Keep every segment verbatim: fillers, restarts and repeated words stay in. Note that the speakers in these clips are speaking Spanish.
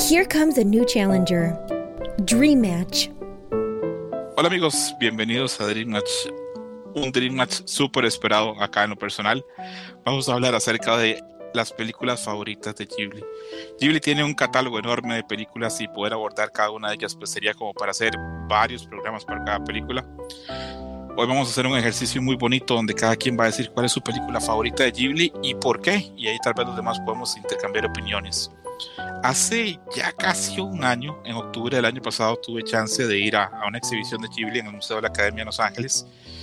Here comes a new challenger. Dream Match. Hola amigos, bienvenidos a Dream Match, un Dream Match súper esperado acá en lo personal. Vamos a hablar acerca de las películas favoritas de Ghibli. Ghibli tiene un catálogo enorme de películas y poder abordar cada una de ellas pues sería como para hacer varios programas para cada película. Hoy vamos a hacer un ejercicio muy bonito donde cada quien va a decir cuál es su película favorita de Ghibli y por qué, y ahí tal vez los demás podemos intercambiar opiniones. Hace ya casi un año, en octubre del año pasado, tuve chance de ir a, a una exhibición de Ghibli en el Museo de la Academia de Los Ángeles.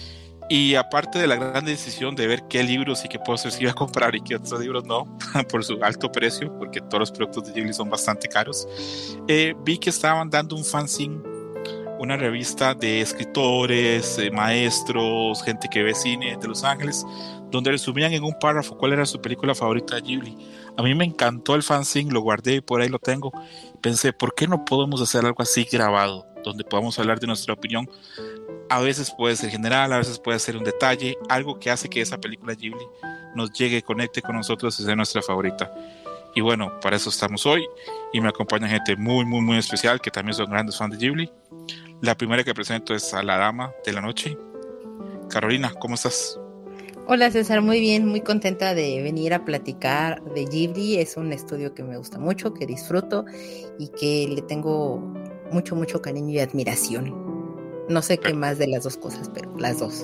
Y aparte de la gran decisión de ver qué libros y qué pósters iba a comprar y qué otros libros no, por su alto precio, porque todos los productos de Ghibli son bastante caros, eh, vi que estaban dando un fanzine, una revista de escritores, eh, maestros, gente que ve cine de Los Ángeles, donde resumían en un párrafo cuál era su película favorita de Ghibli. A mí me encantó el fanzine, lo guardé y por ahí lo tengo. Pensé, ¿por qué no podemos hacer algo así grabado, donde podamos hablar de nuestra opinión? A veces puede ser general, a veces puede ser un detalle, algo que hace que esa película Ghibli nos llegue, conecte con nosotros y sea nuestra favorita. Y bueno, para eso estamos hoy y me acompaña gente muy, muy, muy especial que también son grandes fans de Ghibli. La primera que presento es a la dama de la noche. Carolina, ¿cómo estás? Hola César, muy bien, muy contenta de venir a platicar de Ghibli. Es un estudio que me gusta mucho, que disfruto y que le tengo mucho, mucho cariño y admiración. No sé qué más de las dos cosas, pero las dos.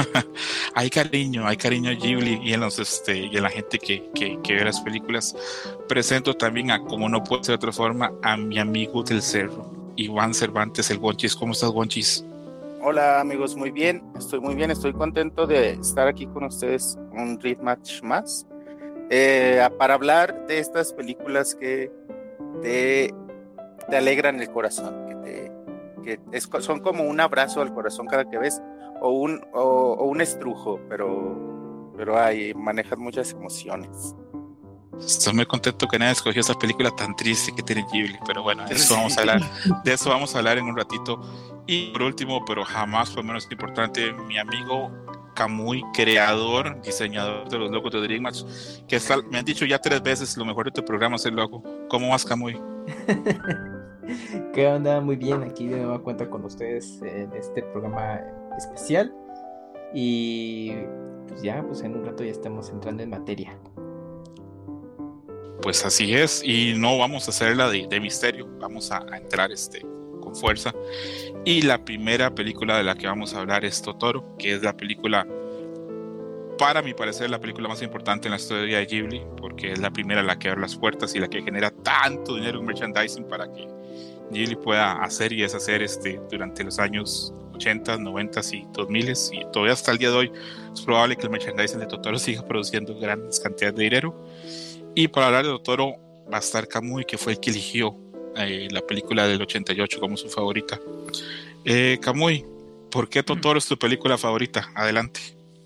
Hay cariño, hay cariño a Ghibli y en, los, este, y en la gente que, que, que ve las películas. Presento también a, como no puede ser de otra forma, a mi amigo del cerro, Iván Cervantes, el Gonchis. ¿Cómo estás, Gonchis? Hola amigos, muy bien, estoy muy bien, estoy contento de estar aquí con ustedes un Dream Match más eh, para hablar de estas películas que te, te alegran el corazón, que, te, que es, son como un abrazo al corazón cada que ves o un, o, o un estrujo, pero, pero hay, manejan muchas emociones. Estoy muy contento que nadie escogió esa película tan triste que tiene Ghibli, pero bueno, de eso vamos a hablar, de eso vamos a hablar en un ratito. Y por último, pero jamás por menos importante, mi amigo Kamui, creador, diseñador de los logos de Dream Match, que está, me han dicho ya tres veces, lo mejor de tu programa es el logo. ¿Cómo vas, Kamui? ¿Qué onda? Muy bien, aquí de nueva cuenta con ustedes en este programa especial. Y pues ya, pues en un rato ya estamos entrando en materia. Pues así es, y no vamos a hacerla de, de misterio, vamos a, a entrar este, con fuerza. Y la primera película de la que vamos a hablar es Totoro, que es la película, para mi parecer, la película más importante en la historia de Ghibli, porque es la primera la que abre las puertas y la que genera tanto dinero en merchandising para que Ghibli pueda hacer y deshacer este, durante los años ochenta, noventa y dos mil, y todavía hasta el día de hoy es probable que el merchandising de Totoro siga produciendo grandes cantidades de dinero. Y para hablar de Totoro va a estar Kamui, que fue el que eligió eh, la película del ochenta y ocho como su favorita. Eh, Kamui, ¿por qué Totoro es tu película favorita? Adelante.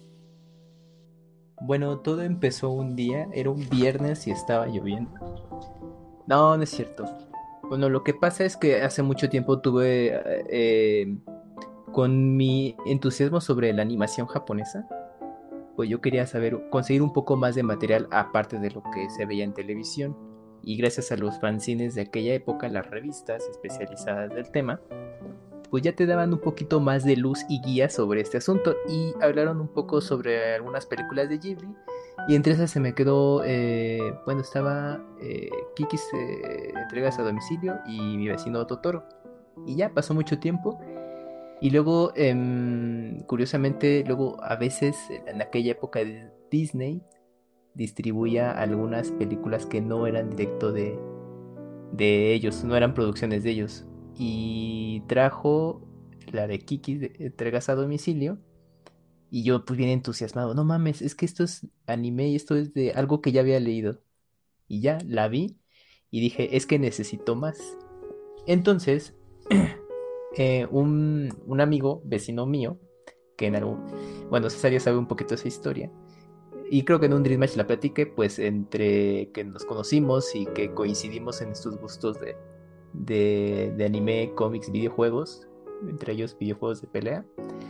Bueno, todo empezó un día, era un viernes y estaba lloviendo. No, no es cierto. Bueno, lo que pasa es que hace mucho tiempo tuve, eh, con mi entusiasmo sobre la animación japonesa, pues yo quería saber, conseguir un poco más de material aparte de lo que se veía en televisión. Y gracias a los fanzines de aquella época, las revistas especializadas del tema, pues ya te daban un poquito más de luz y guía sobre este asunto. Y hablaron un poco sobre algunas películas de Ghibli. Y entre esas se me quedó, eh, bueno, estaba eh, Kiki's eh, entregas a domicilio y mi vecino Totoro. Y ya pasó mucho tiempo. Y luego, eh, curiosamente, luego a veces en aquella época de Disney distribuía algunas películas que no eran directo de, de ellos, no eran producciones de ellos. Y trajo la de Kiki de entregas a domicilio. Y yo pues bien entusiasmado, no mames, es que esto es anime y esto es de algo que ya había leído. Y ya la vi y dije, es que necesito más. Entonces... Eh, un, un amigo, vecino mío, que en algún... Bueno, César ya sabe un poquito esa historia. Y creo que en un Dream Match la platiqué, pues entre que nos conocimos y que coincidimos en estos gustos de, de, de anime, cómics, videojuegos, entre ellos videojuegos de pelea.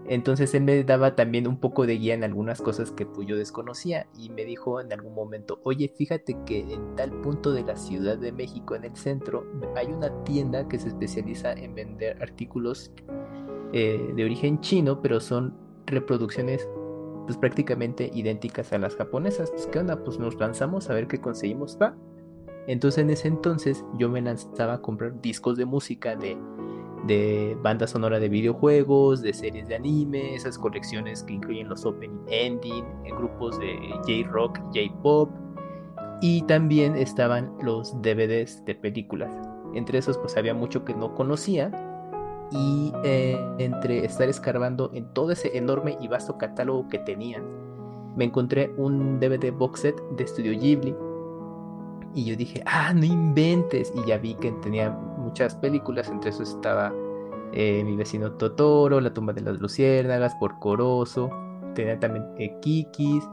Entonces él me daba también un poco de guía en algunas cosas que pues yo desconocía y me dijo en algún momento, oye, fíjate que en tal punto de la Ciudad de México, en el centro, hay una tienda que se especializa en vender artículos eh, de origen chino, pero son reproducciones pues prácticamente idénticas a las japonesas. Pues qué onda, pues nos lanzamos a ver qué conseguimos, va. Entonces en ese entonces yo me lanzaba a comprar discos de música de de banda sonora de videojuegos, de series de anime, esas colecciones que incluyen los opening ending, grupos de J-rock, J-pop, y también estaban los D V Ds de películas. Entre esos pues había mucho que no conocía, y eh, entre estar escarbando en todo ese enorme y vasto catálogo que tenían, me encontré un D V D box set de Studio Ghibli, y yo dije, ah, no inventes, y ya vi que tenía muchas películas, entre esos estaba eh, Mi vecino Totoro, La tumba de las luciérnagas, Porco Rosso, tenía también eh, Kikis,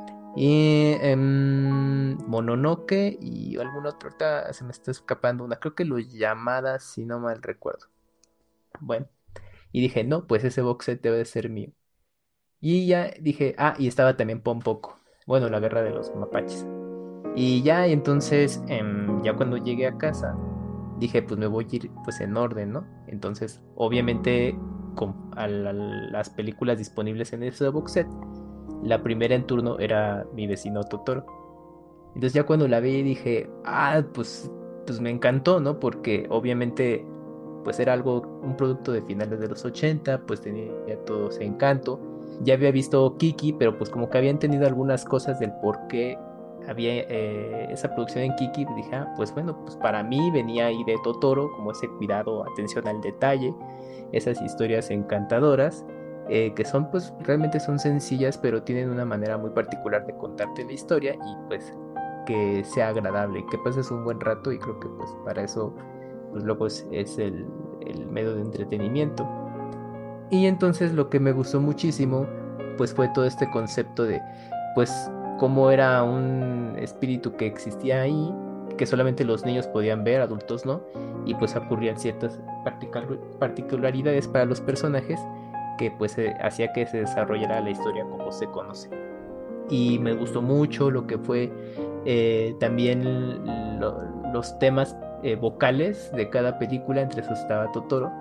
y eh, Mononoke, y alguna otra, ahorita se me está escapando una, creo que Los Llamadas, si no mal recuerdo. Bueno, y dije, no, pues ese box set debe de ser mío. Y ya dije, ah, y estaba también Pompoco, bueno, La guerra de los mapaches. Y ya, y entonces, eh, ya cuando llegué a casa, dije, pues me voy a ir pues en orden, ¿no? Entonces, obviamente, con a la, las películas disponibles en ese box set, la primera en turno era Mi vecino Totoro. Entonces ya cuando la vi dije, ah, pues, pues me encantó, ¿no? Porque obviamente, pues era algo, un producto de finales de los ochenta, pues tenía todo ese encanto. Ya había visto Kiki, pero pues como que habían tenido algunas cosas del por qué había eh, esa producción en Kiki, dije, ah, pues bueno, pues para mí venía ahí de Totoro, como ese cuidado, atención al detalle, esas historias encantadoras, eh, que son pues realmente son sencillas, pero tienen una manera muy particular de contarte la historia y pues que sea agradable, que pases un buen rato, y creo que pues para eso pues luego es, es el, el medio de entretenimiento. Y entonces lo que me gustó muchísimo pues fue todo este concepto de pues cómo era un espíritu que existía ahí, que solamente los niños podían ver, adultos no, y pues ocurrían ciertas particularidades para los personajes que pues eh, hacía que se desarrollara la historia como se conoce. Y me gustó mucho lo que fue eh, también lo, los temas eh, vocales de cada película, entre esos estaba Totoro,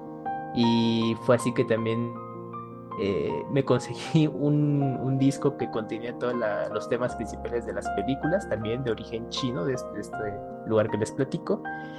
y fue así que también Eh, me conseguí un, un disco que contenía todos los temas principales de las películas, también de origen chino, de este, de este lugar que les platico.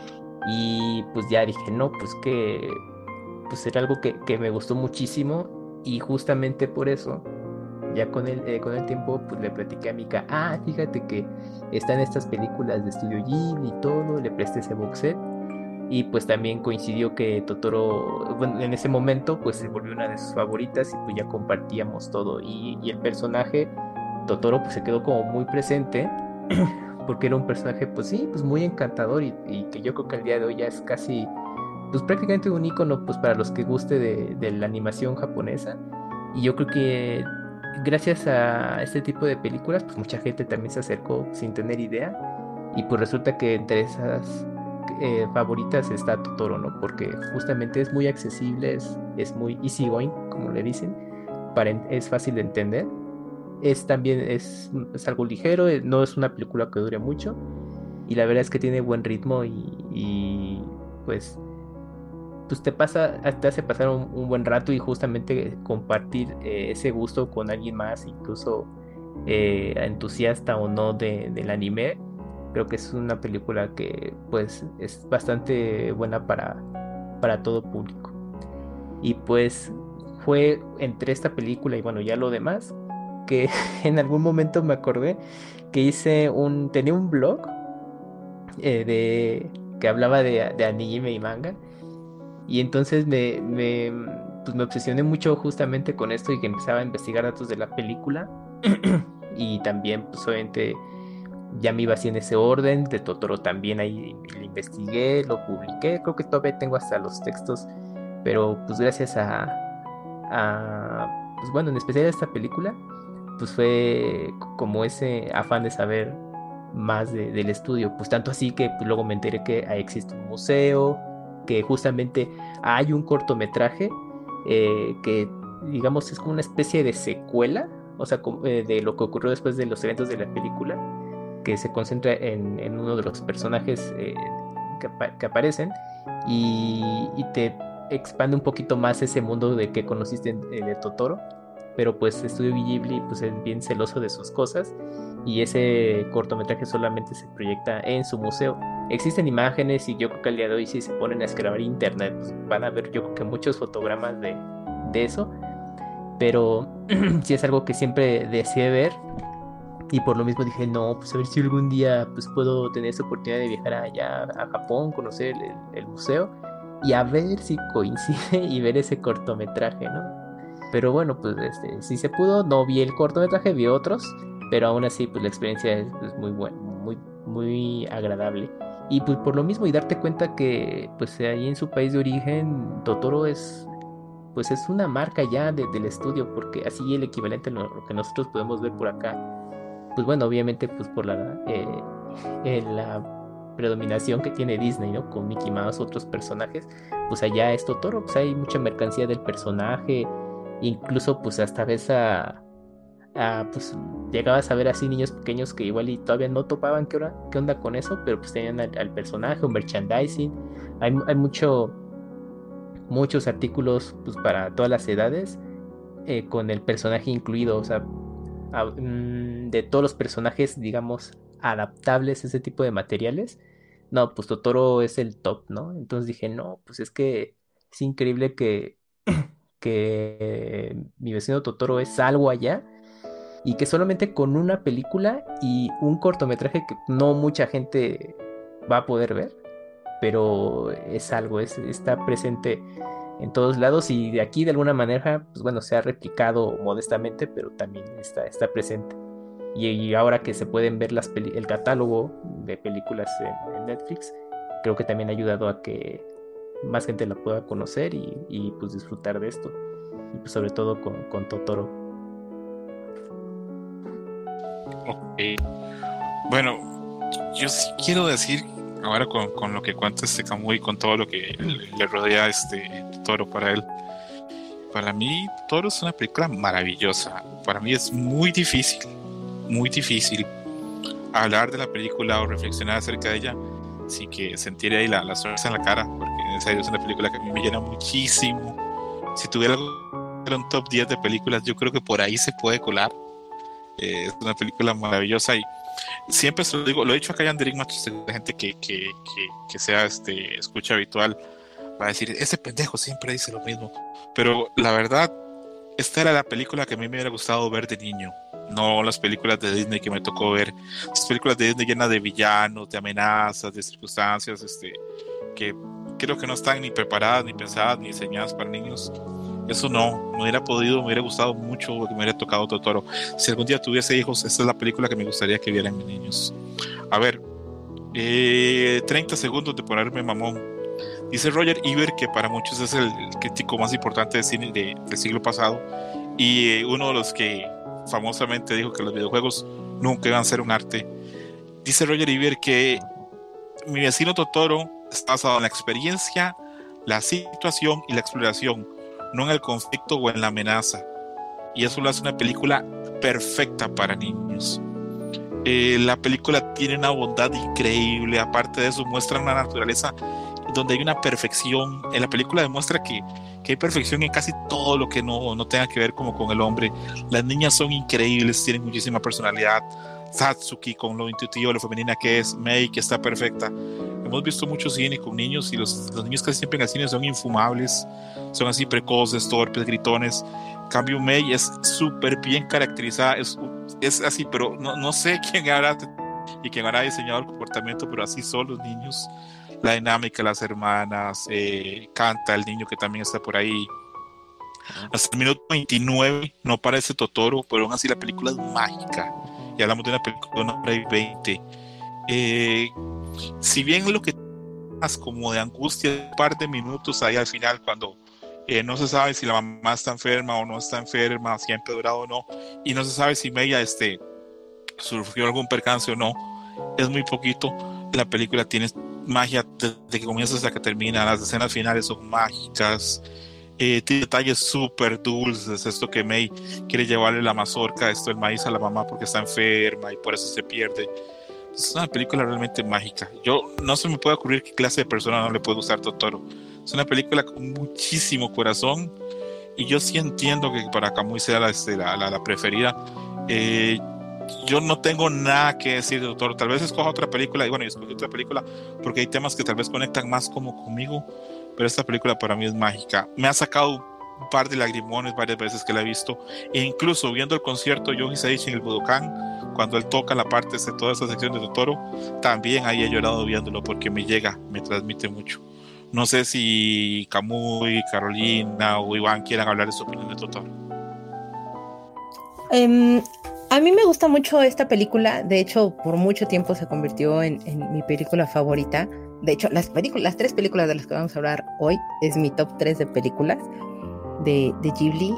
Y pues ya dije, no, pues que pues era algo que, que me gustó muchísimo, y justamente por eso, ya con el, eh, con el tiempo, pues le platiqué a Mika, ah, fíjate que están estas películas de Studio Ghibli y todo, le presté ese box set. Y pues también coincidió que Totoro, bueno, en ese momento pues se volvió una de sus favoritas, y pues ya compartíamos todo, y, y el personaje Totoro pues se quedó como muy presente porque era un personaje pues sí, pues muy encantador, y, y que yo creo que al día de hoy ya es casi pues prácticamente un icono pues para los que guste de, de la animación japonesa. Y yo creo que gracias a este tipo de películas pues mucha gente también se acercó sin tener idea, y pues resulta que entre esas Eh, favoritas está Totoro, ¿no? Porque justamente es muy accesible, es, es muy easy going, como le dicen, para, es fácil de entender, es también es, es algo ligero, no es una película que dure mucho, y la verdad es que tiene buen ritmo, y, y pues pues te pasa, te hace pasar un, un buen rato, y justamente compartir eh, ese gusto con alguien más, incluso eh, entusiasta o no de, del anime. Creo que es una película que pues es bastante buena para, para todo público. Y pues fue entre esta película y bueno, ya lo demás, que en algún momento me acordé que hice un, tenía un blog eh, de, que hablaba de, de anime y manga. Y entonces me, me, pues me obsesioné mucho justamente con esto, y que empezaba a investigar datos de la película. Y también pues obviamente ya me iba así en ese orden, de Totoro también ahí lo investigué, lo publiqué, creo que todavía tengo hasta los textos, pero pues gracias a, a pues bueno, en especial a esta película, pues fue como ese afán de saber más de, del estudio, pues tanto así que pues, luego me enteré que existe un museo, que justamente hay un cortometraje eh, que digamos, es como una especie de secuela, o sea, como, eh, de lo que ocurrió después de los eventos de la película, que se concentra en, en uno de los personajes eh, que, apa- que aparecen y, y te expande un poquito más ese mundo de que conociste en- eh, de Totoro, pero pues Estudio Ghibli pues es bien celoso de sus cosas y ese cortometraje solamente se proyecta en su museo. Existen imágenes y yo creo que al día de hoy si se ponen a escalar internet pues, van a ver yo creo que muchos fotogramas de, de eso, pero sí es algo que siempre deseé ver y por lo mismo dije, no, pues a ver si algún día pues puedo tener esa oportunidad de viajar allá a Japón, conocer el, el museo y a ver si coincide y ver ese cortometraje, ¿no? Pero bueno, pues este, si se pudo, no vi el cortometraje, vi otros, pero aún así pues la experiencia es, es muy buena, muy, muy agradable. Y pues por lo mismo y darte cuenta que pues ahí en su país de origen Totoro es pues es una marca ya de- del estudio, porque así el equivalente a lo, lo que nosotros podemos ver por acá, pues bueno, obviamente pues por la, eh, eh, la predominación que tiene Disney, ¿no? Con Mickey Mouse, otros personajes, pues allá es Totoro, pues hay mucha mercancía del personaje, incluso pues hasta ves a, a, pues llegabas a ver así niños pequeños que igual y todavía no topaban qué, hora- qué onda con eso, pero pues tenían al, al personaje, un merchandising, hay, hay mucho, muchos artículos pues para todas las edades, eh, con el personaje incluido, o sea, a- mm, de todos los personajes, digamos, adaptables a ese tipo de materiales, no, pues Totoro es el top, ¿no? Entonces dije, no, pues es que es increíble que, que mi vecino Totoro es algo allá y que solamente con una película y un cortometraje que no mucha gente va a poder ver, pero es algo, es, está presente en todos lados y de aquí de alguna manera, pues bueno, se ha replicado modestamente, pero también está, está presente. Y, y ahora que se pueden ver las peli- el catálogo de películas en, en Netflix, creo que también ha ayudado a que más gente la pueda conocer y, y, pues disfrutar de esto. Y pues sobre todo con, con Totoro. Ok. Bueno, yo sí quiero decir, ahora con, con lo que cuenta este Kamui, con todo lo que le, le rodea este Toro para él, para mí Toro es una película maravillosa. Para mí es muy difícil, muy difícil hablar de la película o reflexionar acerca de ella sin que sentir ahí la, la sonrisa en la cara, porque en serio es una película que a mí me llena muchísimo. Si tuviera algo, un top diez de películas, yo creo que por ahí se puede colar. Eh, es una película maravillosa y siempre se lo digo, lo he dicho acá ya en Dream Match, la gente que, que, que, que sea este, escucha habitual va a decir, ese pendejo siempre dice lo mismo, pero la verdad, esta era la película que a mí me hubiera gustado ver de niño, no las películas de Disney que me tocó ver, las películas de Disney llenas de villanos, de amenazas, de circunstancias este, que creo que no están ni preparadas, ni pensadas, ni diseñadas para niños. Eso no, me hubiera podido, me hubiera gustado mucho que me hubiera tocado Totoro. Si algún día tuviese hijos, esta es la película que me gustaría que vieran mis niños. A ver, eh, treinta segundos de ponerme mamón. Dice Roger Ebert que para muchos es el, el crítico más importante de cine de, del siglo pasado y eh, uno de los que famosamente dijo que los videojuegos nunca iban a ser un arte. Dice Roger Ebert que Mi vecino Totoro está basado en la experiencia, la situación y la exploración, no en el conflicto o en la amenaza. Y eso lo hace una película perfecta para niños. Eh, la película tiene una bondad increíble. Aparte de eso, muestra una naturaleza donde hay una perfección. En la película demuestra que, que hay perfección en casi todo lo que no, no tenga que ver como con el hombre. Las niñas son increíbles, tienen muchísima personalidad. Satsuki con lo intuitivo, lo femenina que es, Mei que está perfecta. Hemos visto mucho cine con niños y los, los niños casi siempre en el cine son infumables, son así precoces, torpes, gritones. En cambio Mei es súper bien caracterizada, es, es así, pero no, no sé quién hará y quién habrá diseñado el comportamiento, pero así son los niños. La dinámica, las hermanas, eh, canta el niño que también está por ahí. Hasta el minuto veintinueve no parece Totoro, pero aún así la película es mágica. Y hablamos de una película de una hora y veinte. Eh, si bien lo que más como de angustia, un par de minutos ahí al final, cuando eh, no se sabe si la mamá está enferma o no está enferma, si ha empeorado o no, y no se sabe si Mei este, sufrió algún percance o no, es muy poquito. La película tiene magia desde que comienza hasta que termina. Las escenas finales son mágicas. Eh, tiene detalles súper dulces, esto que May quiere llevarle la mazorca, esto el maíz a la mamá porque está enferma y por eso se pierde. Es una película realmente mágica. Yo no se me puede ocurrir qué clase de persona no le puede gustar Totoro. Es una película con muchísimo corazón y yo sí entiendo que para Kamui sea la, la, la, la preferida. Eh, yo no tengo nada que decir de Totoro. Tal vez escoja otra película y bueno, y escogí otra película porque hay temas que tal vez conectan más como conmigo, pero esta película para mí es mágica. Me ha sacado un par de lagrimones varias veces que la he visto, e incluso viendo el concierto de Yoji Seichi en el Budokan, cuando él toca la parte de toda esa sección de Totoro, también ahí he llorado viéndolo porque me llega, me transmite mucho. No sé si Kamui, Carolina o Iván quieran hablar de su opinión de Totoro. Um, a mí me gusta mucho esta película. De hecho, por mucho tiempo se convirtió en, en mi película favorita. De hecho, las películas, las tres películas de las que vamos a hablar hoy es mi top tres de películas de, de Ghibli.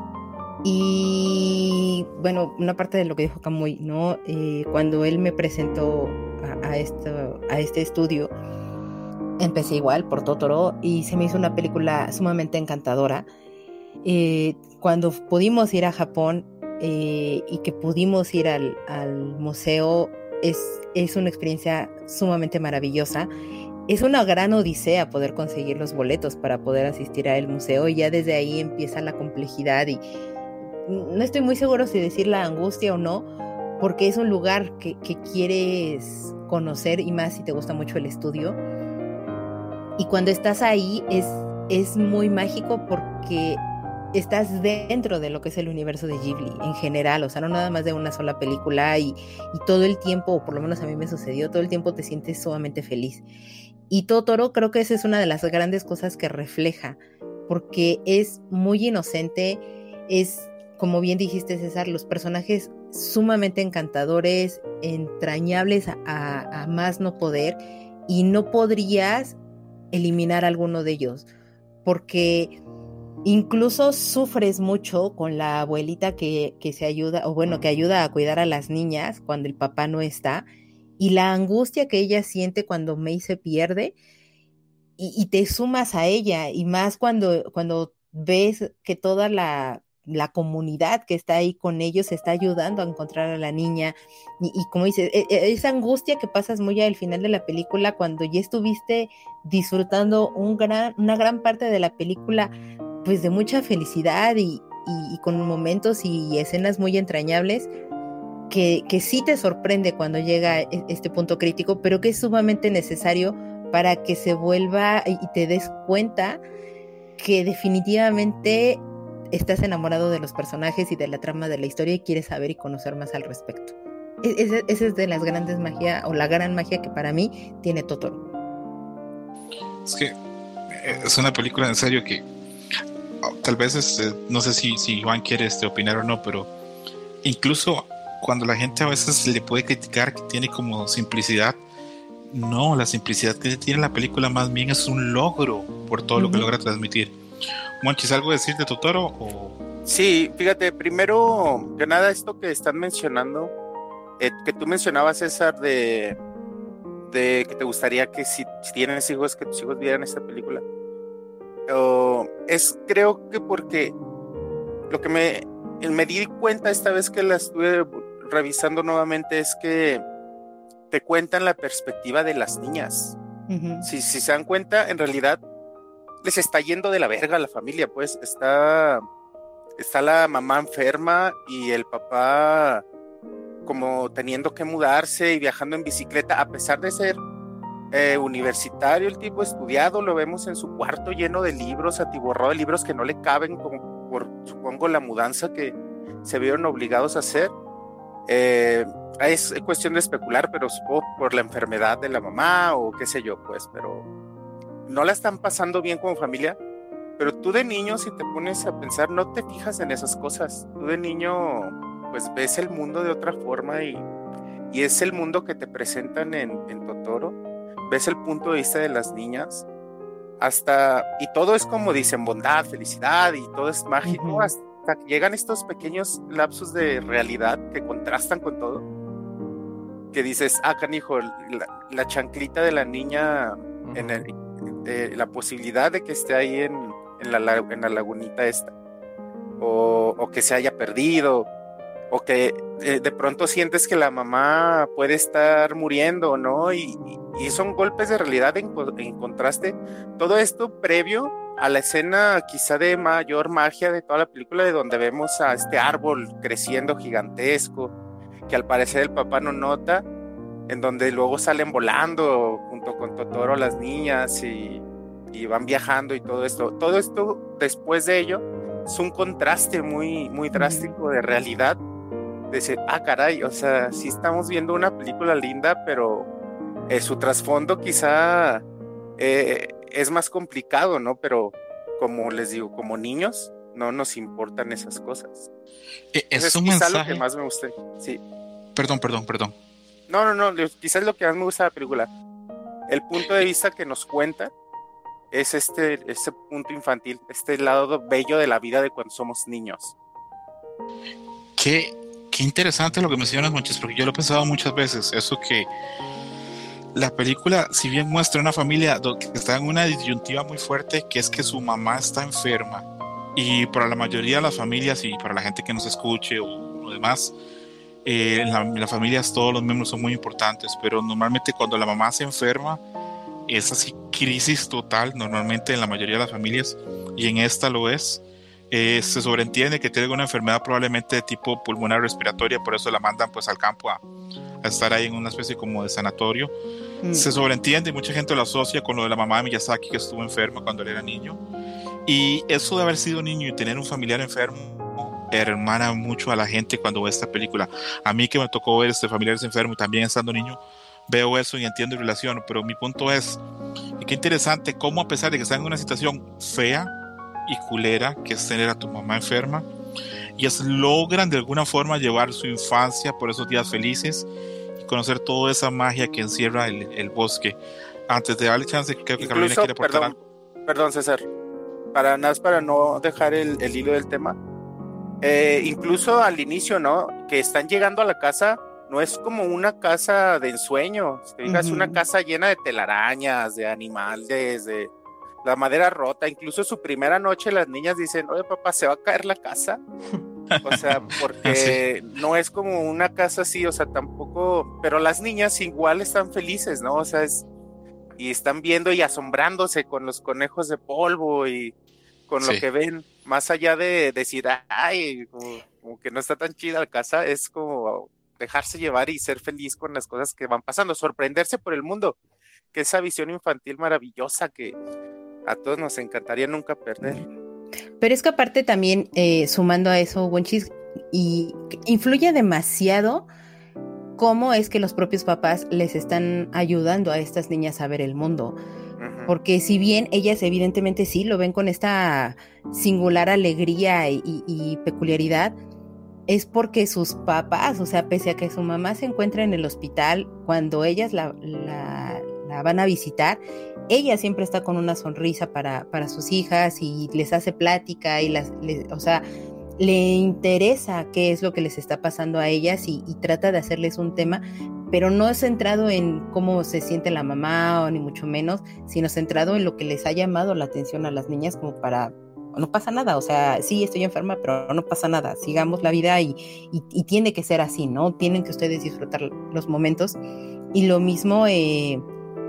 Y bueno, una parte de lo que dijo Kamui, ¿no? Eh, cuando él me presentó a, a, esto, a este estudio, empecé igual por Totoro y se me hizo una película sumamente encantadora. Eh, cuando pudimos ir a Japón eh, y que pudimos ir al, al museo, es, es una experiencia sumamente maravillosa. Es una gran odisea poder conseguir los boletos para poder asistir al museo y ya desde ahí empieza la complejidad y no estoy muy seguro si decir la angustia o no, porque es un lugar que, que quieres conocer y más si te gusta mucho el estudio. Y cuando estás ahí es, es muy mágico porque estás dentro de lo que es el universo de Ghibli en general, o sea, no nada más de una sola película y, y todo el tiempo, o por lo menos a mí me sucedió, todo el tiempo te sientes sumamente feliz. Y Totoro creo que esa es una de las grandes cosas que refleja, porque es muy inocente, es, como bien dijiste César, los personajes sumamente encantadores, entrañables a, a, a más no poder, y no podrías eliminar a alguno de ellos, porque incluso sufres mucho con la abuelita que, que se ayuda, o bueno, que ayuda a cuidar a las niñas cuando el papá no está, y la angustia que ella siente cuando Mei se pierde, y, y te sumas a ella, y más cuando, cuando ves que toda la, la comunidad que está ahí con ellos está ayudando a encontrar a la niña, y, y como dices, esa angustia que pasas muy al final de la película, cuando ya estuviste disfrutando un gran, una gran parte de la película, pues de mucha felicidad y, y, y con momentos y escenas muy entrañables, que, que sí te sorprende cuando llega este punto crítico, pero que es sumamente necesario para que se vuelva y te des cuenta que definitivamente estás enamorado de los personajes y de la trama de la historia y quieres saber y conocer más al respecto. Esa es, es de las grandes magias, o la gran magia que para mí tiene Totoro. Es que es una película en serio que tal vez este, no sé si, si Iván quiere este, opinar o no, pero incluso cuando la gente a veces le puede criticar que tiene como simplicidad, no, la simplicidad que tiene la película más bien es un logro por todo uh-huh. lo que logra transmitir. Monchis, ¿algo decir de Totoro? O... Sí, fíjate, primero que nada esto que están mencionando, eh, que tú mencionabas, César, de, de que te gustaría que si, si tienes hijos, que tus hijos vieran esta película. Uh, es creo que porque lo que me, me di cuenta esta vez que la estuve revisando nuevamente es que te cuentan la perspectiva de las niñas. Uh-huh. Si, si se dan cuenta, en realidad les está yendo de la verga a la familia, pues está, está la mamá enferma y el papá como teniendo que mudarse y viajando en bicicleta, a pesar de ser eh, universitario, el tipo estudiado, lo vemos en su cuarto lleno de libros, atiborrado de libros que no le caben, como por, supongo, la mudanza que se vieron obligados a hacer. Eh, es cuestión de especular, pero supongo por la enfermedad de la mamá o qué sé yo, pues, pero no la están pasando bien como familia. Pero tú de niño, si te pones a pensar, no te fijas en esas cosas. Tú de niño, pues ves el mundo de otra forma y, y es el mundo que te presentan en, en Totoro. Ves el punto de vista de las niñas hasta, y todo es como dicen, bondad, felicidad y todo es mágico, uh-huh. hasta que llegan estos pequeños lapsos de realidad que contrastan con todo, que dices, ah, canijo, la, la chanclita de la niña, uh-huh. en el, de la posibilidad de que esté ahí en, en la, en la lagunita esta, o, o que se haya perdido, o que eh, de pronto sientes que la mamá puede estar muriendo, ¿no? Y, y son golpes de realidad en, en contraste. Todo esto previo a la escena quizá de mayor magia de toda la película, de donde vemos a este árbol creciendo gigantesco, que al parecer el papá no nota, en donde luego salen volando junto con Totoro las niñas y, y van viajando y todo esto. Todo esto, después de ello, es un contraste muy, muy drástico de realidad. De decir, ah, caray, o sea, sí estamos viendo una película linda, pero eh, su trasfondo quizá eh, es más complicado, ¿no? Pero como les digo, como niños, no nos importan esas cosas. Eh, es Entonces, un quizá mensaje. lo que más me gusta, sí. Perdón, perdón, perdón. No, no, no, quizás lo que más me gusta de la película, el punto de vista que nos cuenta es este, este punto infantil, este lado bello de la vida de cuando somos niños. Qué, qué interesante lo que mencionas, Monchis, porque yo lo he pensado muchas veces, eso que la película, si bien muestra una familia que está en una disyuntiva muy fuerte, que es que su mamá está enferma, y para la mayoría de las familias y para la gente que nos escuche o lo demás, Eh, en, la, en las familias todos los miembros son muy importantes, pero normalmente cuando la mamá se enferma es así crisis total, normalmente en la mayoría de las familias, y en esta lo es. Eh, se sobreentiende que tiene alguna enfermedad probablemente de tipo pulmonar respiratoria, por eso la mandan pues al campo a, a estar ahí en una especie como de sanatorio. Mm. Se sobreentiende y mucha gente lo asocia con lo de la mamá de Miyazaki, que estuvo enferma cuando él era niño, y eso de haber sido niño y tener un familiar enfermo hermana mucho a la gente cuando ve esta película. A mí que me tocó ver este familiares enfermos y también estando niño, veo eso y entiendo y relaciono, pero mi punto es, y qué interesante cómo a pesar de que están en una situación fea y culera, que es tener a tu mamá enferma, ellas logran de alguna forma llevar su infancia por esos días felices y conocer toda esa magia que encierra el, el bosque. Antes de darle chance, creo que Incluso, Carolina quiere aportar perdón, algo. Perdón, César, para nada, para no dejar el, el hilo del tema. Eh, incluso al inicio, ¿no? Que están llegando a la casa, no es como una casa de ensueño, uh-huh. Es una casa llena de telarañas, de animales, de la madera rota. Incluso su primera noche las niñas dicen, oye papá, ¿se va a caer la casa? O sea, porque sí. No es como una casa así, o sea, tampoco, pero las niñas igual están felices, ¿no? O sea, es, y están viendo y asombrándose con los conejos de polvo y con sí. Lo que ven, más allá de decir, ay, como, como que no está tan chida la casa, es como dejarse llevar y ser feliz con las cosas que van pasando, sorprenderse por el mundo, que esa visión infantil maravillosa que a todos nos encantaría nunca perder. Pero es que aparte también, eh, sumando a eso, Wonchis, y influye demasiado cómo es que los propios papás les están ayudando a estas niñas a ver el mundo. Porque si bien ellas evidentemente sí lo ven con esta singular alegría y, y, y peculiaridad, es porque sus papás, o sea, pese a que su mamá se encuentra en el hospital, cuando ellas la, la, la van a visitar, ella siempre está con una sonrisa para, para sus hijas y les hace plática y las, les, o sea, le interesa qué es lo que les está pasando a ellas y, y trata de hacerles un tema, pero no es centrado en cómo se siente la mamá o ni mucho menos, sino centrado en lo que les ha llamado la atención a las niñas como para, no pasa nada, o sea, sí estoy enferma, pero no pasa nada, sigamos la vida y, y, y tiene que ser así, ¿no? Tienen que ustedes disfrutar los momentos. Y lo mismo eh,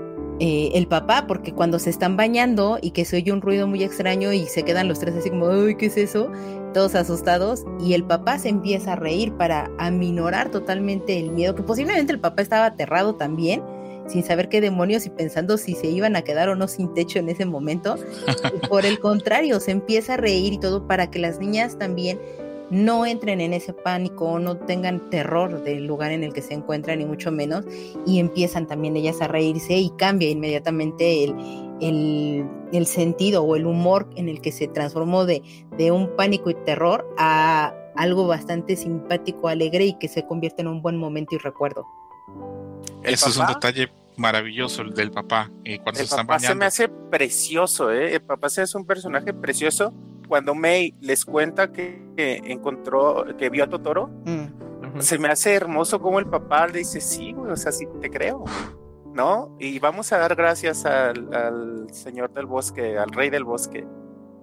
eh, el papá, porque cuando se están bañando y que se oye un ruido muy extraño y se quedan los tres así como, ay, ¿qué es eso? Todos asustados, y el papá se empieza a reír para aminorar totalmente el miedo, que posiblemente el papá estaba aterrado también, sin saber qué demonios y pensando si se iban a quedar o no sin techo en ese momento. Por el contrario, se empieza a reír y todo para que las niñas también no entren en ese pánico, no tengan terror del lugar en el que se encuentran, ni mucho menos, y empiezan también ellas a reírse y cambia inmediatamente el, el, el sentido o el humor en el que se transformó de, de un pánico y terror a algo bastante simpático, alegre y que se convierte en un buen momento y recuerdo. Eso es un detalle maravilloso, el del papá. Eh, cuando el se están papá bañando. Se me hace precioso, ¿eh? El papá se hace un personaje precioso. Cuando Mei les cuenta que, que encontró, que vio a Totoro, mm. uh-huh. Se me hace hermoso como el papá le dice, sí, güey, o sea, sí te creo, ¿no? Y vamos a dar gracias al, al señor del bosque, al rey del bosque.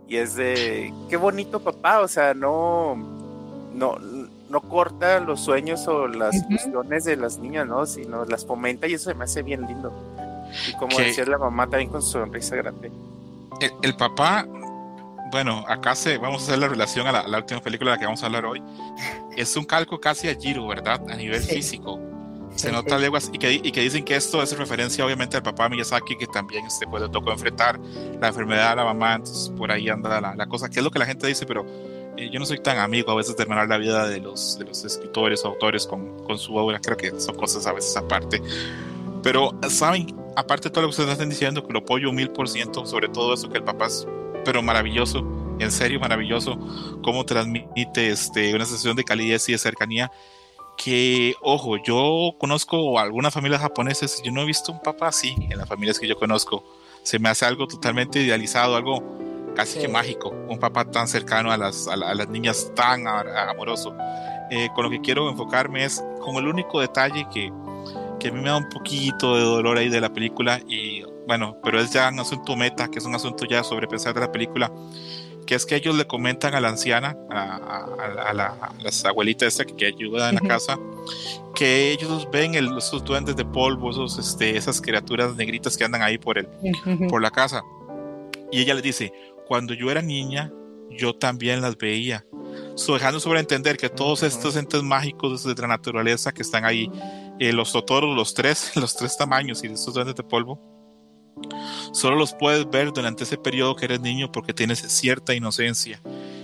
y es de qué bonito papá, o sea, no, no, no corta los sueños o las Ujú. ilusiones de las niñas, ¿no? Sino las fomenta y eso se me hace bien lindo. Y como Que- decía la mamá también con su sonrisa grande. El, el papá, bueno, acá se, vamos a hacer la relación a la, a la última película de la que vamos a hablar hoy. Es un calco casi a Jiro, ¿verdad? A nivel Sí. físico. Se Sí, nota sí. leguas y que, y que dicen que esto es referencia obviamente al papá Miyazaki, que también este, pues, le tocó enfrentar la enfermedad de la mamá, entonces por ahí anda la, la cosa, que es lo que la gente dice, pero eh, yo no soy tan amigo a veces de hermanar la vida de los, de los escritores o autores con, con su obra, creo que son cosas a veces aparte. Pero, ¿saben? Aparte de todo lo que ustedes están diciendo, que lo apoyo un mil por ciento, sobre todo eso, que el papá es, pero maravilloso, en serio maravilloso, cómo transmite este, una sensación de calidez y de cercanía, que, ojo, yo conozco algunas familias japonesas, yo no he visto un papá así en las familias que yo conozco, se me hace algo totalmente idealizado, algo casi Sí. que mágico, un papá tan cercano a las, a la- a las niñas, tan a- a- amoroso. Eh, con lo que quiero enfocarme es con el único detalle que que a mí me da un poquito de dolor ahí de la película, y bueno, pero es ya un asunto meta, que es un asunto ya sobrepensar de la película, que es que ellos le comentan a la anciana, a, a, a la, a las abuelitas esta que, que ayuda en la Ujú. casa, que ellos ven el, esos duendes de polvo, esos, este, esas criaturas negritas que andan ahí por, el, Ujú. por la casa, y ella les dice, cuando yo era niña, yo también las veía, so, dejando sobreentender que todos Ujú. estos entes mágicos de la naturaleza que están ahí, eh, los totoros, los tres, los tres tamaños y estos duendes de polvo, solo los puedes ver durante ese periodo que eres niño porque tienes cierta inocencia.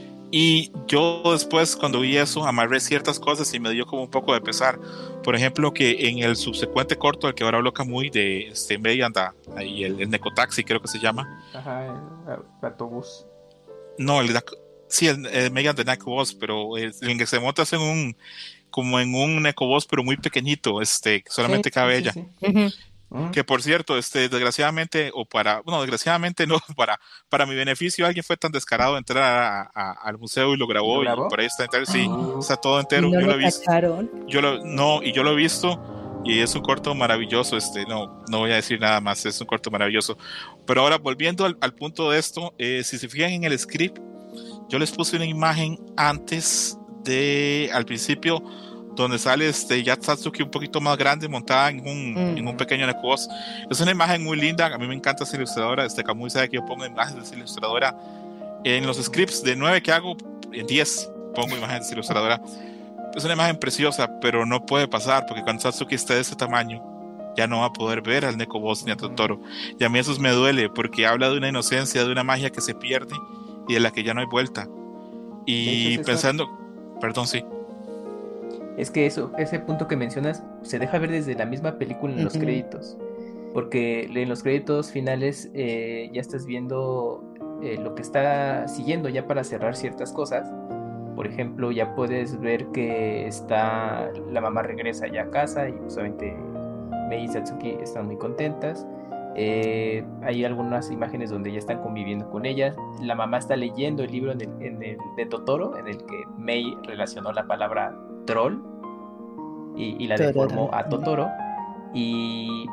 Y yo después, cuando vi eso, amarré ciertas cosas y me dio como un poco de pesar. Por ejemplo, que en el subsecuente corto del que ahora habló Kamui, de este Mei anda ahí, el, el Nekotaxi creo que se llama. Ajá, el, el autobús. No, el, sí, el, el Mei and the Nekobus, pero el, el que se monta es en un, como en un Nekobus, pero muy pequeñito, este, que solamente Sí, cabe sí, ella. sí. Ujú. Mm. Que por cierto, este, desgraciadamente, o para, bueno, desgraciadamente no, para, para mi beneficio, alguien fue tan descarado de entrar a, a, al museo y lo grabó, ¿Lo y grabó? por ahí está entero, sí, Uh. está todo Y entero, no yo lo lo he visto, cacharon. yo lo, no, y yo lo he visto, y es un corto maravilloso, este, no, no voy a decir nada más, es un corto maravilloso. Pero ahora, volviendo al, al punto de esto, eh, si se fijan en el script, yo les puse una imagen antes de, al principio, donde sale este Yatsatsuki un poquito más grande, montada en un, Mm. en un pequeño Nekobus. Es una imagen muy linda, a mí me encanta esa ilustradora, este Kamui sabe que yo pongo imágenes de esa ilustradora en los scripts de nueve que hago, en diez pongo imágenes de esa ilustradora. Es una imagen preciosa, pero no puede pasar, porque cuando Satsuki esté de ese tamaño, ya no va a poder ver al Nekobus ni a Totoro. Y a mí eso me duele, porque habla de una inocencia, de una magia que se pierde y de la que ya no hay vuelta. Y De hecho, César, pensando, perdón, sí. es que eso, ese punto que mencionas se deja ver desde la misma película en los Ujú. créditos. Porque en los créditos finales eh, ya estás viendo eh, lo que está siguiendo ya para cerrar ciertas cosas. Por ejemplo, ya puedes ver que está la mamá regresa ya a casa y pues, obviamente Mei y Satsuki están muy contentas. Eh, hay algunas imágenes donde ya están conviviendo con ellas. La mamá está leyendo el libro en el, en el de Totoro, en el que Mei relacionó la palabra troll y, y la deformó a Totoro. Y,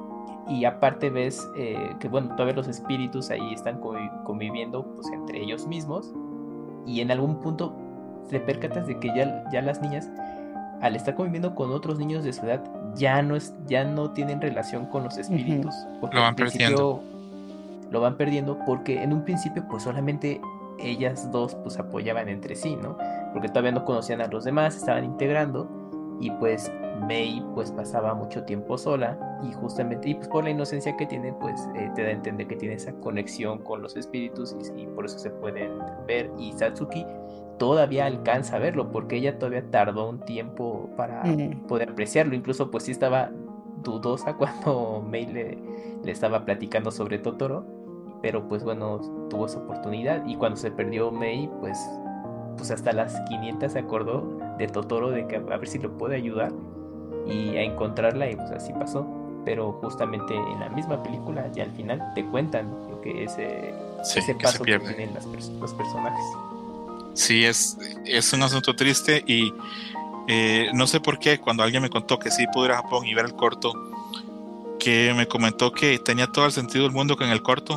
y aparte ves eh, que bueno, todavía los espíritus ahí están convi- conviviendo pues, entre ellos mismos. Y en algún punto te percatas de que ya, ya las niñas, al estar conviviendo con otros niños de su edad, ya no, es, ya no tienen relación con los espíritus. Porque Lo van al principio lo van perdiendo porque en un principio pues solamente ellas dos pues apoyaban entre sí, ¿no? Porque todavía no conocían a los demás, estaban integrando y pues Mei pues pasaba mucho tiempo sola y justamente, y pues por la inocencia que tiene pues eh, te da a entender que tiene esa conexión con los espíritus y, y por eso se pueden ver. Y Satsuki todavía alcanza a verlo porque ella todavía tardó un tiempo para Mm. poder apreciarlo, incluso pues sí estaba dudosa cuando Mei le, le estaba platicando sobre Totoro, pero pues bueno, tuvo esa oportunidad y cuando se perdió Mei pues, pues hasta las quinientas se acordó de Totoro, de que a ver si lo puede ayudar y a encontrarla y pues así pasó. Pero justamente en la misma película ya al final te cuentan lo que es eh, Sí, ese que se paso que pierde. tienen las pers- los personajes. Sí, es, es un asunto triste y eh, no sé por qué cuando alguien me contó que sí pudo ir a Japón y ver el corto, que me comentó que tenía todo el sentido del mundo que en el corto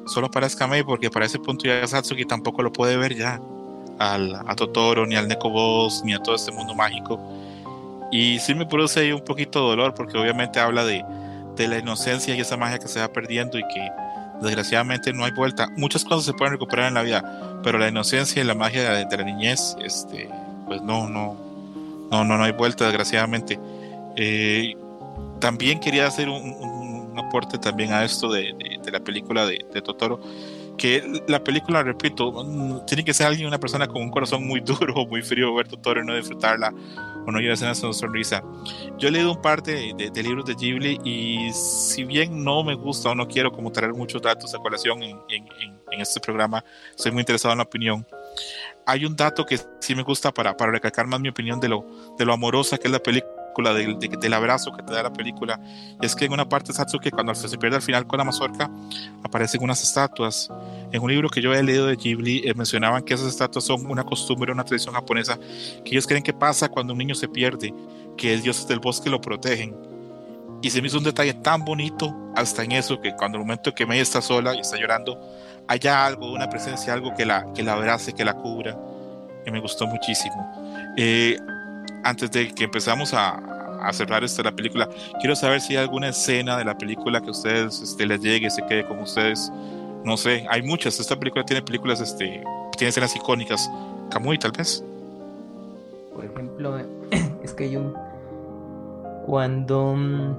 solo aparezca Mei, porque para ese punto ya Satsuki tampoco lo puede ver ya al, a Totoro, ni al Neko Boss, ni a todo este mundo mágico. Y sí me produce ahí un poquito de dolor, porque obviamente habla de, de la inocencia y esa magia que se va perdiendo y que desgraciadamente no hay vuelta. Muchas cosas se pueden recuperar en la vida, pero la inocencia y la magia de, de la niñez, este, pues no, no, no, no, no hay vuelta, desgraciadamente. Eh, también quería hacer un, un, un aporte también a esto de, de, de la película de, de Totoro, que la película, repito, tiene que ser alguien, una persona con un corazón muy duro, muy frío, ver Totoro y no disfrutarla, o no llevarse una sonrisa. Yo he leído un par de, de, de libros de Ghibli, y si bien no me gusta o no quiero como traer muchos datos a colación en, en, en, en este programa, estoy muy interesado en la opinión. Hay un dato que sí me gusta para, para recalcar más mi opinión de lo, de lo amorosa que es la película, de, de, del abrazo que te da la película. Y es que en una parte Satsuki, cuando se pierde al final con la mazorca, aparecen unas estatuas. En un libro que yo he leído de Ghibli, eh, mencionaban que esas estatuas son una costumbre, una tradición japonesa, que ellos creen que pasa cuando un niño se pierde, que los dioses del bosque lo protegen. Y se me hizo un detalle tan bonito hasta en eso, que cuando el momento que Mei está sola y está llorando, haya algo, una presencia, algo que la, que la abrace, que la cubra, que me gustó muchísimo. Eh, antes de que empezamos a, a cerrar esta la película, quiero saber si hay alguna escena de la película que a ustedes este, les llegue, se quede con ustedes. No sé, hay muchas. Esta película tiene películas, este, tiene escenas icónicas. Kamui, tal vez. Por ejemplo, es que hay un... Cuando...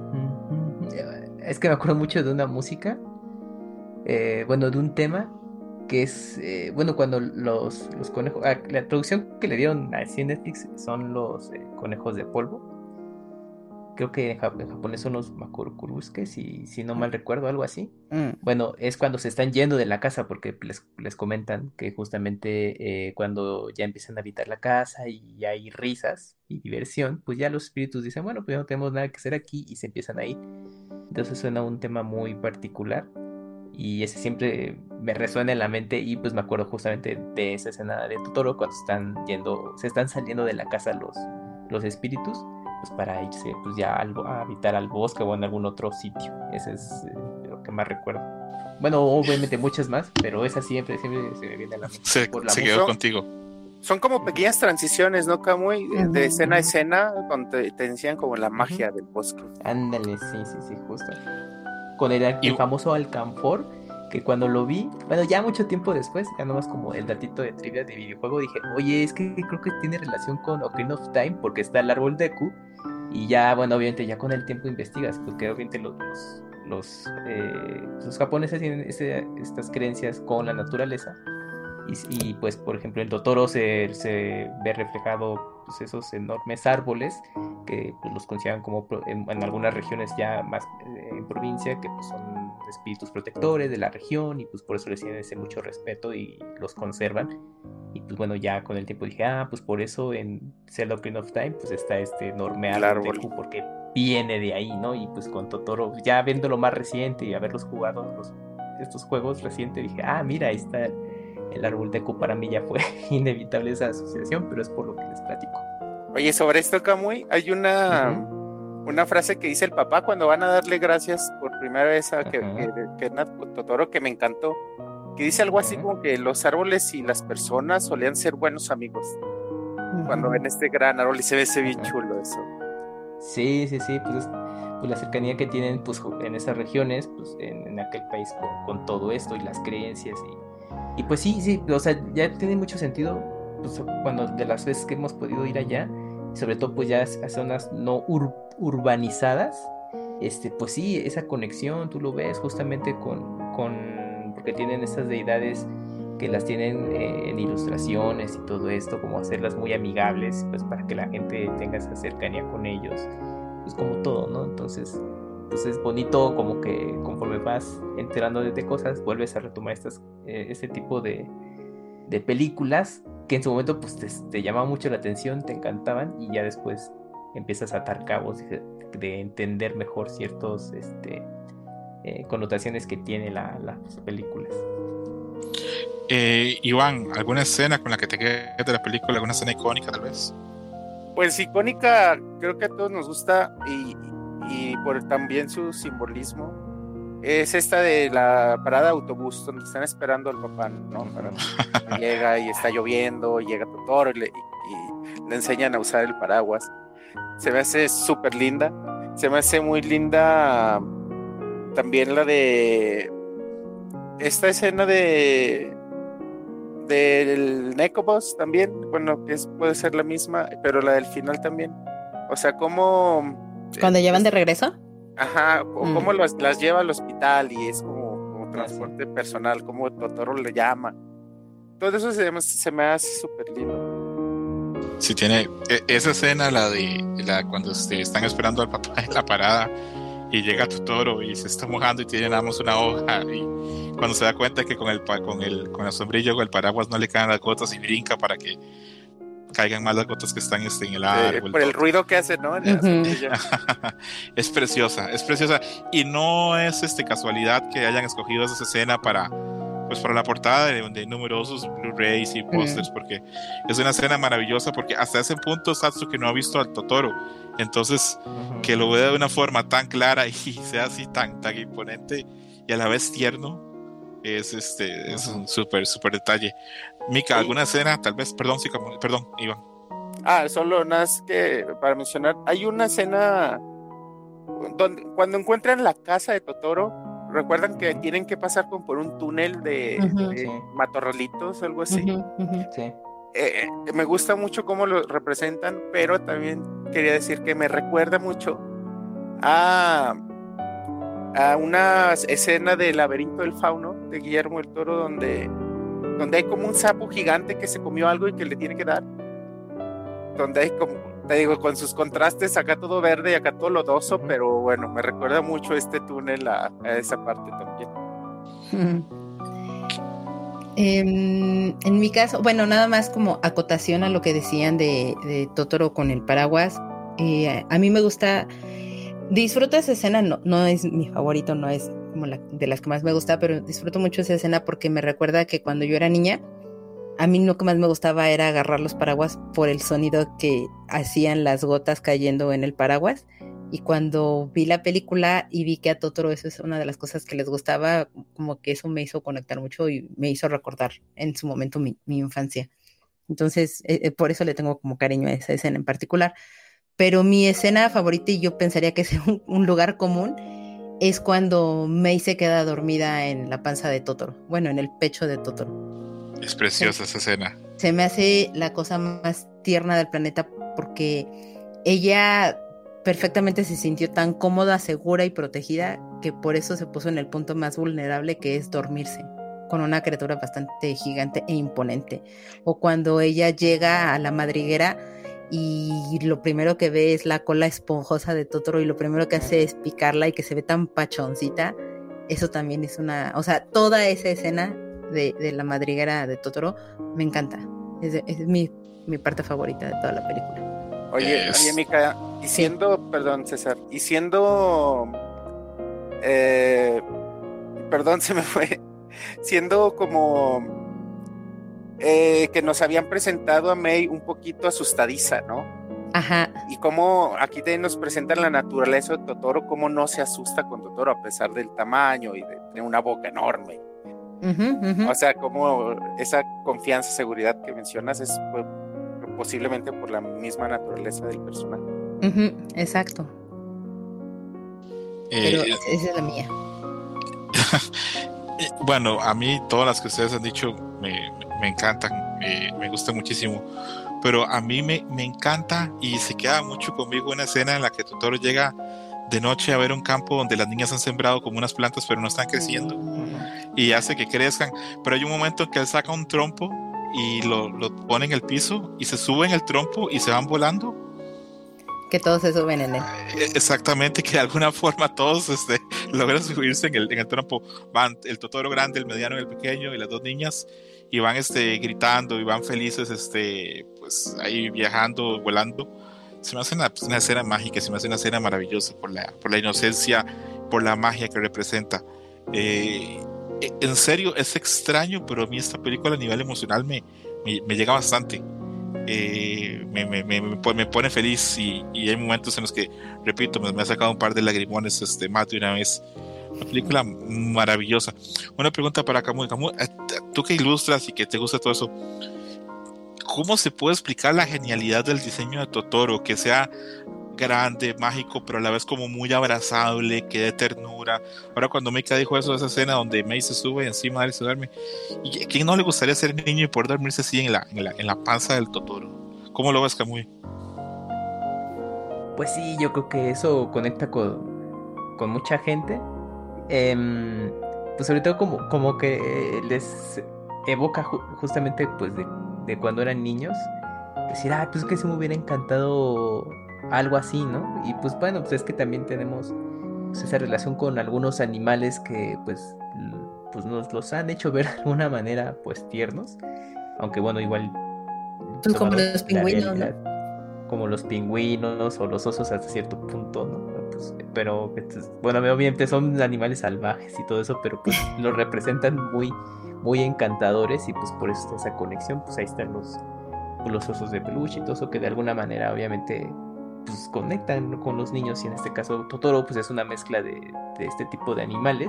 Es que me acuerdo mucho de una música, eh, bueno, de un tema, que es, eh, bueno, cuando los, los conejos... Ah, la traducción que le dieron a Netflix son los eh, conejos de polvo. Creo que en, jap- en japonés son los makurukurusuke, si, si no mal recuerdo, algo así. Mm. Bueno, es cuando se están yendo de la casa, porque les, les comentan que justamente eh, cuando ya empiezan a habitar la casa y hay risas y diversión, pues ya los espíritus dicen, bueno, pues ya no tenemos nada que hacer aquí, y se empiezan a ir. Entonces suena un tema muy particular, y ese siempre me resuena en la mente, y pues me acuerdo justamente de esa escena de Totoro cuando están yendo, se están saliendo de la casa los, los espíritus, pues para irse pues ya al, a habitar al bosque o en algún otro sitio. Ese es eh, lo que más recuerdo. Bueno, obviamente muchas más, pero esa siempre, siempre se me viene a la mente. Se, por la se música. quedó contigo. Son como pequeñas transiciones, ¿no, Kamui? De, de Ujú, escena a ujú. escena, donde te, te decían como la magia del bosque. Ándale, sí, sí, sí, justo. Con el, el Y- famoso alcanfor, que cuando lo vi, bueno, ya mucho tiempo después, ya nomás como el datito de trivia de videojuego, dije, oye, es que creo que tiene relación con Ocarina of Time, porque está el árbol Deku, y ya, bueno, obviamente ya con el tiempo investigas, porque obviamente los, los, los, eh, los japoneses tienen ese, estas creencias con la naturaleza, y, y, pues por ejemplo en Totoro se, se ve reflejado pues, esos enormes árboles que pues, los consideran como pro- en, en algunas regiones ya más eh, en provincia, que pues, son espíritus protectores de la región, y pues por eso les tienen ese mucho respeto y los conservan. Y pues bueno, ya con el tiempo dije, ah, pues por eso en Zelda Ocarina of Time pues está este enorme El árbol, árbol. Deku, porque viene de ahí, ¿no? Y pues con Totoro, ya viéndolo más reciente y haberlos jugado los, estos juegos recientes, dije, ah, mira, ahí está el, el árbol Deku. Para mí ya fue inevitable esa asociación, pero es por lo que les platico. Oye, sobre esto, Kamui, hay una, Ujú. una frase que dice el papá cuando van a darle gracias por primera vez a que, Ajá. que, que na- Totoro, que me encantó, que dice algo así Ajá. como que los árboles y las personas solían ser buenos amigos. Cuando ven este gran árbol, y se ve ese bien Ajá. chulo eso. Sí, sí, sí, pues, es- pues la cercanía que tienen pues ju- en esas regiones, pues en, en aquel país con, con todo esto y las creencias y, y pues sí, sí, o sea, ya tiene mucho sentido pues cuando de las veces que hemos podido ir allá, y sobre todo pues ya a zonas no ur- urbanizadas, este, pues sí, esa conexión tú lo ves justamente con, con, porque tienen estas deidades que las tienen eh, en ilustraciones y todo esto, como hacerlas muy amigables, pues para que la gente tenga esa cercanía con ellos, pues como todo, ¿no? Entonces, pues es bonito como que conforme vas enterándote de cosas, vuelves a retomar estas, eh, este tipo de, de películas que en su momento pues te, te llamaban mucho la atención, te encantaban, y ya después empiezas a atar cabos de, de entender mejor ciertos este, eh, connotaciones que tiene la, las películas. Eh, Iván, ¿alguna escena con la que te quedes de la película? ¿Alguna escena icónica, tal vez? Pues icónica, creo que a todos nos gusta, y, y por también su simbolismo. es esta de la parada de autobús donde están esperando al papá, ¿no? Para que llega y está lloviendo, y llega Totoro y le, y, y le enseñan a usar el paraguas. Se me hace súper linda. Se me hace muy linda también la de esta escena de del Nekoboss también, bueno, que es, puede ser la misma, pero la del final también. O sea, cómo ¿Cuando eh, llevan de es, regreso? ajá, o Mm. cómo los, las lleva al hospital y es como, como transporte personal, como Totoro le llama. Todo eso se, se me hace súper lindo. Sí, tiene e- esa escena, la de la cuando este, están esperando al papá en la parada y llega Totoro y se está mojando y tiene nada más una hoja, y cuando se da cuenta que con el pa- con el con la sombrilla o el paraguas no le caen las gotas y brinca para que caigan más las gotas que están este, en el Eh, árbol. por el todo. ruido que hace, ¿no? En la Ujú. sombrilla. Es preciosa, es preciosa y no es este casualidad que hayan escogido esa escena para pues para la portada de, de numerosos Blu-rays y pósters, porque es una escena maravillosa, porque hasta ese punto Satsuki no ha visto al Totoro, entonces Ujú. que lo vea de una forma tan clara y sea así tan, tan imponente y a la vez tierno es este es Ujú. un súper súper detalle. Mika, Sí. ¿alguna escena? Tal vez, perdón, sí, como- perdón, Iván. Ah, solo nada más que para mencionar, hay una escena donde cuando encuentran la casa de Totoro, recuerdan que Ujú. tienen que pasar como por un túnel de, Ujú. de Sí. matorralitos, algo así. Ujú, ujú. Sí. Eh, me gusta mucho cómo lo representan, pero también quería decir que me recuerda mucho a, a una escena del Laberinto del Fauno de Guillermo del Toro, donde, donde hay como un sapo gigante que se comió algo y que le tiene que dar. Donde hay como, te digo, con sus contrastes, acá todo verde y acá todo lodoso, Ujú. pero bueno, me recuerda mucho este túnel a, a esa parte también. Ujú. Em, en mi caso, bueno, nada más como acotación a lo que decían de, de Totoro con el paraguas. Eh, a mí me gusta, disfruto esa escena, no, no es mi favorito, no es como la de las que más me gusta, pero disfruto mucho esa escena porque me recuerda que cuando yo era niña, a mí lo que más me gustaba era agarrar los paraguas por el sonido que hacían las gotas cayendo en el paraguas. Y cuando vi la película y vi que a Totoro eso es una de las cosas que les gustaba, como que eso me hizo conectar mucho y me hizo recordar en su momento mi, mi infancia. Entonces, eh, eh, por eso le tengo como cariño a esa escena en particular. Pero mi escena favorita, y yo pensaría que es un, un lugar común, es cuando Mei se queda dormida en la panza de Totoro. Bueno, en el pecho de Totoro. Es preciosa esa escena. Se me hace la cosa más tierna del planeta porque ella perfectamente se sintió tan cómoda, segura y protegida que por eso se puso en el punto más vulnerable, que es dormirse con una criatura bastante gigante e imponente. O cuando ella llega a la madriguera y lo primero que ve es la cola esponjosa de Totoro y lo primero que hace es picarla y que se ve tan pachoncita. Eso también es una, o sea, toda esa escena de, de la madriguera de Totoro me encanta. Es, es mi, mi parte favorita de toda la película. Oye, Es- oye, Mica, y siendo, perdón, César, y siendo, eh, perdón, se me fue, siendo como eh, que nos habían presentado a Mei un poquito asustadiza, ¿no? Ajá. Y cómo aquí también nos presentan la naturaleza de Totoro, cómo no se asusta con Totoro a pesar del tamaño y de tener una boca enorme. Uh-huh, uh-huh. O sea, como esa confianza, seguridad que mencionas es pues, posiblemente por la misma naturaleza del personaje. Uh-huh, exacto. Eh, Pero esa es la mía. Bueno, a mí todas las que ustedes han dicho me, me encantan, me, me gustan muchísimo, pero a mí me, me encanta y se queda mucho conmigo una escena en la que Totoro llega de noche a ver un campo donde las niñas han sembrado como unas plantas pero no están creciendo y hace que crezcan, pero hay un momento en que él saca un trompo y lo, lo pone en el piso y se sube en el trompo y se van volando. Que todos se suben en él. Exactamente, que de alguna forma todos este, logran subirse en el, en el trompo. Van el Totoro grande, el mediano y el pequeño y las dos niñas y van este, gritando y van felices este, pues, ahí viajando, volando. Se me hace una, pues, una escena mágica, se me hace una escena maravillosa por la, por la inocencia, por la magia que representa. Eh, en serio, es extraño, pero a mí esta película a nivel emocional me, me, me llega bastante. Eh, me, me, me, me pone feliz y, y hay momentos en los que, repito, me, me ha sacado un par de lagrimones este, más de una vez Una película maravillosa. Una pregunta para Camus. Camus, tú que ilustras y que te gusta todo eso, ¿cómo se puede explicar la genialidad del diseño de Totoro? Que sea grande, mágico, pero a la vez como muy abrazable, que dé ternura. Ahora cuando Mika dijo eso, esa escena donde Mei se sube encima de él y se duerme, ¿y a quién no le gustaría ser niño y poder dormirse así en la, en la, en la panza del Totoro? ¿Cómo lo ves, Camuy? Pues sí, yo creo que eso conecta con, con mucha gente. Eh, pues sobre todo como, como que les evoca ju- justamente pues de, de cuando eran niños. Decir, ah, pues que se me hubiera encantado algo así, ¿no? Y pues bueno, pues es que también tenemos pues, esa relación con algunos animales que pues, l- pues nos los han hecho ver de alguna manera pues tiernos. Aunque bueno, igual Pues como tomado los la pingüinos, ¿no? realidad, como los pingüinos o los osos hasta cierto punto, ¿no? Pues, pero, pues, bueno, obviamente son animales salvajes y todo eso, pero pues los representan muy, muy encantadores y pues por eso está esa conexión, pues ahí están los, los osos de peluche y todo eso que de alguna manera obviamente pues conectan con los niños y en este caso Totoro pues es una mezcla de, de este tipo de animales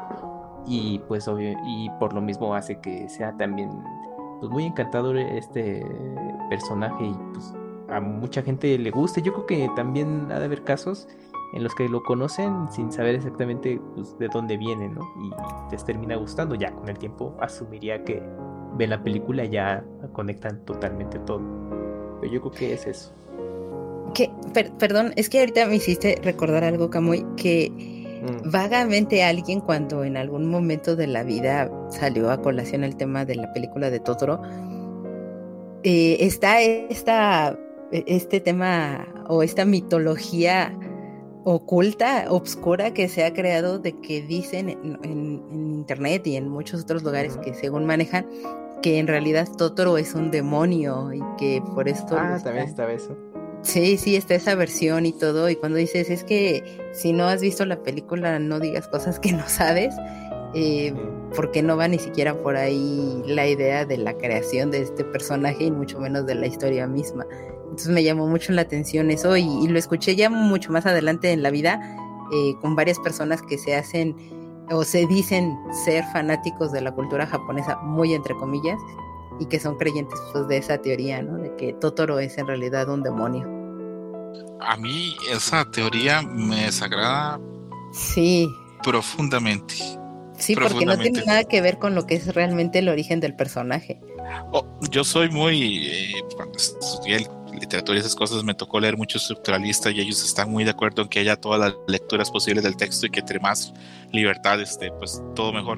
y pues obvio, y por lo mismo hace que sea también pues muy encantador este personaje y pues a mucha gente le gusta. Yo creo que también ha de haber casos en los que lo conocen sin saber exactamente pues, de dónde viene, ¿no? Y les termina gustando. Ya con el tiempo asumiría que ven la película y ya conectan totalmente todo. Pero yo creo que es eso. Que, per- perdón, es que ahorita me hiciste recordar algo, Camuy, que Mm. vagamente alguien cuando en algún momento de la vida salió a colación el tema de la película de Totoro, eh, está esta, este tema o esta mitología oculta, obscura que se ha creado de que dicen en, en- en internet y en muchos otros lugares que según manejan que en realidad Totoro es un demonio y que por esto lo Ah, está- también estaba eso. Sí, sí, está esa versión y todo, y cuando dices, es que si no has visto la película, no digas cosas que no sabes, eh, Sí. porque no va ni siquiera por ahí la idea de la creación de este personaje y mucho menos de la historia misma. Entonces me llamó mucho la atención eso y, y lo escuché ya mucho más adelante en la vida eh, con varias personas que se hacen o se dicen ser fanáticos de la cultura japonesa, muy entre comillas, y que son creyentes pues, de esa teoría, ¿no? De que Totoro es en realidad un demonio. A mí esa teoría me desagrada Sí, profundamente. sí, porque no tiene Profundamente. nada que ver con lo que es realmente el origen del personaje. Oh, yo soy muy, eh, cuando estudié literatura y esas cosas, me tocó leer mucho estructuralista y ellos están muy de acuerdo en que haya todas las lecturas posibles del texto y que entre más libertad esté, pues todo mejor.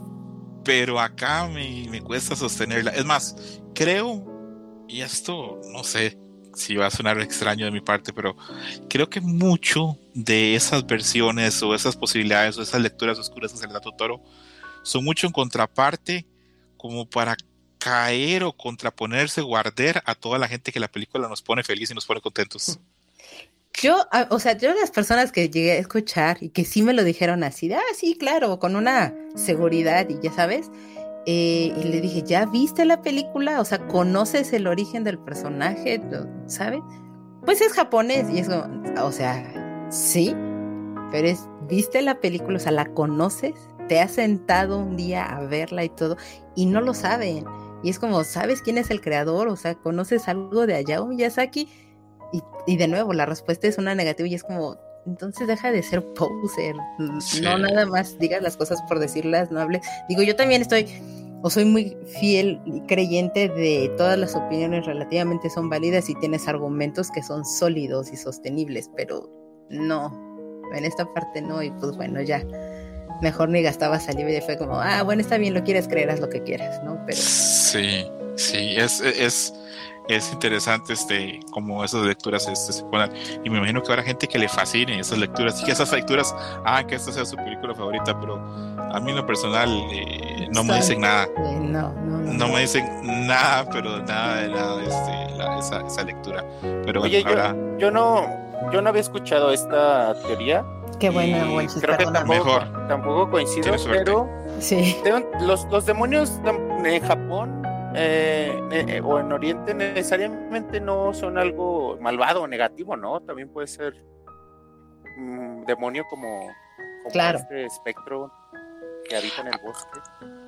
Pero acá me, me cuesta sostenerla. Es más, creo, y esto no sé si va a sonar extraño de mi parte, pero creo que mucho de esas versiones o esas posibilidades o esas lecturas oscuras que se le da a Totoro son mucho en contraparte como para caer o contraponerse o arder a toda la gente que la película nos pone feliz y nos pone contentos. Yo, ah, o sea, yo las personas que llegué a escuchar y que sí me lo dijeron así, de, ah, sí, claro, con una seguridad y ya sabes, eh, y le dije, ¿ya viste la película? O sea, ¿conoces el origen del personaje? ¿Sabes? Pues es japonés y eso, o sea, sí, pero es, ¿viste la película? O sea, ¿la conoces? ¿Te has sentado un día a verla y todo? Y no lo saben. Y es como, ¿sabes quién es el creador? O sea, ¿conoces algo de Hayao Miyazaki? Y, y de nuevo, la respuesta es una negativa y es como, entonces deja de ser poser. Sí. No nada más digas las cosas por decirlas, no hables. Digo, yo también estoy, o soy muy fiel y creyente de todas las opiniones relativamente son válidas y tienes argumentos que son sólidos y sostenibles, pero no, en esta parte no, y pues bueno, ya. Mejor ni gastaba saliva y fue como, ah, bueno, está bien, lo quieres creer, haz lo que quieras, ¿no? Pero Sí, sí, es, es, es interesante este, como esas lecturas este, se ponen, y me imagino que habrá gente que le fascine esas lecturas y que esas lecturas hagan que esta sea su película favorita, pero a mí en lo personal eh, no me dicen nada. Eh, no, no, no, No me dicen nada, pero nada de nada este, la, esa, esa lectura. Pero Oye, bueno, yo, habrá... yo no yo no había escuchado esta teoría. Qué buena, y Wenchis, creo que perdóname. tampoco, Mejor. tampoco coincido, Tienes suerte. pero Sí. tengo- los, los demonios tam- en Japón eh, eh, o en Oriente necesariamente no son algo malvado o negativo, ¿no? También puede ser un demonio como, como Claro. este espectro que habita en el bosque.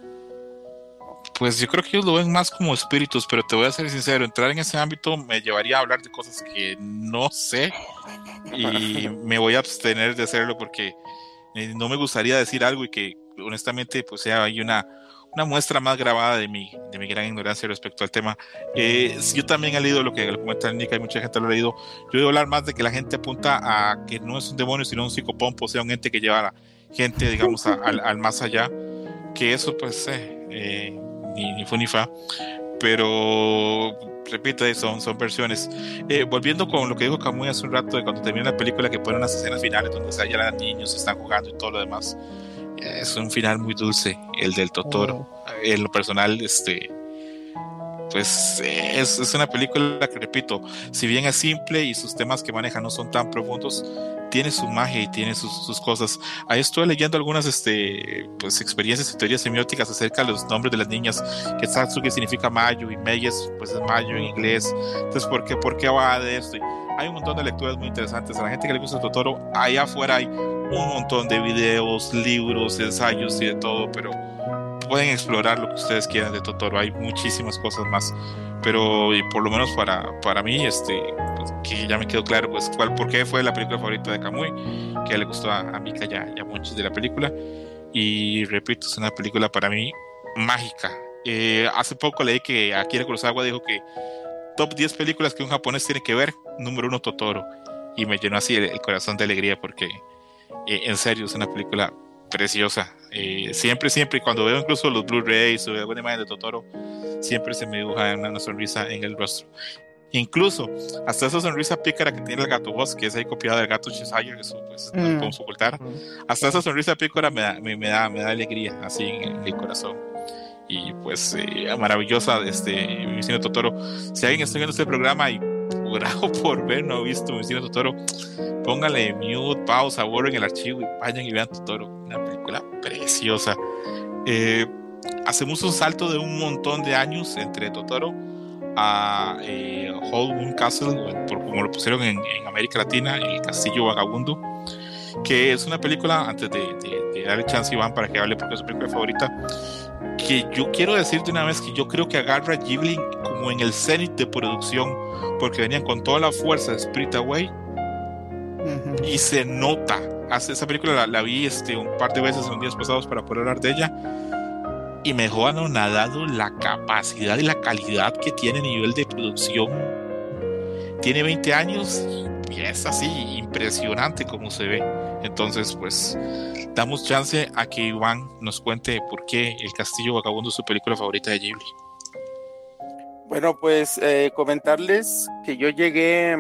Pues yo creo que ellos lo ven más como espíritus, pero te voy a ser sincero, entrar en ese ámbito me llevaría a hablar de cosas que no sé y me voy a abstener de hacerlo porque eh, no me gustaría decir algo y que honestamente pues sea hay una, una muestra más grabada de mi, de mi gran ignorancia respecto al tema. Eh, yo también he leído lo que lo comenta Nick, hay mucha gente lo ha leído. Yo voy a hablar más de que la gente apunta a que no es un demonio sino un psicopompo, o sea, un ente que lleva a la gente, digamos, a, al, al más allá, que eso pues eh, eh, ni, ni fu ni fa, pero repito, son, son versiones. Eh, volviendo con lo que dijo Camuy hace un rato de cuando termina la película, que ponen unas escenas finales donde se hallan niños, están jugando y todo lo demás, eh, es un final muy dulce el del Totoro. Oh. En lo personal, este pues eh, es, es una película que, repito, si bien es simple y sus temas que maneja no son tan profundos, tiene su magia y tiene sus, sus cosas. Ahí estuve leyendo algunas este, pues, experiencias y teorías semióticas acerca de los nombres de las niñas, que Satsuki significa mayo y Meyes pues es mayo en inglés. Entonces, ¿por qué, por qué va de esto? Y hay un montón de lecturas muy interesantes. A la gente que le gusta Totoro, allá afuera hay un montón de videos, libros, ensayos y de todo, pero pueden explorar lo que ustedes quieran de Totoro. Hay muchísimas cosas más, pero y por lo menos para, para mí, este, pues, que ya me quedó claro pues cuál, por qué fue la película favorita de Camuy, que le gustó a, a Mika y a, y a muchos de la película. Y repito, es una película para mí mágica. Eh, hace poco leí que Akira Kurosawa dijo que top diez películas que un japonés tiene que ver, número uno Totoro, y me llenó así el, el corazón de alegría porque eh, en serio es una película preciosa. Eh, siempre, siempre, cuando veo incluso los Blu-rays o alguna imagen de Totoro, siempre se me dibuja una, una sonrisa en el rostro. Incluso hasta esa sonrisa pícara que tiene el gato Boss, que es ahí copiada del gato Cheshire, eso pues no lo podemos ocultar. Hasta esa sonrisa pícara me da, me, me da, me da alegría así en, en el corazón. Y pues eh, maravillosa este, mi vecino Totoro. Si alguien está viendo este programa y por A o por B no ha visto mi vecino Totoro, póngale mute, pausa, borren el archivo y vayan y vean Totoro. Una película preciosa. Eh, hacemos un salto de un montón de años entre Totoro a eh, Whole Moon Castle, por como lo pusieron en, en América Latina, El Castillo Vagabundo, que es una película, antes de, de, de darle chance a Iván para que hable porque es su película favorita, que yo quiero decir de una vez que yo creo que agarra a Ghibli como en el cenit de producción, porque venían con toda la fuerza de Spirit Away uh-huh. y se nota. Hace esa película la, la vi este, un par de veces en los días pasados para poder hablar de ella y me dejó anonadado la capacidad y la calidad que tiene a nivel de producción. Tiene veinte años y es así impresionante como se ve. Entonces pues damos chance a que Iván nos cuente por qué El Castillo Vagabundo es su película favorita de Ghibli. Bueno, pues eh, comentarles que yo llegué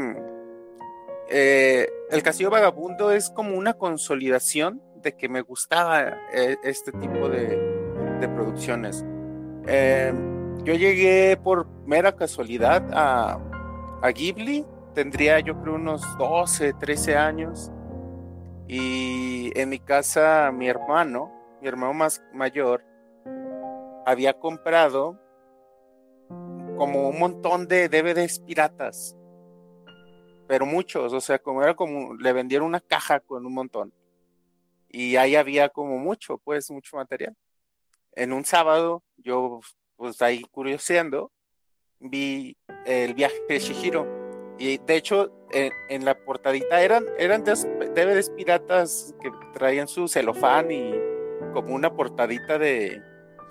eh, El Castillo Vagabundo es como una consolidación de que me gustaba eh, este tipo de, de producciones. Eh, yo llegué por mera casualidad a, a Ghibli, tendría yo creo unos doce, trece años. Y en mi casa mi hermano, mi hermano más mayor, había comprado como un montón de D V Ds piratas, pero muchos, o sea, como era como, le vendieron una caja con un montón, y ahí había como mucho, pues, mucho material. En un sábado, yo, pues, ahí curioseando, vi El viaje de Chihiro. Y de hecho, en, en la portadita eran, eran D V Ds piratas que traían su celofán y como una portadita de,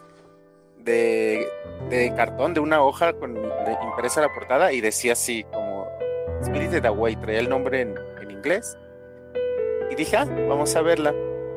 de, de cartón, de una hoja con de, impresa la portada y decía así como Spirited Away, traía el nombre en, en inglés. Y dije, ah, vamos a verla.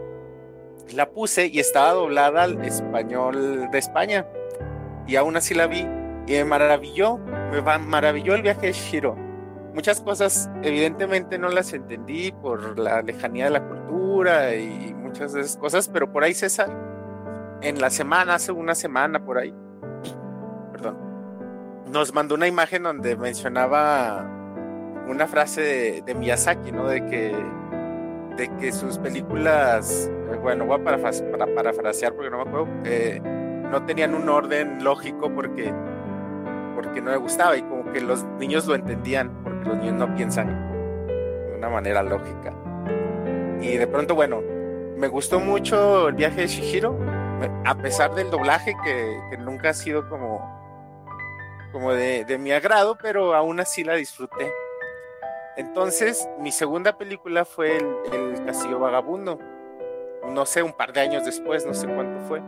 La puse y estaba doblada al español de España. Y aún así la vi y me maravilló, me maravilló El viaje de Chihiro. Muchas cosas evidentemente no las entendí por la lejanía de la cultura y muchas de esas cosas, pero por ahí César, en la semana, hace una semana por ahí, perdón, nos mandó una imagen donde mencionaba una frase de, de Miyazaki, ¿no? De que, de que sus películas, bueno, voy a, parafras, para parafrasear porque no me acuerdo, eh, no tenían un orden lógico porque, porque no le gustaba y como que los niños lo entendían. Los niños no piensan de una manera lógica. Y de pronto, bueno, me gustó mucho el viaje de Chihiro, a pesar del doblaje que, que nunca ha sido como, como de, de mi agrado, pero aún así la disfruté. Entonces, mi segunda película fue el, el Castillo Vagabundo. No sé, un par de años después, no sé cuánto fue.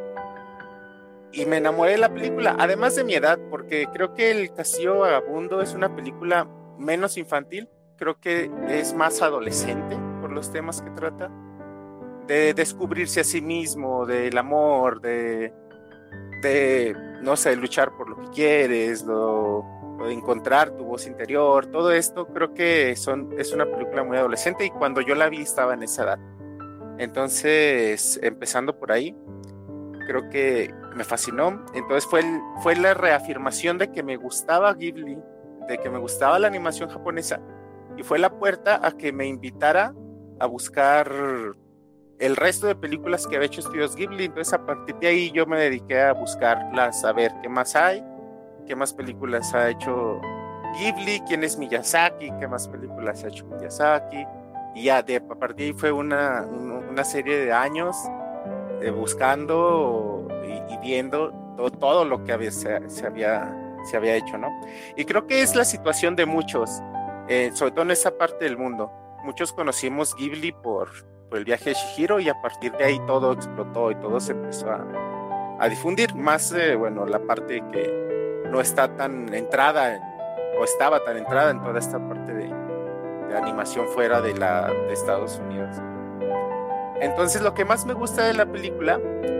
Y me enamoré de la película, además de mi edad, porque creo que el Castillo Vagabundo es una película menos infantil, creo que es más adolescente por los temas que trata, de descubrirse a sí mismo, del amor, de, de no sé, luchar por lo que quieres, lo, lo de encontrar tu voz interior, todo esto creo que son, es una película muy adolescente y cuando yo la vi estaba en esa edad. Entonces, empezando por ahí, creo que me fascinó. Entonces fue, el, fue la reafirmación de que me gustaba Ghibli, de que me gustaba la animación japonesa, y fue la puerta a que me invitara a buscar el resto de películas que había hecho Estudios Ghibli. Entonces a partir de ahí yo me dediqué a buscarlas, a ver qué más hay, qué más películas ha hecho Ghibli, quién es Miyazaki, qué más películas ha hecho Miyazaki, y ya de, a partir de ahí fue una, una serie de años de buscando y, y viendo todo, todo lo que había, se, se, había, se había hecho, ¿no? Y creo que es la situación de muchos, eh, sobre todo en esa parte del mundo. Muchos conocimos Ghibli por, por el viaje de Chihiro y a partir de ahí todo explotó y todo se empezó a, a difundir. Más, eh, bueno, la parte que no está tan entrada en, o estaba tan entrada en toda esta parte de, de animación fuera de, la, de Estados Unidos. Entonces lo que más me gusta de la película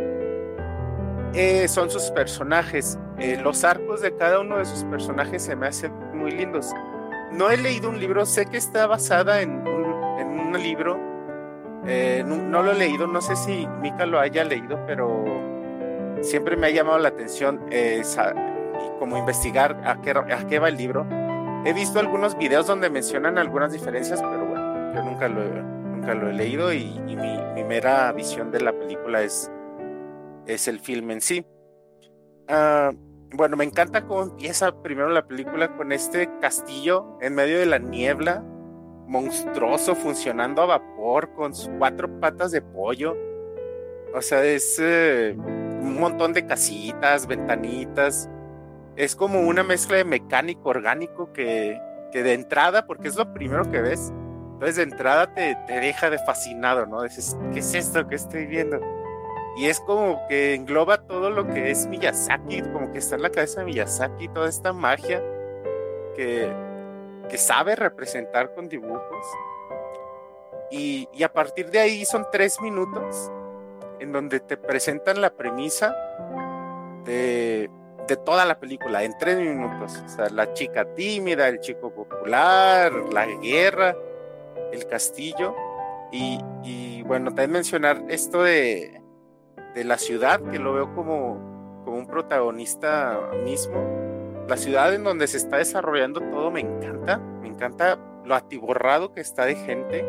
eh, son sus personajes. Eh, los arcos de cada uno de sus personajes se me hacen muy lindos. No he leído un libro, sé que está basada en un, en un libro, eh, no, no lo he leído, no sé si Mika lo haya leído, pero siempre me ha llamado la atención eh, como investigar a qué, a qué va el libro. He visto algunos videos donde mencionan algunas diferencias, pero bueno, yo nunca lo he, nunca lo he leído y, y mi, mi mera visión de la película es, es el filme en sí. Uh, bueno, me encanta cómo empieza primero la película con este castillo en medio de la niebla, monstruoso, funcionando a vapor, con sus cuatro patas de pollo. O sea, es eh, un montón de casitas, ventanitas. Es como una mezcla de mecánico orgánico que, que de entrada, porque es lo primero que ves, entonces de entrada te, te deja de fascinado, ¿no? Dices, ¿qué es esto que estoy viendo? Y es como que engloba todo lo que es Miyazaki, como que está en la cabeza de Miyazaki, toda esta magia que, que sabe representar con dibujos. Y, y a partir de ahí son tres minutos en donde te presentan la premisa de, de toda la película, en tres minutos. O sea, la chica tímida, el chico popular, la guerra, el castillo. Y, y bueno, también mencionar esto de de la ciudad, que lo veo como, como un protagonista mismo. La ciudad en donde se está desarrollando todo me encanta, me encanta lo atiborrado que está de gente,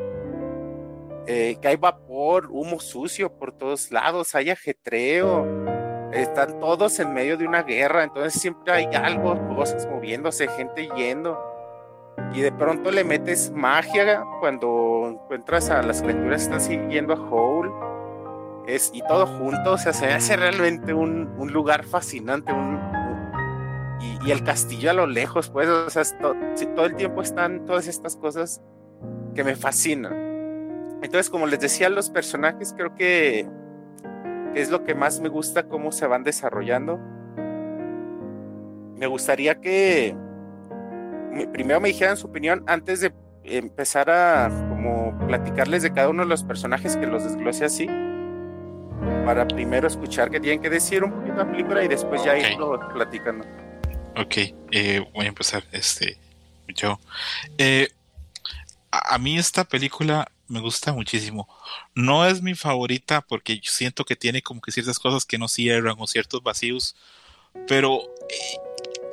eh, que hay vapor, humo sucio por todos lados, hay ajetreo, están todos en medio de una guerra, entonces siempre hay algo, cosas moviéndose, gente yendo, y de pronto le metes magia cuando encuentras a las criaturas que están siguiendo a Howl. Es, y todo junto, o sea, se hace realmente un, un lugar fascinante, un, un, y, y el castillo a lo lejos, pues, o sea, to, si todo el tiempo están todas estas cosas que me fascinan. Entonces, como les decía, los personajes creo que, que es lo que más me gusta, cómo se van desarrollando. Me gustaría que primero me dijeran su opinión antes de empezar a como platicarles de cada uno de los personajes, que los desglose así, para primero escuchar qué tienen que decir un poquito de la película y después ya okay. irlo platicando. Ok, eh, voy a empezar este yo. Eh, a, a mí esta película me gusta muchísimo. No es mi favorita porque yo siento que tiene como que ciertas cosas que no cierran o ciertos vacíos, pero eh,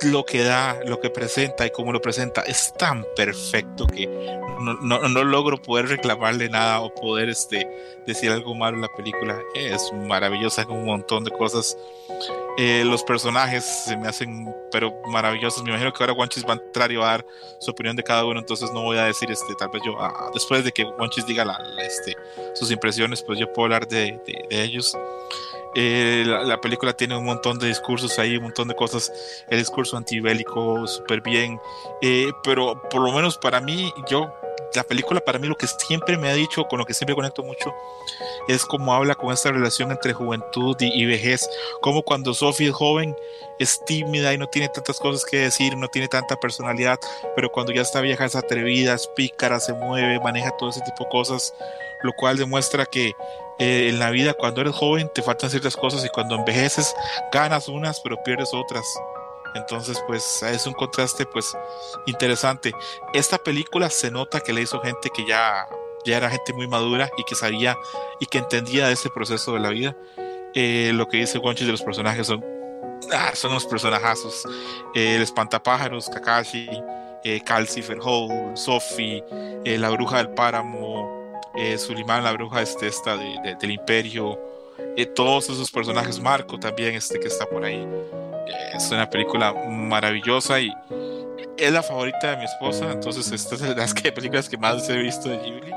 lo que da, lo que presenta y cómo lo presenta es tan perfecto que no, no, no logro poder reclamarle nada o poder este, decir algo malo en la película. Es maravillosa con un montón de cosas. Eh, los personajes se me hacen pero maravillosos. Me imagino que ahora Wanchis va a entrar y va a dar su opinión de cada uno, entonces no voy a decir este, tal vez yo ah, después de que Wanchis diga la, la, este, sus impresiones, pues yo puedo hablar de, de, de ellos. Eh, la, la película tiene un montón de discursos ahí, un montón de cosas. El discurso antibélico súper bien, eh, pero por lo menos para mí, yo la película para mí lo que siempre me ha dicho, con lo que siempre conecto mucho, es cómo habla con esta relación entre juventud y, y vejez, como cuando Sophie es joven, es tímida y no tiene tantas cosas que decir, no tiene tanta personalidad, pero cuando ya está vieja es atrevida, es pícara, se mueve, maneja todo ese tipo de cosas, lo cual demuestra que eh, en la vida cuando eres joven te faltan ciertas cosas y cuando envejeces ganas unas pero pierdes otras. Entonces pues es un contraste pues interesante. Esta película se nota que la hizo gente que ya, ya era gente muy madura y que sabía y que entendía ese proceso de la vida. Eh, lo que dice Wanchis de los personajes son, ah, son unos personajazos. Eh, el espantapájaros, Kakashi, eh, Calcifer Hole, Sophie, eh, la bruja del páramo, eh, Suleiman, la bruja este, esta de, de, del imperio, eh, todos esos personajes, Marco también este que está por ahí. Es una película maravillosa y es la favorita de mi esposa, entonces esta es de las que, películas que más he visto de Ghibli.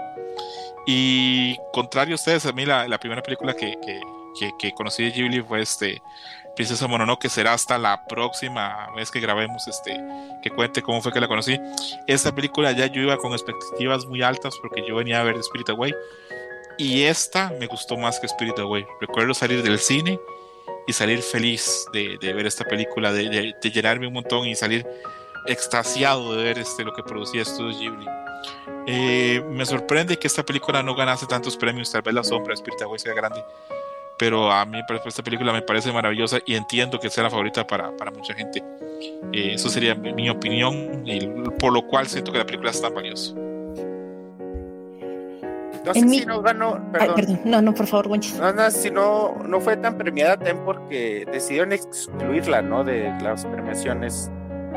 Y contrario a ustedes, a mí la, la primera película que, que, que, que conocí de Ghibli fue este Princesa Mononoke. Será hasta la próxima vez que grabemos este que cuente cómo fue que la conocí. Esta película ya yo iba con expectativas muy altas porque yo venía a ver Spirit Away y esta me gustó más que Spirit Away. Recuerdo salir del cine y salir feliz de, de ver esta película, de, de, de llenarme un montón y salir extasiado de ver este, lo que producía Estudio Ghibli. Eh, me sorprende que esta película no ganase tantos premios, tal vez La Sombra de Spirit Away sea grande, pero a mí esta película me parece maravillosa y entiendo que sea la favorita para, para mucha gente. Eh, eso sería mi, mi opinión, y por lo cual siento que la película es tan valiosa. No sé En si mi- no ganó, Ay, perdón. perdón, no, no, por favor, Wanchis. No, no, si no, no fue tan premiada también porque decidieron excluirla, ¿no? De las premiaciones,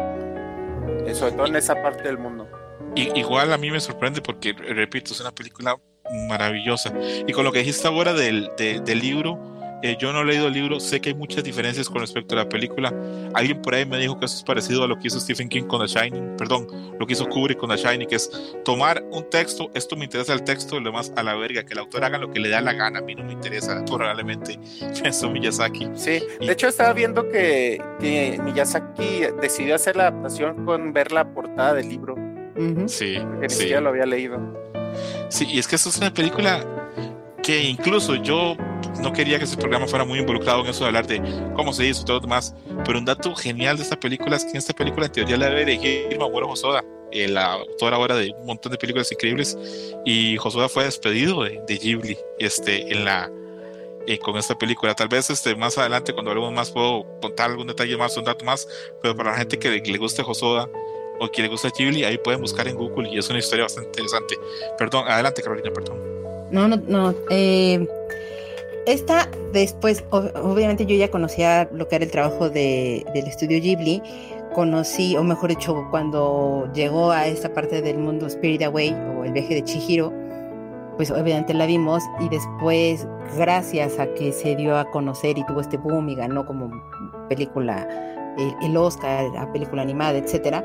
eh, sobre todo en esa parte del mundo. Y, igual a mí me sorprende porque, repito, es una película maravillosa. Y con lo que dijiste ahora del, de, del libro, eh, yo no he leído el libro, sé que hay muchas diferencias con respecto a la película. Alguien por ahí me dijo que eso es parecido a lo que hizo Stephen King con The Shining, perdón, lo que hizo Kubrick con The Shining, que es tomar un texto, esto me interesa el texto, lo demás a la verga, que el autor haga lo que le da la gana, a mí no me interesa, probablemente pensó Miyazaki. Sí, de hecho estaba viendo que, que Miyazaki decidió hacer la adaptación con ver la portada del libro, Ujú. Sí, que ni sí. siquiera lo había leído. Sí, y es que esto es una película que incluso yo no quería que este programa fuera muy involucrado en eso de hablar de cómo se hizo y todo lo demás, pero un dato genial de esta película es que en esta película en teoría la debe dirigir Mamoru Hosoda, eh, la autora ahora de un montón de películas increíbles, y Hosoda fue despedido de, de Ghibli este, en la, eh, con esta película. Tal vez este, más adelante cuando hablemos más puedo contar algún detalle más, un dato más, pero para la gente que le, que le guste Hosoda o que le gusta Ghibli, ahí pueden buscar en Google y es una historia bastante interesante. Perdón, adelante Carolina, perdón. No, no, no. Eh, esta, después, o- obviamente yo ya conocía lo que era el trabajo de, del estudio Ghibli. Conocí, o mejor dicho, cuando llegó a esta parte del mundo Spirit Away o el viaje de Chihiro, pues obviamente la vimos y después, gracias a que se dio a conocer y tuvo este boom y ganó como película el, el Oscar a película animada, etcétera,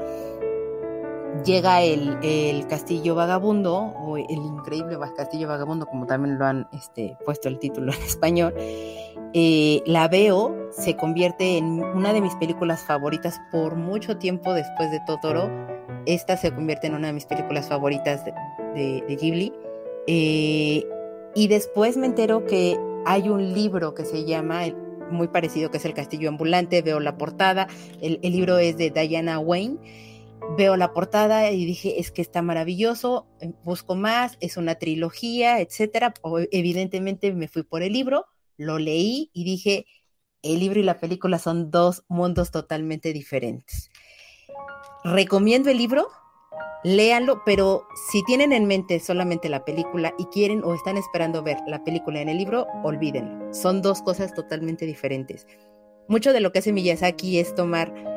llega el, el Castillo Vagabundo, o el increíble Castillo Vagabundo, como también lo han este, puesto el título en español. Eh, la veo, se convierte en una de mis películas favoritas por mucho tiempo después de Totoro. Esta se convierte en una de mis películas favoritas de, de, de Ghibli. Eh, y después me entero que hay un libro que se llama, muy parecido, que es El Castillo Ambulante. Veo la portada, el, el libro es de Diana Wayne. Veo la portada y dije, es que está maravilloso, busco más, es una trilogía, etcétera. Evidentemente me fui por el libro, lo leí y dije, el libro y la película son dos mundos totalmente diferentes. Recomiendo el libro, léanlo, pero si tienen en mente solamente la película y quieren o están esperando ver la película en el libro, olvídenlo. Son dos cosas totalmente diferentes. Mucho de lo que hace Miyazaki es tomar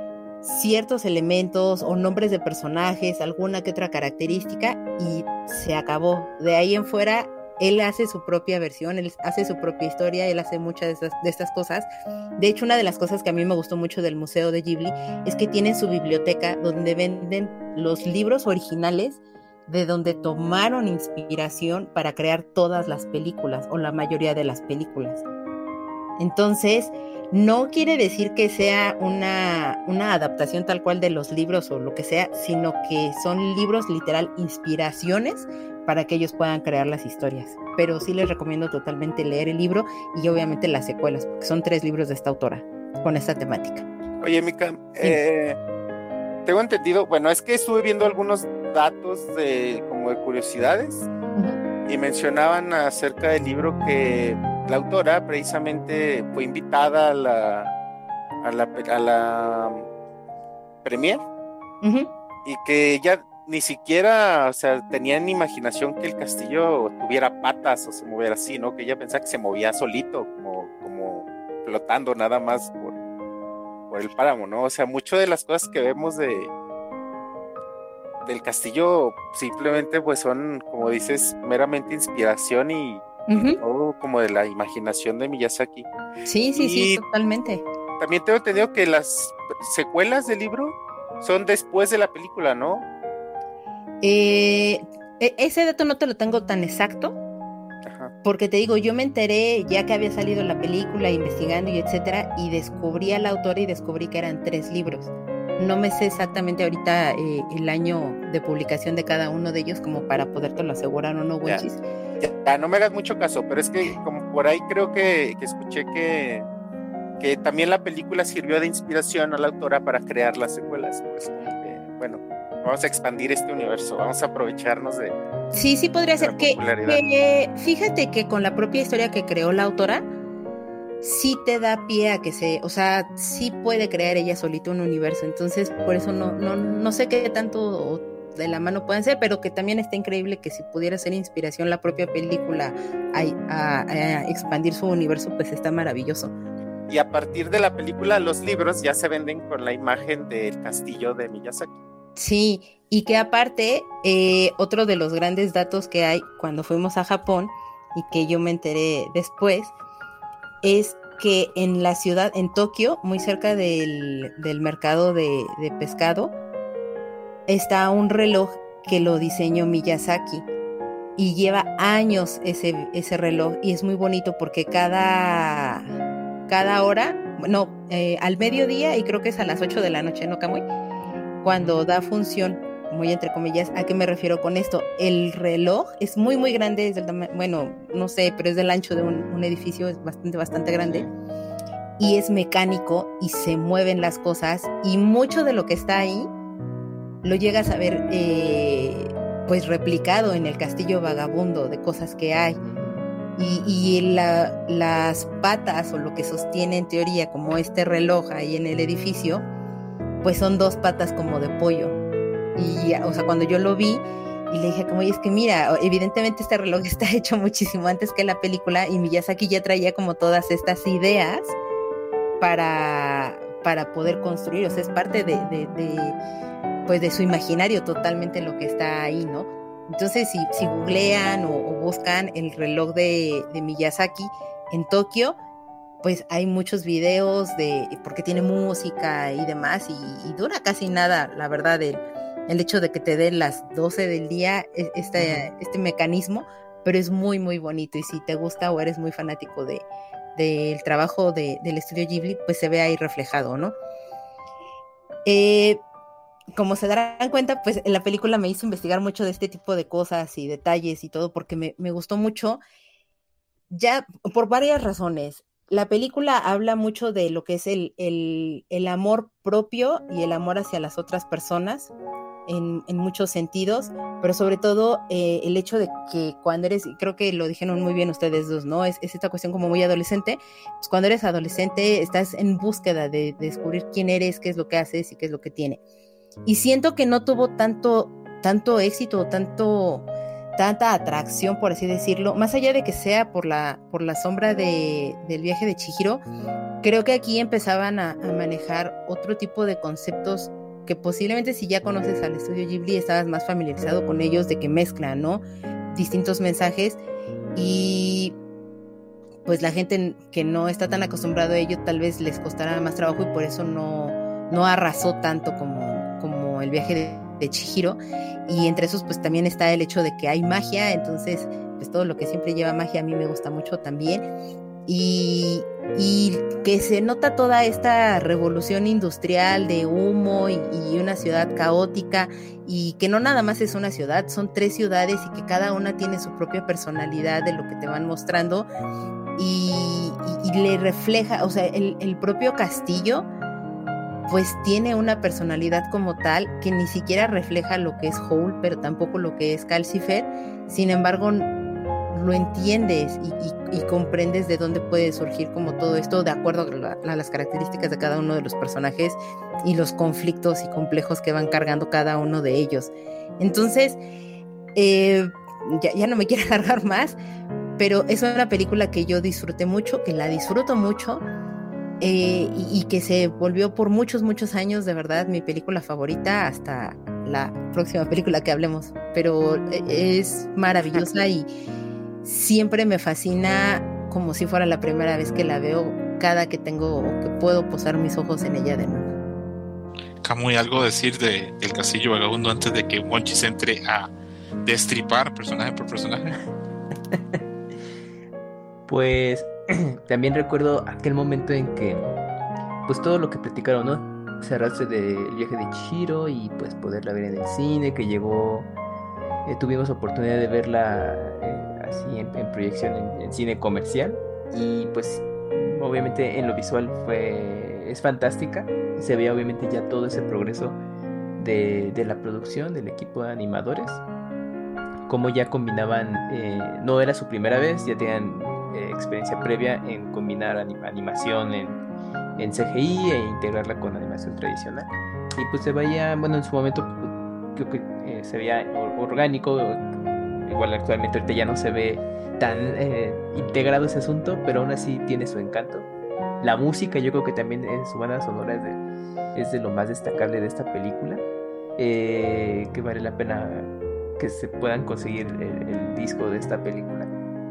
ciertos elementos o nombres de personajes, alguna que otra característica, y se acabó. De ahí en fuera, él hace su propia versión, él hace su propia historia, él hace muchas de estas, de estas cosas. De hecho, una de las cosas que a mí me gustó mucho del Museo de Ghibli es que tienen su biblioteca donde venden los libros originales de donde tomaron inspiración para crear todas las películas o la mayoría de las películas. Entonces, no quiere decir que sea una, una adaptación tal cual de los libros o lo que sea, sino que son libros literal inspiraciones para que ellos puedan crear las historias. Pero sí les recomiendo totalmente leer el libro y obviamente las secuelas, porque son tres libros de esta autora con esta temática. Oye, Mika, sí. eh, tengo entendido, bueno, es que estuve viendo algunos datos de como de curiosidades uh-huh. y mencionaban acerca del libro que la autora precisamente fue invitada a la a la, a la premier uh-huh. y que ella ni siquiera, o sea, tenía en imaginación que el castillo tuviera patas o se moviera así, ¿no? Que ella pensaba que se movía solito, como, como flotando nada más por, por el páramo, ¿no? O sea, mucho de las cosas que vemos de del castillo simplemente pues son, como dices, meramente inspiración y, uh-huh. y todo como de la imaginación de Miyazaki. Sí, sí, y sí, totalmente. También tengo entendido que las secuelas del libro son después de la película, ¿no? Eh, ese dato no te lo tengo tan exacto. Ajá. Porque te digo, yo me enteré ya que había salido la película, investigando y etcétera, y descubrí al autor y descubrí que eran tres libros. No me sé exactamente ahorita eh, el año de publicación de cada uno de ellos como para podértelo asegurar o no, Wenchis. Ya, ya, no me hagas mucho caso, pero es que como por ahí creo que, que escuché que, que también la película sirvió de inspiración a la autora para crear las secuelas. Pues como que, bueno, vamos a expandir este universo, vamos a aprovecharnos de... Sí, sí podría ser que, que fíjate que con la propia historia que creó la autora, sí te da pie a que se, o sea, sí puede crear ella solita un universo, entonces por eso no, no, no sé qué tanto de la mano pueden ser, pero que también está increíble que si pudiera ser inspiración la propia película a, a, a expandir su universo, pues está maravilloso. Y a partir de la película, los libros ya se venden con la imagen del castillo de Miyazaki. Sí, y que aparte, eh, otro de los grandes datos que hay cuando fuimos a Japón, y que yo me enteré después, es que en la ciudad, en Tokio, muy cerca del, del mercado de, de pescado, está un reloj que lo diseñó Miyazaki y lleva años ese, ese reloj, y es muy bonito porque cada, cada hora, no, eh, al mediodía, y creo que es a las ocho de la noche, ¿no, Camuy? Cuando da función, muy entre comillas. ¿A qué me refiero con esto? El reloj es muy muy grande, es del tamaño, bueno, no sé, pero es del ancho de un, un edificio, es bastante bastante grande, y es mecánico y se mueven las cosas, y mucho de lo que está ahí lo llegas a ver eh, pues replicado en el castillo vagabundo, de cosas que hay, y, y la, las patas o lo que sostiene en teoría como este reloj ahí en el edificio, pues son dos patas como de pollo. Y, o sea, cuando yo lo vi y le dije como, oye, es que mira, evidentemente este reloj está hecho muchísimo antes que la película, y Miyazaki ya traía como todas estas ideas para, para poder construir, o sea, es parte de, de, de, pues de su imaginario totalmente lo que está ahí, ¿no? Entonces, si, si googlean o, o buscan el reloj de, de Miyazaki en Tokio, pues hay muchos videos de, porque tiene música y demás, y, y dura casi nada, la verdad, el, el hecho de que te den las doce del día, este, este mecanismo, pero es muy, muy bonito, y si te gusta o eres muy fanático de, del trabajo de, del estudio Ghibli, pues se ve ahí reflejado, ¿no? Eh, como se darán cuenta, pues la película me hizo investigar mucho de este tipo de cosas y detalles y todo, porque me, me gustó mucho, ya por varias razones. La película habla mucho de lo que es el, el, el amor propio y el amor hacia las otras personas en, en muchos sentidos, pero sobre todo eh, el hecho de que cuando eres, creo que lo dijeron muy bien ustedes dos, ¿no? Es, es esta cuestión como muy adolescente. Pues cuando eres adolescente estás en búsqueda de, de descubrir quién eres, qué es lo que haces y qué es lo que tiene. Y siento que no tuvo tanto, tanto éxito, tanto, tanta atracción, por así decirlo, más allá de que sea por la, por la sombra de, del viaje de Chihiro. Creo que aquí empezaban a, a manejar otro tipo de conceptos que posiblemente si ya conoces al estudio Ghibli estabas más familiarizado con ellos, de que mezclan, ¿no?, distintos mensajes, y pues la gente que no está tan acostumbrado a ello tal vez les costará más trabajo y por eso no, no arrasó tanto como, como el viaje de, de Chihiro. Y entre esos pues también está el hecho de que hay magia, entonces pues todo lo que siempre lleva magia a mí me gusta mucho también. Y, y que se nota toda esta revolución industrial de humo y, y una ciudad caótica, y que no nada más es una ciudad, son tres ciudades y que cada una tiene su propia personalidad de lo que te van mostrando, y, y, y le refleja, o sea, el, el propio castillo pues tiene una personalidad como tal que ni siquiera refleja lo que es Howl, pero tampoco lo que es Calcifer. Sin embargo, lo entiendes y, y, y comprendes de dónde puede surgir como todo esto de acuerdo a, la, a las características de cada uno de los personajes y los conflictos y complejos que van cargando cada uno de ellos. Entonces, eh, ya, ya no me quiero alargar más, pero es una película que yo disfruté mucho, que la disfruto mucho, eh, y, y que se volvió por muchos, muchos años de verdad mi película favorita hasta la próxima película que hablemos, pero es maravillosa y siempre me fascina como si fuera la primera vez que la veo, cada que tengo o que puedo posar mis ojos en ella de nuevo. Camuy, ¿algo decir de El Castillo Vagabundo antes de que Monchis entre a destripar personaje por personaje? Pues también recuerdo aquel momento en que pues todo lo que platicaron, ¿no? Se arrastre del viaje de Chihiro y pues poderla ver en el cine, que llegó, eh, tuvimos oportunidad de verla eh, así en, en proyección en, en cine comercial, y pues obviamente en lo visual fue es fantástica. Se veía obviamente ya todo ese progreso de, de la producción, del equipo de animadores, como ya combinaban, eh, no era su primera vez, ya tenían eh, experiencia previa en combinar anim- animación en, en C G I e integrarla con animación tradicional, y pues se veía, bueno, en su momento creo que eh, se veía orgánico. Igual actualmente ahorita ya no se ve tan eh, integrado ese asunto, pero aún así tiene su encanto. La música yo creo que también en su banda sonora es de, es de lo más destacable de esta película, eh, que vale la pena que se puedan conseguir el, el disco de esta película.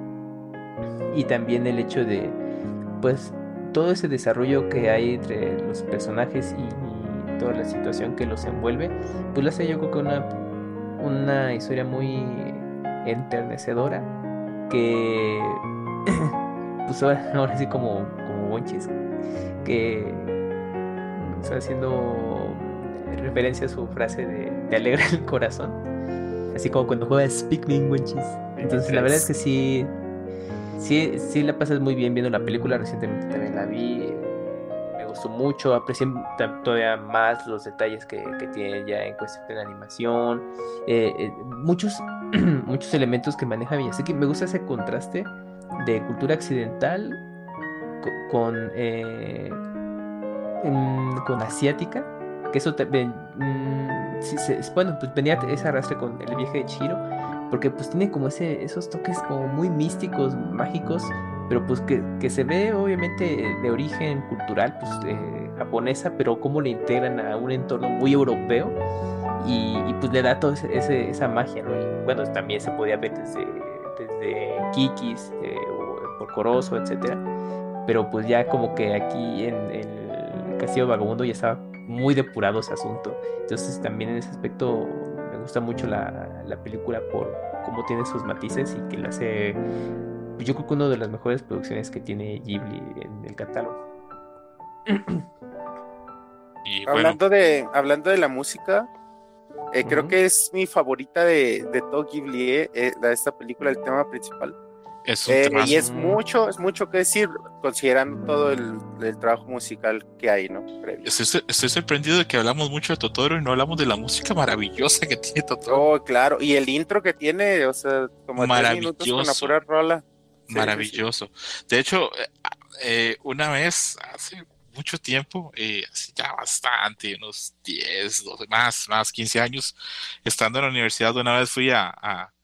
Y también el hecho de pues todo ese desarrollo que hay entre los personajes y, y toda la situación que los envuelve, pues lo hace yo creo que una, una historia muy enternecedora, que pues ahora, ahora sí como, como Monchis, que está haciendo referencia a su frase de te alegra el corazón, así como cuando juegas Pikmin, Monchis. Entonces la verdad es que sí, sí, sí la pasas muy bien viendo la película. Recientemente también la vi, me gustó mucho, aprecié todavía más los detalles que, que tiene ya en cuestión de animación, eh, eh, muchos muchos elementos que maneja Miyazaki. Me gusta ese contraste de cultura occidental co- con eh, mm, con asiática, que eso también mm, sí, se- es- bueno, pues venía ese arrastre con el viaje de Chihiro, porque pues tiene como ese, esos toques como muy místicos, mágicos, pero pues que, que se ve obviamente de origen cultural pues eh, japonesa, pero cómo le integran a un entorno muy europeo, y, y pues le da toda ese, ese- esa magia, ¿no? Y bueno, también se podía ver desde, desde Kikis, eh, o por Corozo, etcétera, pero pues ya como que aquí en el Castillo Vagabundo ya estaba muy depurado ese asunto. Entonces también en ese aspecto me gusta mucho la, la película por cómo tiene sus matices y que la hace, yo creo que una de las mejores producciones que tiene Ghibli en el catálogo. Y bueno, Hablando de, hablando de la música, eh, creo Ujú. que es mi favorita de, de todo Ghibli, eh, eh, la de esta película, el tema principal. es un Eh, tema. y es mucho, es mucho que decir, considerando todo el, el trabajo musical que hay, ¿no? Previo. Estoy, estoy sorprendido de que hablamos mucho de Totoro y no hablamos de la música maravillosa que tiene Totoro. Oh, claro, y el intro que tiene, o sea, como tres minutos con la Maravilloso. pura rola. Sí, sí, sí. Maravilloso. De hecho, eh, eh, una vez, hace mucho tiempo, eh, hace ya bastante, unos diez, doce, más, más, quince años, estando en la universidad, una vez fui a, a,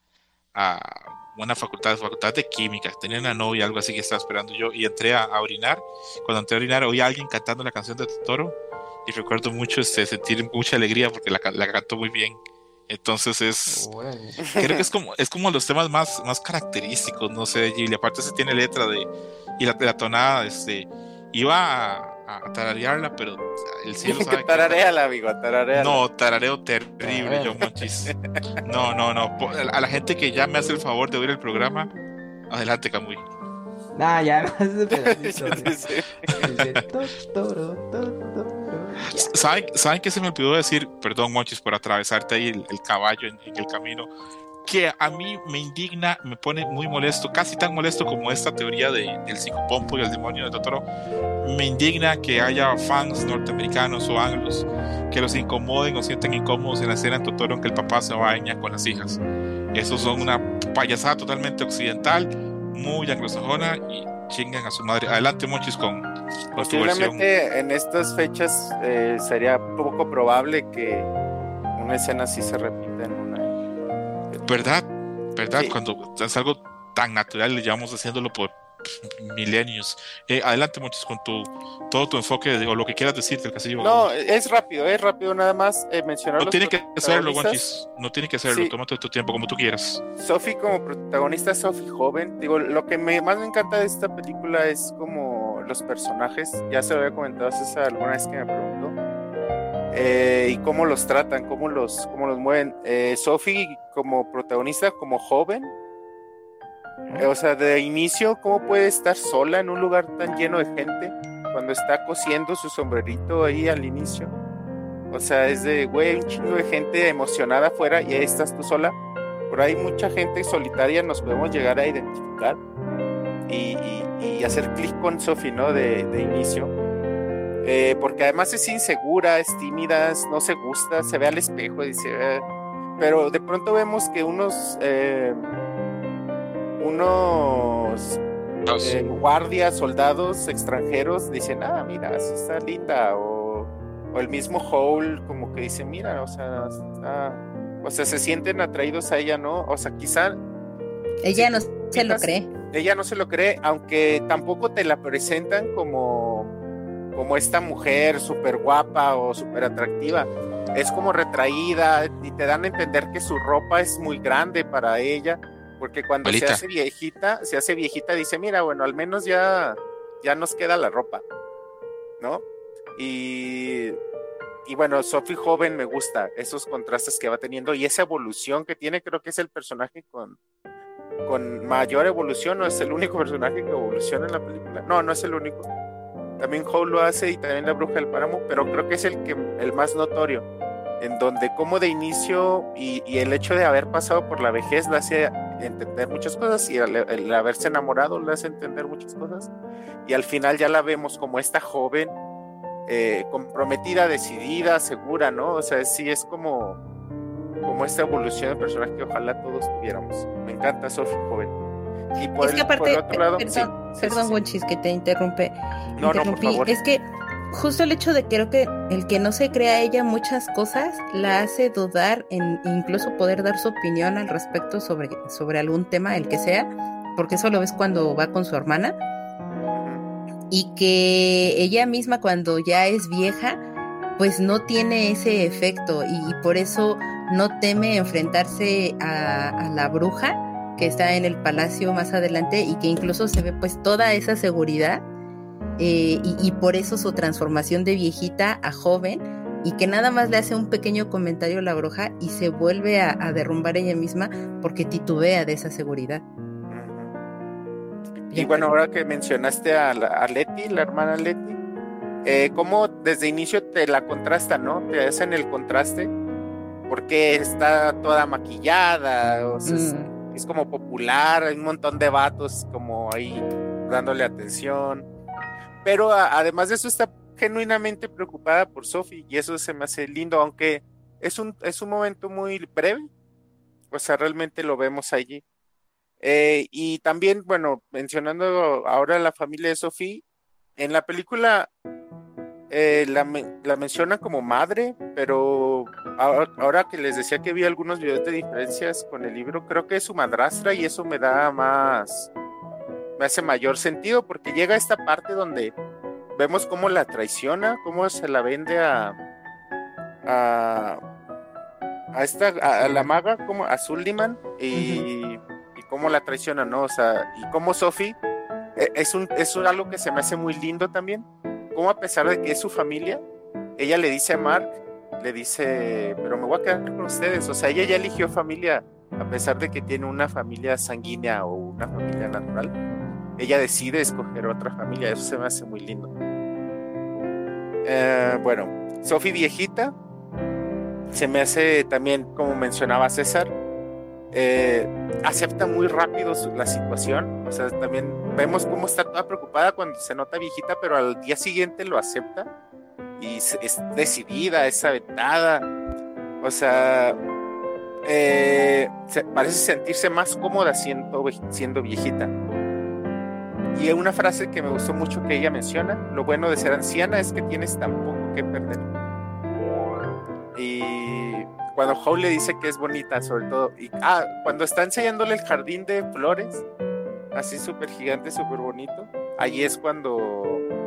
a una facultad, facultad de química, tenía una novia, algo así que estaba esperando yo, y entré a, a orinar. Cuando entré a orinar oí a alguien cantando la canción de Totoro, y recuerdo mucho este, sentir mucha alegría porque la, la cantó muy bien. Entonces es, Órale. creo que es como, es como los temas más, más característicos, no sé, y aparte se tiene letra de, y la, la tonada, este, iba a, a tararearla, pero el cielo sabe que Tarareala, amigo, tarareala. no, tarareo terrible, yo monchis. No, no, no. Po- A la gente que ya me hace el favor de oír el programa, adelante, Camuy. Nah, ya no ese pedacito. Sí, sí. Dice, Totoro, Totoro. Ya. ¿Saben, ¿Saben qué se me olvidó decir? Perdón, monchis, por atravesarte ahí el, el caballo en, en el camino. Que a mí me indigna, me pone muy molesto, casi tan molesto como esta teoría de, del psicopompo y el demonio de Totoro. Me indigna que haya fans norteamericanos o anglos que los incomoden o sienten incómodos en la escena de Totoro en que el papá se baña con las hijas. Esos son una payasada totalmente occidental, muy anglosajona, y chingan a su madre. Adelante, Monchis, con, con tu versión. Posiblemente en estas fechas eh, sería poco probable que una escena así se repita en una. ¿Verdad? ¿Verdad? Sí. Cuando es algo tan natural, le llevamos haciéndolo por milenios. Eh, adelante, Monchis, con tu, todo tu enfoque de- o lo que quieras decir del Castillo No, Vagabundo. es rápido, es rápido nada más eh, mencionar No los tiene que hacerlo, protagonistas. Monchis. No tiene que hacerlo. Sí. Tómate tu tiempo como tú quieras. Sophie como protagonista, Sophie joven. Digo, lo que me, más me encanta de esta película es como los personajes. Ya se lo había comentado a César alguna vez que me preguntó. Eh, y cómo los tratan, cómo los, cómo los mueven. Eh, Sophie como protagonista, como joven. Eh, o sea, de inicio, ¿cómo puede estar sola en un lugar tan lleno de gente? Cuando está cosiendo su sombrerito ahí al inicio. O sea, es de, güey, un chingo de gente emocionada afuera y ahí estás tú sola. Por ahí mucha gente solitaria nos podemos llegar a identificar y, y, y hacer clic con Sophie, ¿no? De, de inicio. Eh, porque además es insegura, es tímida, no se gusta, se ve al espejo y dice... Eh, pero de pronto vemos que unos... Eh, unos... Dos. Eh, guardias, soldados extranjeros dicen, ah, mira, sí está linda, o, o el mismo Howl como que dice, mira, o sea, está, o sea, se sienten atraídos a ella, ¿no? O sea, quizá Ella sí, no se lo quizás cree. ella no se lo cree, aunque tampoco te la presentan como, como esta mujer súper guapa o súper atractiva. Es como retraída y te dan a entender que su ropa es muy grande para ella. Porque cuando Abuelita. se hace viejita, se hace viejita, dice, mira, bueno, al menos ya, ya nos queda la ropa, ¿no? Y, y bueno, Sophie joven me gusta, esos contrastes que va teniendo y esa evolución que tiene, creo que es el personaje con, con mayor evolución, no es el único personaje que evoluciona en la película, no, no es el único. También Howl lo hace y también la Bruja del Páramo, pero creo que es el, que, el más notorio, en donde como de inicio y, y el hecho de haber pasado por la vejez la hace entender muchas cosas y el, el haberse enamorado le hace entender muchas cosas y al final ya la vemos como esta joven eh, comprometida, decidida, segura, ¿no? O sea, sí es como como esta evolución de personaje que ojalá todos tuviéramos. Me encanta Sophie joven. Y por, Es el, que por aparte, el otro lado, perdón, sí, sí, perdón, sí, sí. Wonchis, que te interrumpe. No, no, por interrumpí. favor. Es que justo el hecho de que creo que el que no se crea ella muchas cosas la hace dudar en incluso poder dar su opinión al respecto sobre, sobre algún tema, el que sea, porque eso lo ves cuando va con su hermana, Ujú. y que ella misma cuando ya es vieja, pues no tiene ese efecto y, y por eso no teme enfrentarse a, a la bruja que está en el palacio más adelante y que incluso se ve pues toda esa seguridad. Eh, y, y por eso su transformación de viejita a joven y que nada más le hace un pequeño comentario a la bruja y se vuelve a, a derrumbar ella misma porque titubea de esa seguridad. Ujú. Y Bien, bueno, perdón. ahora que mencionaste a, la, a Leti, la hermana Leti, eh, cómo desde inicio te la contrasta, ¿no? Te hacen el contraste porque está toda maquillada, o sea, es, Mm, es como popular, hay un montón de vatos como ahí dándole atención. Pero a- además de eso está genuinamente preocupada por Sophie y eso se me hace lindo, aunque es un, es un momento muy breve, o sea, realmente lo vemos allí. Eh, y también, bueno, mencionando ahora la familia de Sophie, en la película eh, la, la menciona como madre, pero ahora, ahora que les decía que vi algunos videos de diferencias con el libro, creo que es su madrastra y eso me da más, me hace mayor sentido porque llega a esta parte donde vemos cómo la traiciona, cómo se la vende a a, a esta a, a la maga, como a Suliman y, uh-huh. y cómo la traiciona, ¿no? O sea, y cómo Sophie es un es un, algo que se me hace muy lindo también, como a pesar de que es su familia, ella le dice a Mark, le dice, pero me voy a quedar con ustedes, o sea, ella ya eligió familia, a pesar de que tiene una familia sanguínea o una familia natural, ella decide escoger otra familia, eso se me hace muy lindo. Eh, bueno, Sophie viejita, se me hace también, como mencionaba César, eh, acepta muy rápido su, la situación, o sea, también vemos cómo está toda preocupada cuando se nota viejita, pero al día siguiente lo acepta y es decidida, es aventada, o sea, eh, se, parece sentirse más cómoda siendo, siendo viejita. Y una frase que me gustó mucho que ella menciona, lo bueno de ser anciana es que tienes tan poco que perder. Y cuando Howl le dice que es bonita, sobre todo, y ah, cuando está enseñándole el jardín de flores, así súper gigante, súper bonito, ahí es cuando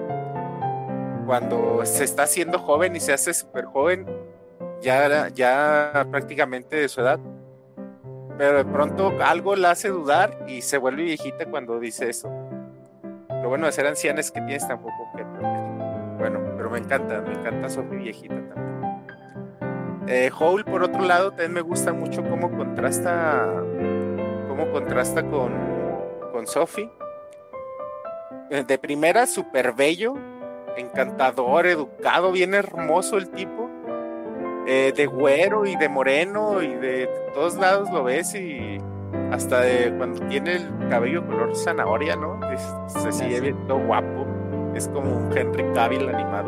cuando se está haciendo joven y se hace súper joven, ya, ya prácticamente de su edad, pero de pronto algo la hace dudar y se vuelve viejita cuando dice eso. Lo bueno de ser anciana es que tienes tan poco que perder. Bueno, pero me encanta, me encanta Sophie viejita también. Eh, Howl, por otro lado, también me gusta mucho cómo contrasta, cómo contrasta con, con Sophie. De primera, súper bello, encantador, educado, bien hermoso el tipo. Eh, de güero y de moreno y de todos lados lo ves y hasta de cuando tiene el cabello color zanahoria, ¿no? Es, se sigue viendo guapo. Es como un Henry Cavill animado.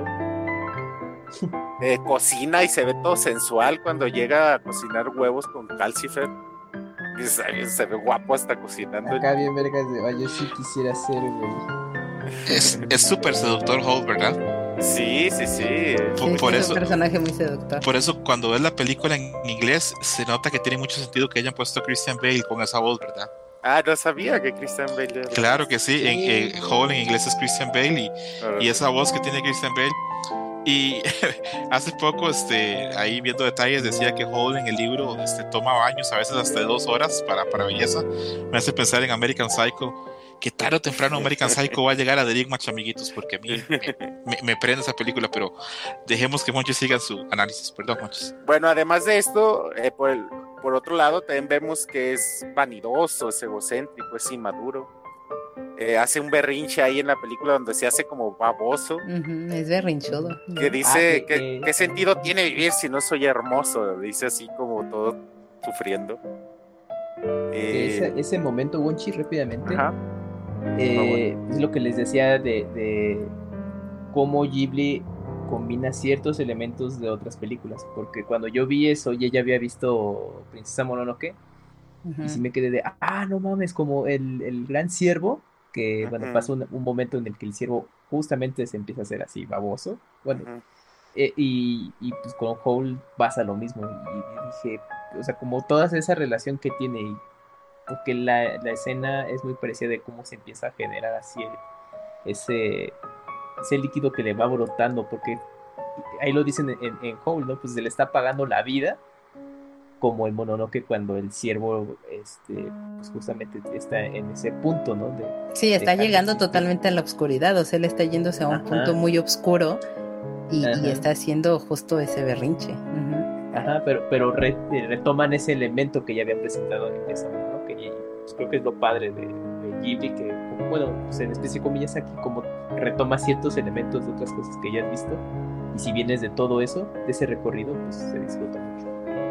Eh, cocina y se ve todo sensual cuando llega a cocinar huevos con Calcifer. Se, se ve guapo hasta cocinando. Acá bien vergas de, ay, yo sí quisiera ser, güey. Es súper seductor Howl, ¿verdad? Sí, sí, sí. Por, sí por es eso, un personaje muy seductor. Por eso cuando ves la película en inglés se nota que tiene mucho sentido que hayan puesto a Christian Bale con esa voz, ¿verdad? Ah, no sabía que Christian Bale era... Claro que sí, sí. En, en Howl en inglés es Christian Bale y, uh-huh. y esa voz que tiene Christian Bale. Y hace poco, este, ahí viendo detalles, decía que Howl en el libro este, toma baños a veces hasta de dos horas para, para belleza. Me hace pensar en American Psycho, que tarde o temprano American Psycho va a llegar a The Big Match, amiguitos, porque a mí me, me, me prende esa película, pero dejemos que Monchis siga su análisis. Perdón, Monchis. Bueno, además de esto, eh, por, el, por otro lado, también vemos que es vanidoso, es egocéntrico, es inmaduro. Eh, hace un berrinche ahí en la película donde se hace como baboso. Uh-huh, es berrinchudo. Que dice, ah, que, que, ¿qué sentido tiene vivir si no soy hermoso? Dice así como todo sufriendo. Eh, ese, ese momento, Wonchi, rápidamente, ajá. eh, es lo que les decía de, de cómo Ghibli combina ciertos elementos de otras películas. Porque cuando yo vi eso, ya ya había visto Princesa Mononoke. Uh-huh. Y sí me quedé de, ah, no mames, como el, el gran ciervo, que uh-huh. bueno, pasa un, un momento en el que el ciervo justamente se empieza a hacer así, baboso, bueno, uh-huh. eh, y, y pues con Howl pasa lo mismo, y, y dije, o sea, como toda esa relación que tiene, y, porque la, la escena es muy parecida de cómo se empieza a generar así el, ese, ese líquido que le va brotando, porque ahí lo dicen en, en, en Howl, ¿no? Pues se le está apagando la vida, como el Mononoke cuando el ciervo este pues justamente está en ese punto, ¿no? De, sí, está llegando totalmente a la oscuridad, o sea, él está yéndose a un Ajá. punto muy oscuro y, y está haciendo justo ese berrinche. Uh-huh. Ajá, pero, pero re, retoman ese elemento que ya había presentado en esa, ¿no? Que pues, creo que es lo padre de, de Ghibli, que bueno, pues en especie comillas aquí como retoma ciertos elementos de otras cosas que ya has visto, y si vienes de todo eso, de ese recorrido, pues se disfruta mucho.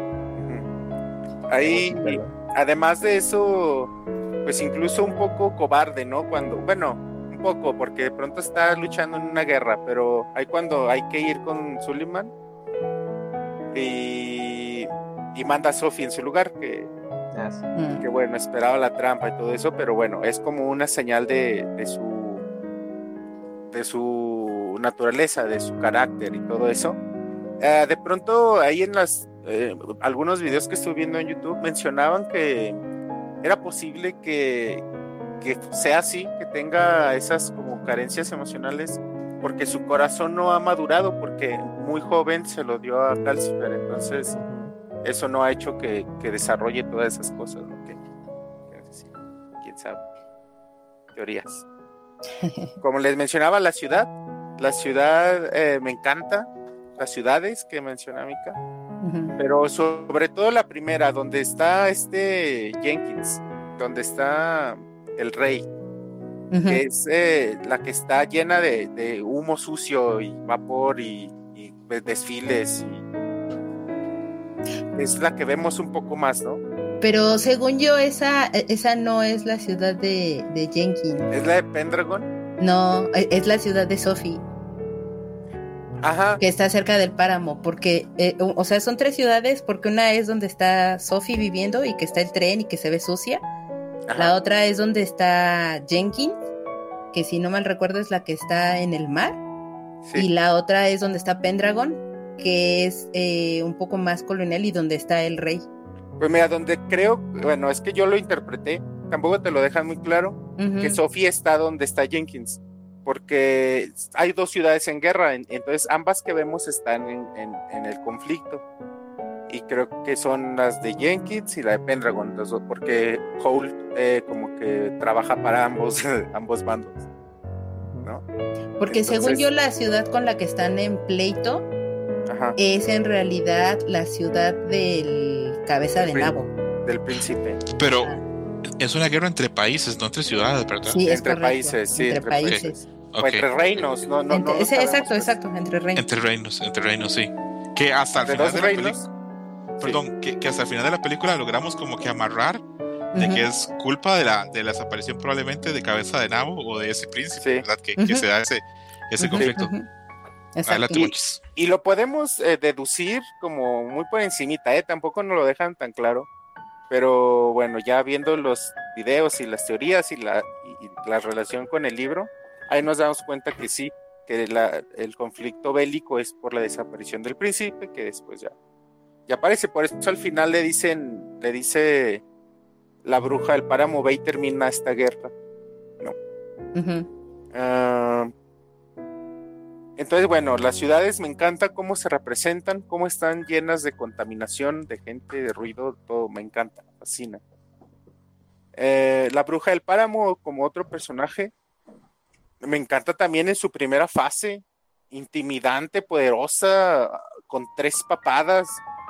Ahí, además de eso, pues incluso un poco cobarde, ¿no? Cuando, bueno, un poco, porque de pronto está luchando en una guerra, pero ahí cuando hay que ir con Suliman y, y manda a Sophie en su lugar, que, ah, sí. que bueno, esperaba la trampa y todo eso, pero bueno, es como una señal de, de su, de su naturaleza, de su carácter y todo eso. Uh, de pronto ahí en las eh, algunos videos que estuve viendo en YouTube mencionaban que era posible que, que sea así, que tenga esas como carencias emocionales porque su corazón no ha madurado, porque muy joven se lo dio a Calcifer, entonces eso no ha hecho que, que desarrolle todas esas cosas, ¿no? que, que necesita, quién sabe, teorías. Como les mencionaba, la ciudad la ciudad eh, me encanta, las ciudades que menciona Mika, uh-huh. pero sobre todo la primera, donde está este Jenkins, donde está el rey, uh-huh. que es eh, la que está llena de, de humo sucio y vapor y, y desfiles, y es la que vemos un poco más, ¿no? Pero según yo, esa, esa no es la ciudad de, de Jenkins. ¿Es la de Pendragon? No, es la ciudad de Sophie. Ajá. Que está cerca del páramo, porque, eh, o sea, son tres ciudades, porque una es donde está Sophie viviendo y que está el tren y que se ve sucia. Ajá. La otra es donde está Jenkins, que si no mal recuerdo es la que está en el mar. Sí. Y la otra es donde está Pendragon, que es eh, un poco más colonial y donde está el rey. Pues mira, donde creo, bueno, es que yo lo interpreté, tampoco te lo dejan muy claro, uh-huh. que Sophie está donde está Jenkins, porque hay dos ciudades en guerra, entonces ambas que vemos están en, en, en el conflicto, y creo que son las de Jenkins y la de Pendragon, porque Howl eh, como que trabaja para ambos, ambos bandos, ¿no? Porque entonces, según yo, la ciudad con la que están en pleito, ajá. es en realidad la ciudad del cabeza del de nabo. Del príncipe. Pero es una guerra entre países, no entre ciudades, ¿verdad? Sí, es entre correcto. países, sí. Entre, entre países. Okay. O entre reinos, no, no, entre, no. Ese, exacto, pues. exacto, entre reinos. Entre reinos, entre reinos, sí. Que hasta el final de la película. Perdón, sí. que, que hasta el final de la película logramos como que amarrar de uh-huh. que es culpa de la, de la desaparición probablemente de cabeza de nabo o de ese príncipe, sí. ¿verdad? Que, uh-huh. que se da ese, ese uh-huh. conflicto. Uh-huh. Adelante, y, y lo podemos eh, deducir como muy por encimita, ¿eh? Tampoco nos lo dejan tan claro, pero bueno, ya viendo los videos y las teorías y la, y, y la relación con el libro, ahí nos damos cuenta que sí, que la, el conflicto bélico es por la desaparición del príncipe, que después ya, ya aparece, por eso al final le dicen, le dice la bruja del páramo, ve y termina esta guerra, ¿no? Uh-huh. Uh, Entonces, bueno, las ciudades me encanta cómo se representan, cómo están llenas de contaminación, de gente, de ruido, todo me encanta, me fascina. Eh, la bruja del páramo, como otro personaje, me encanta también en su primera fase, intimidante, poderosa, con tres papadas,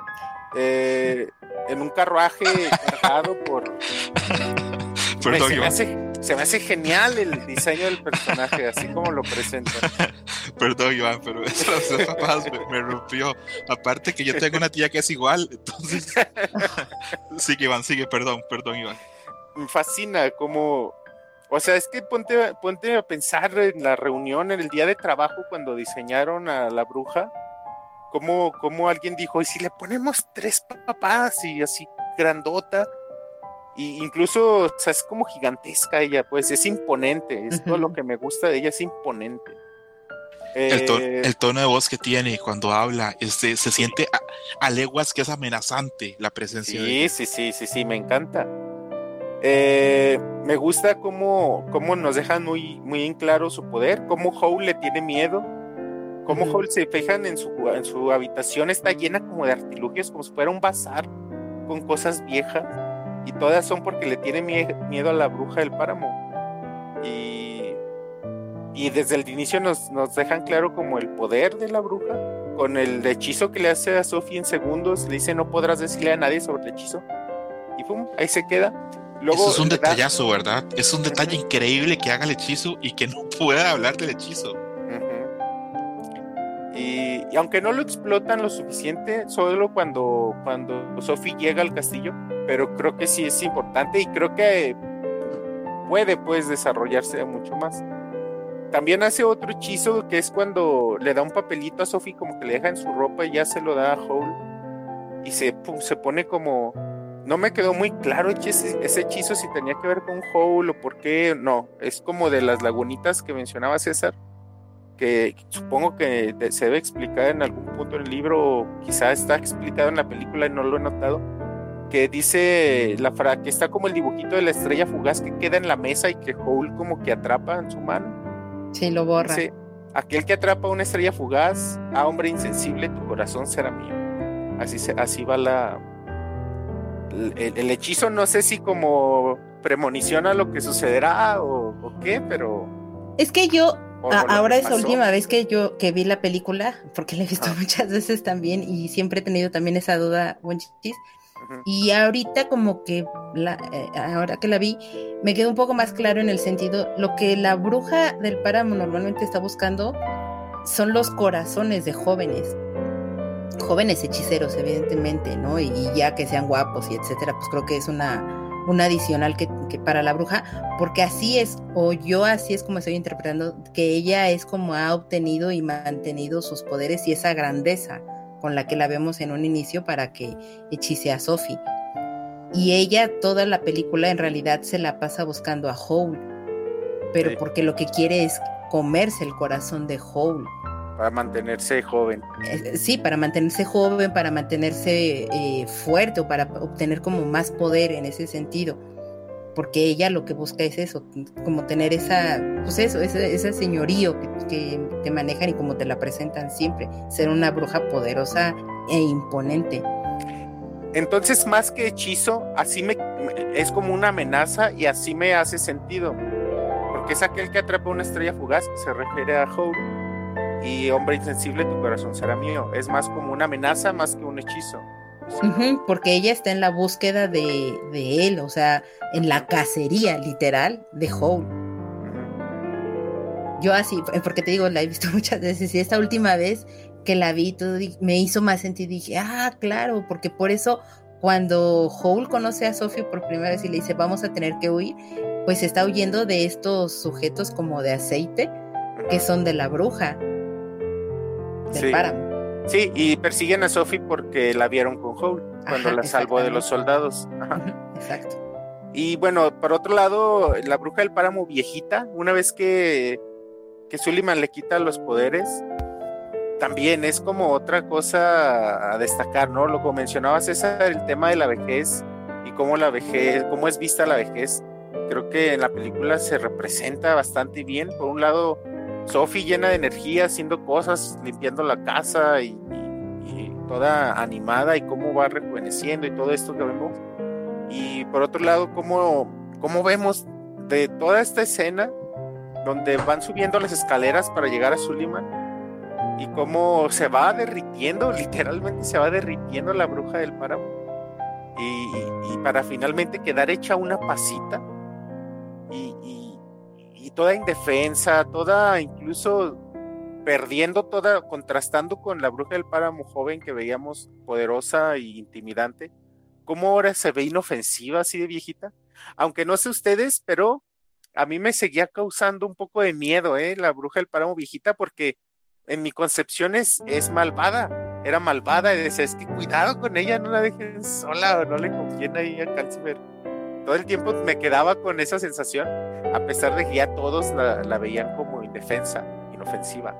eh, en un carruaje cargado por... Perdón, me, se, me hace, se me hace genial el diseño del personaje, así como lo presentan. Perdón, Iván, pero eso de los papás me, me rompió. Aparte que yo tengo una tía que es igual, entonces... Sigue, Iván, sigue, perdón, perdón, Iván. Me fascina como... O sea, es que ponte, ponte a pensar en la reunión, en el día de trabajo, cuando diseñaron a la bruja, como, como alguien dijo, ¿y si le ponemos tres papás y así grandota? Y incluso, o sea, es como gigantesca ella, pues es imponente, es uh-huh. todo lo que me gusta de ella, es imponente. El, to- eh, el tono de voz que tiene cuando habla, este, se siente a, a leguas que es amenazante la presencia sí, de ella. Sí, sí, sí, sí, me encanta. Eh, me gusta cómo, cómo nos dejan muy, muy en claro su poder, cómo Howl le tiene miedo, cómo uh-huh. Howl se fijan en su, en su habitación, está llena como de artilugios, como si fuera un bazar con cosas viejas. Y todas son porque le tiene mie- miedo a la bruja del páramo. Y, y desde el inicio nos, nos dejan claro como el poder de la bruja, con el hechizo que le hace a Sophie en segundos, le dice no podrás decirle a nadie sobre el hechizo. Y pum, ahí se queda. Luego, eso es un detallazo, ¿verdad? Es un detalle uh-huh. increíble que haga el hechizo y que no pueda hablar del hechizo. Uh-huh. Y, y aunque no lo explotan lo suficiente, solo cuando, cuando Sophie llega al castillo, pero creo que sí es importante y creo que puede pues desarrollarse mucho más. También hace otro hechizo que es cuando le da un papelito a Sophie, como que le deja en su ropa y ya se lo da a Howl y se, pum, se pone como... No me quedó muy claro ese, ese hechizo si tenía que ver con Howl o por qué, no, es como de las lagunitas que mencionaba César, que supongo que se debe explicar en algún punto en el libro, o quizá está explicado en la película y no lo he notado, que dice la fra que está como el dibujito de la estrella fugaz que queda en la mesa y que Howl como que atrapa en su mano. Sí, lo borra. Dice, aquel que atrapa una estrella fugaz, ah, hombre insensible, tu corazón será mío. Así, se, así va la el, el hechizo, no sé si como premonición a lo que sucederá o, o qué, pero... Es que yo... A, ahora es la última vez que yo que vi la película, porque la he visto ah. muchas veces también y siempre he tenido también esa duda, Wonchis, uh-huh. Y ahorita como que la, eh, ahora que la vi me quedó un poco más claro en el sentido, lo que la bruja del páramo normalmente está buscando son los corazones de jóvenes, jóvenes hechiceros evidentemente, ¿no? Y, y ya que sean guapos y etcétera, pues creo que es una una adicional que, que para la bruja, porque así es, o yo así es como estoy interpretando, que ella es como ha obtenido y mantenido sus poderes y esa grandeza con la que la vemos en un inicio para que hechice a Sophie. Y ella toda la película en realidad se la pasa buscando a Howl, pero sí. Porque lo que quiere es comerse el corazón de Howl. Para mantenerse joven. Sí, para mantenerse joven, para mantenerse eh, fuerte o para obtener como más poder en ese sentido. Porque ella lo que busca es eso, como tener esa, pues eso, ese, ese señorío que, que te manejan y como te la presentan siempre, ser una bruja poderosa e imponente. Entonces, más que hechizo, así me es como una amenaza y así me hace sentido. Porque es aquel que atrapa una estrella fugaz que se refiere a Howl. Y hombre insensible, tu corazón será mío. Es más como una amenaza más que un hechizo. Sí. Uh-huh, porque ella está en la búsqueda de, de él, o sea, en la cacería literal de Howl. Uh-huh. Yo así, porque te digo, la he visto muchas veces y esta última vez que la vi todo me hizo más sentido y dije, ah, claro, porque por eso cuando Howl conoce a Sophie por primera vez y le dice vamos a tener que huir, pues está huyendo de estos sujetos como de aceite que son de la bruja. Del sí. páramo. Sí, y persiguen a Sophie porque la vieron con Howl cuando Ajá, la salvó de los soldados. Ajá. Exacto. Y bueno, por otro lado, la bruja del páramo viejita, una vez que, que Suliman le quita los poderes, también es como otra cosa a destacar, ¿no? Lo que mencionaba César, el tema de la vejez y cómo la vejez, cómo es vista la vejez. Creo que en la película se representa bastante bien. Por un lado, Sophie llena de energía, haciendo cosas, limpiando la casa y, y, y toda animada y cómo va rejuveneciendo y todo esto que vemos. Y por otro lado, cómo, cómo vemos de toda esta escena donde van subiendo las escaleras para llegar a Suliman y cómo se va derritiendo, literalmente se va derritiendo la bruja del páramo y, y, y para finalmente quedar hecha una pasita y, y y toda indefensa, toda incluso perdiendo toda, contrastando con la bruja del páramo joven que veíamos poderosa e intimidante, cómo ahora se ve inofensiva así de viejita, aunque no sé ustedes, pero a mí me seguía causando un poco de miedo, ¿eh? La bruja del páramo viejita, porque en mi concepción es, es malvada, era malvada, y decía, es que cuidado con ella, no la dejen sola, no le confíen ahí a Calcifer. Todo el tiempo me quedaba con esa sensación, a pesar de que ya todos la, la veían como indefensa, inofensiva.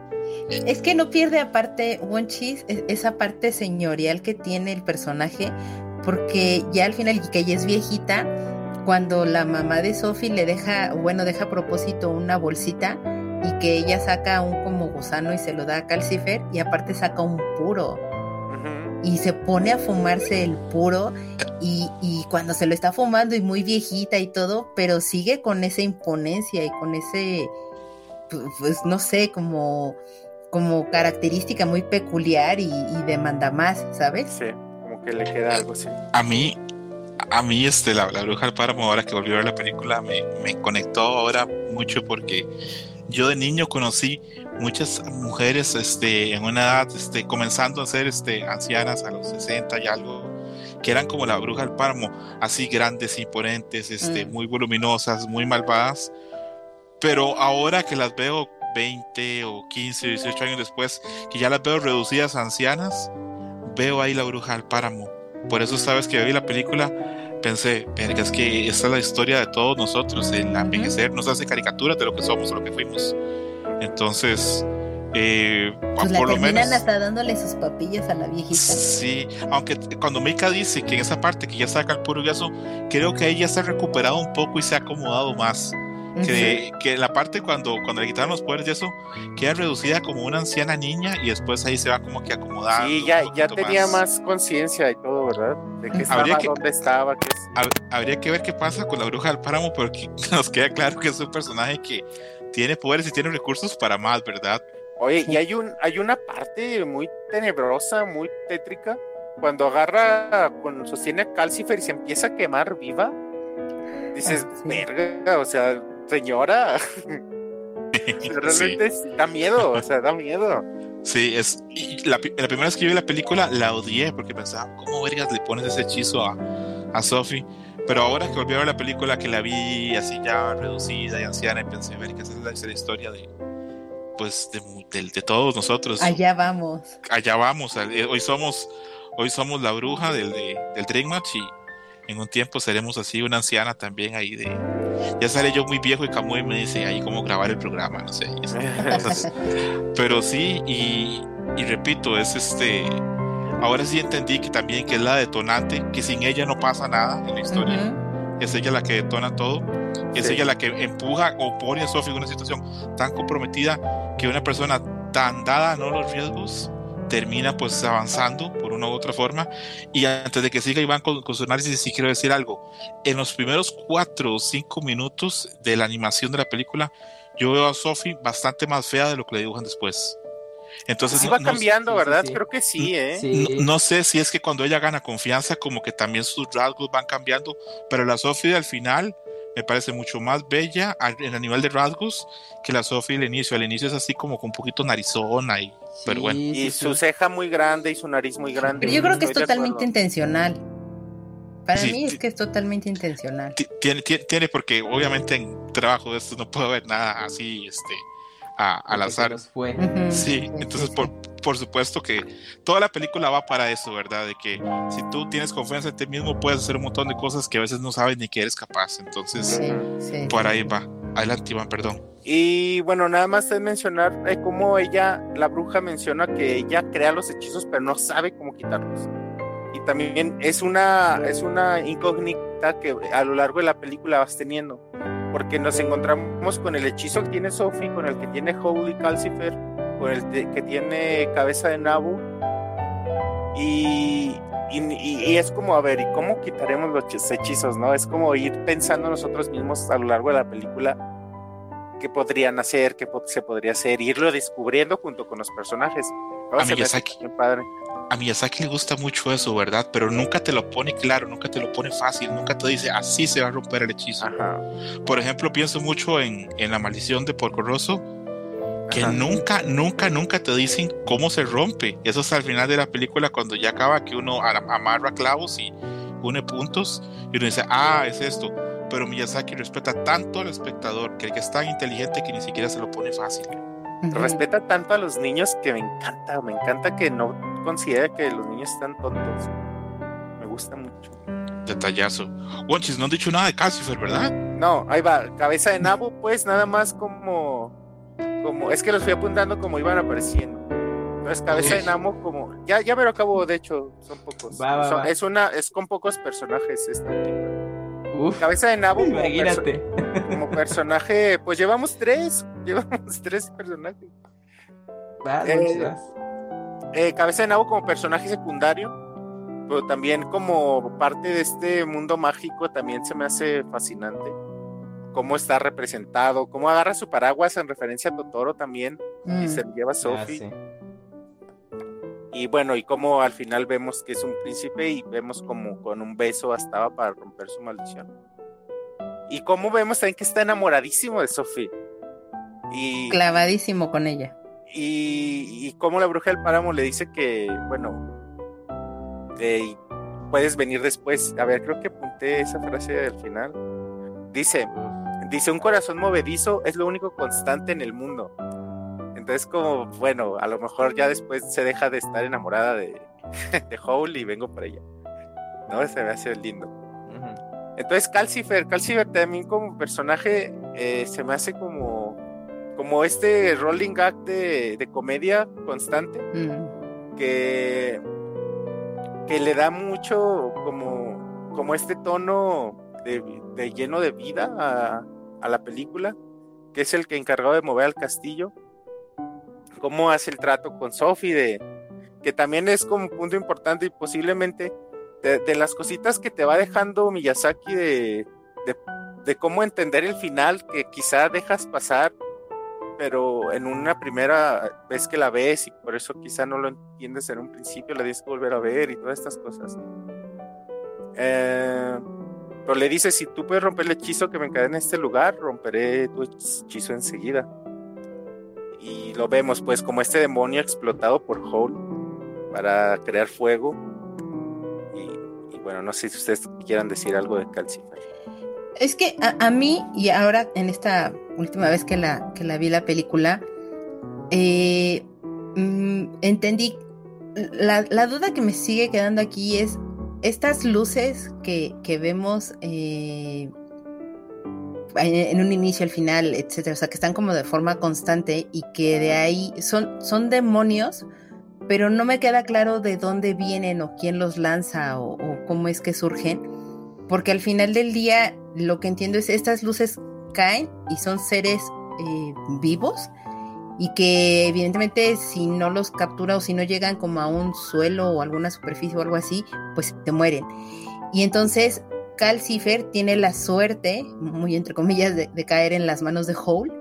Es que no pierde aparte, Wonchis, esa parte señorial que tiene el personaje, porque ya al final, que ella es viejita, cuando la mamá de Sophie le deja, bueno, deja a propósito una bolsita y que ella saca un como gusano y se lo da a Calcifer y aparte saca un puro. Y se pone a fumarse el puro y, y cuando se lo está fumando y muy viejita y todo, pero sigue con esa imponencia y con ese, pues no sé, como, como característica muy peculiar y, y demanda más, ¿sabes? Sí, como que le queda algo así. A mí, a mí este, la, la bruja del páramo, ahora que volví a ver la película, me, me conectó ahora mucho porque yo de niño conocí muchas mujeres este, en una edad este, comenzando a ser este, ancianas a los sesenta y algo, que eran como la bruja del páramo, así grandes, imponentes, este, mm. muy voluminosas, muy malvadas, pero ahora que las veo veinte o quince, dieciocho años después, que ya las veo reducidas a ancianas, veo ahí la bruja del páramo. Por eso esta vez que vi la película pensé, verga, es que esta es la historia de todos nosotros, el envejecer nos hace caricaturas de lo que somos o lo que fuimos. Entonces, eh, Pues la por lo terminan menos, hasta dándole sus papillas a la viejita. sí, aunque cuando Mika dice que en esa parte que ya saca el puro hueso, creo que ella se ha recuperado un poco y se ha acomodado más. Que, que la parte cuando, cuando le quitaron los poderes y eso, queda reducida como una anciana niña y después ahí se va como que acomodando. Sí, ya, un ya poquito tenía más. más conciencia y todo, ¿verdad? De qué estaba, Habría que- dónde estaba, qué es. Hab- Habría que ver qué pasa con la bruja del páramo, porque nos queda claro que es un personaje que tiene poderes y tiene recursos para más, ¿verdad? Oye, y hay un, hay una parte muy tenebrosa, muy tétrica, cuando agarra, con sostiene a Calcifer y se empieza a quemar viva. Dices, Ah, sí. verga, o sea, señora, realmente sí. Da miedo, o sea, da miedo. Sí, es, y la, la primera vez que vi la película la odié porque pensaba, ¿cómo vergas le pones ese hechizo a, a Sophie? Pero ahora que volví a ver la película, que la vi así ya reducida y anciana, y pensé, ver que esa es la, esa es la historia de, pues, de, de, de todos nosotros. Allá vamos. Allá vamos, hoy somos, hoy somos la bruja del, de, del Dream Match y en un tiempo seremos así una anciana también ahí de... Ya sale yo muy viejo y Camuy me dice ahí cómo grabar el programa, no sé. Entonces, pero sí, y, y repito, es este... Ahora sí entendí que también que es la detonante, que sin ella no pasa nada en la historia. Uh-huh. Es ella la que detona todo. Es sí. ella la que empuja o pone a Sophie en una situación tan comprometida que una persona tan dada a no los riesgos termina pues avanzando por una u otra forma. Y antes de que siga Iván con, con su análisis, sí quiero decir algo. En los primeros cuatro o cinco minutos de la animación de la película, yo veo a Sophie bastante más fea de lo que le dibujan después. Entonces sí no, va no, cambiando, sí, ¿verdad? Sí, sí. Creo que sí, ¿eh? Sí. No, no sé si es que cuando ella gana confianza, como que también sus rasgos van cambiando, pero la Sophie al final me parece mucho más bella en el nivel de rasgos que la Sophie al inicio. Al inicio es así como con un poquito narizona, y, sí, pero bueno. Y sí, su sí. ceja muy grande y su nariz muy grande. Pero yo creo que es totalmente intencional. Para sí, mí es que es totalmente intencional. Tiene, tiene, tiene, porque obviamente en trabajo de esto no puedo ver nada así, este, a, al azar. Fue. Uh-huh. Sí, entonces por, por supuesto que toda la película va para eso, ¿verdad? De que si tú tienes confianza en ti mismo, puedes hacer un montón de cosas que a veces no sabes ni que eres capaz. Entonces, sí, sí, por ahí va. Adelante, Iván, perdón. Y bueno, nada más es mencionar eh, cómo ella, la bruja, menciona que ella crea los hechizos, pero no sabe cómo quitarlos. Y también es una, es una incógnita que a lo largo de la película vas teniendo, porque nos encontramos con el hechizo que tiene Sophie, con el que tiene Howl y Calcifer, con el de, que tiene Cabeza de Nabo, y, y, y es como, a ver, ¿y cómo quitaremos los hechizos, no? Es como ir pensando nosotros mismos a lo largo de la película qué podrían hacer, qué se podría hacer, irlo descubriendo junto con los personajes. A Miyazaki, padre. a Miyazaki le gusta mucho eso, ¿verdad? Pero nunca te lo pone claro, nunca te lo pone fácil, nunca te dice así se va a romper el hechizo. Ajá. Por ejemplo, pienso mucho en, en La Maldición de Porco Rosso, que Ajá. nunca, nunca, nunca te dicen cómo se rompe. Eso es al final de la película, cuando ya acaba, que uno amarra clavos y une puntos y uno dice, ah, es esto. Pero Miyazaki respeta tanto al espectador, que es tan inteligente que ni siquiera se lo pone fácil. Uh-huh. Respeta tanto a los niños que me encanta, me encanta que no considere que los niños están tontos. Me gusta mucho. Detallazo. Wonchis, no han dicho nada de Calcifer, ¿verdad? No, ahí va. Cabeza de Nabo, pues nada más como, como es que los fui apuntando como iban apareciendo. Entonces, Cabeza okay. de Nabo como, ya, ya me lo acabo, de hecho, son pocos. Va, va, son, va. Es una, es con pocos personajes esta película. Uf, Cabeza de Nabo como, imagínate. perso- como personaje, pues llevamos tres, llevamos tres personajes. Va, eh, eh, Cabeza de Nabo como personaje secundario, pero también como parte de este mundo mágico también se me hace fascinante. Cómo está representado, cómo agarra su paraguas en referencia a Totoro también, mm. y se lo lleva a Sophie. Ah, sí. Y bueno, y cómo al final vemos que es un príncipe y vemos como con un beso bastaba para romper su maldición. Y cómo vemos también que está enamoradísimo de Sophie. Y, clavadísimo con ella. Y, y cómo la bruja del páramo le dice que, bueno, eh, puedes venir después. A ver, creo que apunté esa frase al final. Dice, dice, un corazón movedizo es lo único constante en el mundo. Entonces como, bueno, a lo mejor ya después se deja de estar enamorada de, de Howl y vengo por ella, ¿no? Se me hace lindo. Uh-huh. Entonces Calcifer, Calcifer también como personaje eh, se me hace como, como como este rolling gag de, de comedia constante, Mm. que, que le da mucho como, como este tono de, de lleno de vida a, a la película, que es el que encargado de mover al castillo. Cómo hace el trato con Sophie, de, que también es como un punto importante y posiblemente de, de las cositas que te va dejando Miyazaki de, de, de cómo entender el final, que quizá dejas pasar, pero en una primera vez que la ves y por eso quizá no lo entiendes en un principio, la tienes que volver a ver y todas estas cosas. Eh, pero le dice, si tú puedes romper el hechizo que me encadena en este lugar, romperé tu hechizo enseguida. Y lo vemos pues como este demonio explotado por Howl para crear fuego. Y, y bueno, no sé si ustedes quieran decir algo de Calcifer. Es que a, a mí, y ahora en esta última vez que la, que la vi la película, eh, mm, entendí, la, la duda que me sigue quedando aquí es estas luces que, que vemos eh, en un inicio, al final, etcétera, o sea, que están como de forma constante y que de ahí son, son demonios, pero no me queda claro de dónde vienen o quién los lanza o, o cómo es que surgen, porque al final del día lo que entiendo es estas luces caen y son seres eh, vivos y que evidentemente si no los captura o si no llegan como a un suelo o alguna superficie o algo así, pues se mueren. Y entonces Calcifer tiene la suerte, muy entre comillas, de, de caer en las manos de Howl,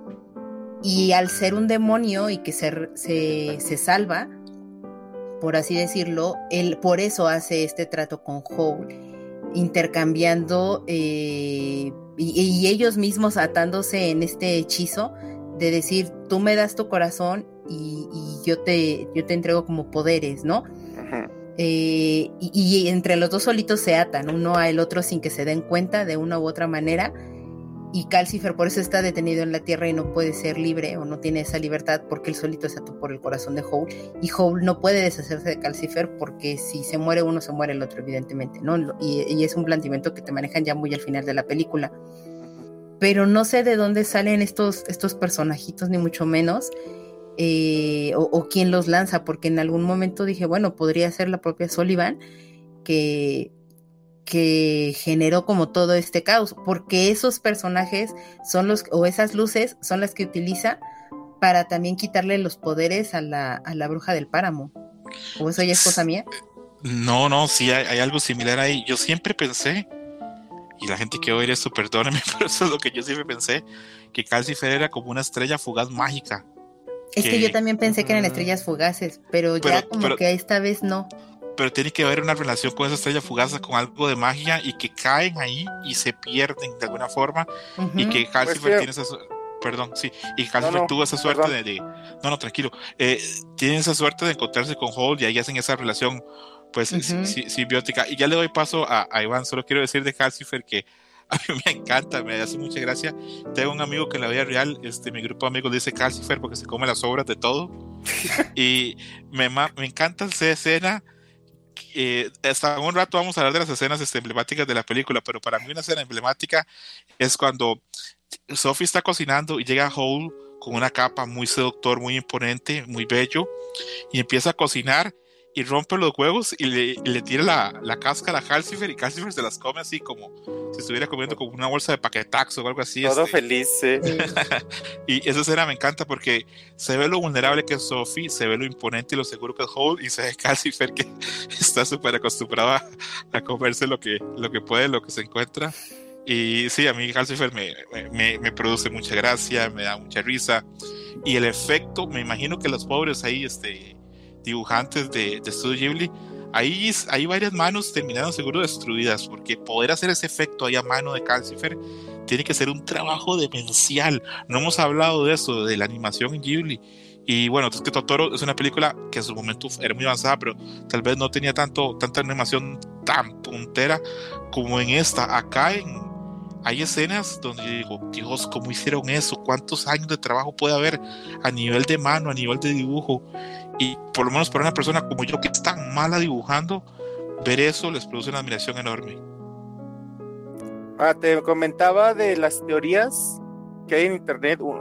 y al ser un demonio y que se, se, se salva, por así decirlo, él por eso hace este trato con Howl, intercambiando eh, y, y ellos mismos atándose en este hechizo de decir, tú me das tu corazón y, y yo, te, yo te entrego como poderes, ¿no? Ajá. Eh, y, y entre los dos solitos se atan uno al otro sin que se den cuenta de una u otra manera, y Calcifer por eso está detenido en la tierra y no puede ser libre o no tiene esa libertad porque él solito se ató por el corazón de Howl, y Howl no puede deshacerse de Calcifer porque si se muere uno se muere el otro, evidentemente, ¿no? Y, y es un planteamiento que te manejan ya muy al final de la película, pero no sé de dónde salen estos, estos personajitos ni mucho menos. Eh, o, o quién los lanza, porque en algún momento dije, bueno, podría ser la propia Sullivan que, que generó como todo este caos, porque esos personajes son los, o esas luces son las que utiliza para también quitarle los poderes a la, a la bruja del páramo. ¿O eso ya es cosa mía? No, no, sí hay, hay algo similar ahí. Yo siempre pensé, y la gente que oye esto, perdóneme, pero eso es lo que yo siempre pensé, que Calcifer era como una estrella fugaz mágica. Es que, que yo también pensé que eran estrellas fugaces, pero, pero ya como pero, que esta vez no. Pero tiene que haber una relación con esa estrella fugaz, con algo de magia, y que caen ahí y se pierden de alguna forma, uh-huh. Y que Calcifer pues tiene esa perdón, sí, y Calcifer no, no, tuvo esa suerte de, de no, no, tranquilo, eh, tiene esa suerte de encontrarse con Howl y ahí hacen esa relación pues uh-huh. simbiótica. Y ya le doy paso a, a Iván. Solo quiero decir de Calcifer que a mí me encanta, me hace mucha gracia. Tengo un amigo que en la vida real, este, mi grupo de amigos dice Calcifer porque se come las sobras de todo. Y me, me encanta esa escena. Eh, hasta un rato vamos a hablar de las escenas este, emblemáticas de la película, pero para mí una escena emblemática es cuando Sophie está cocinando y llega Howl con una capa muy seductor, muy imponente, muy bello, y empieza a cocinar y rompe los huevos y le, y le tira la, la cáscara a Calcifer, y Calcifer se las come así como si estuviera comiendo como una bolsa de paquetaxo o algo así. Todo este. feliz, ¿eh? Y esa escena me encanta porque se ve lo vulnerable que es Sophie, se ve lo imponente y lo seguro que es Howl, y se ve Calcifer que está súper acostumbrado a, a comerse lo que, lo que puede, lo que se encuentra. Y sí, a mí Calcifer me, me, me produce mucha gracia, me da mucha risa, y el efecto, me imagino que los pobres ahí, este dibujantes de, de Studio Ghibli, ahí hay varias manos terminaron seguro destruidas, porque poder hacer ese efecto ahí a mano de Calcifer tiene que ser un trabajo demencial. No hemos hablado de eso, de la animación en Ghibli. Y bueno, es que Totoro es una película que en su momento era muy avanzada, pero tal vez no tenía tanto, tanta animación tan puntera como en esta. Acá en, hay escenas donde yo digo, Dios, ¿cómo hicieron eso? ¿Cuántos años de trabajo puede haber a nivel de mano, a nivel de dibujo? Y por lo menos para una persona como yo que es tan mala dibujando, ver eso les produce una admiración enorme. Ah, te comentaba de las teorías que hay en internet.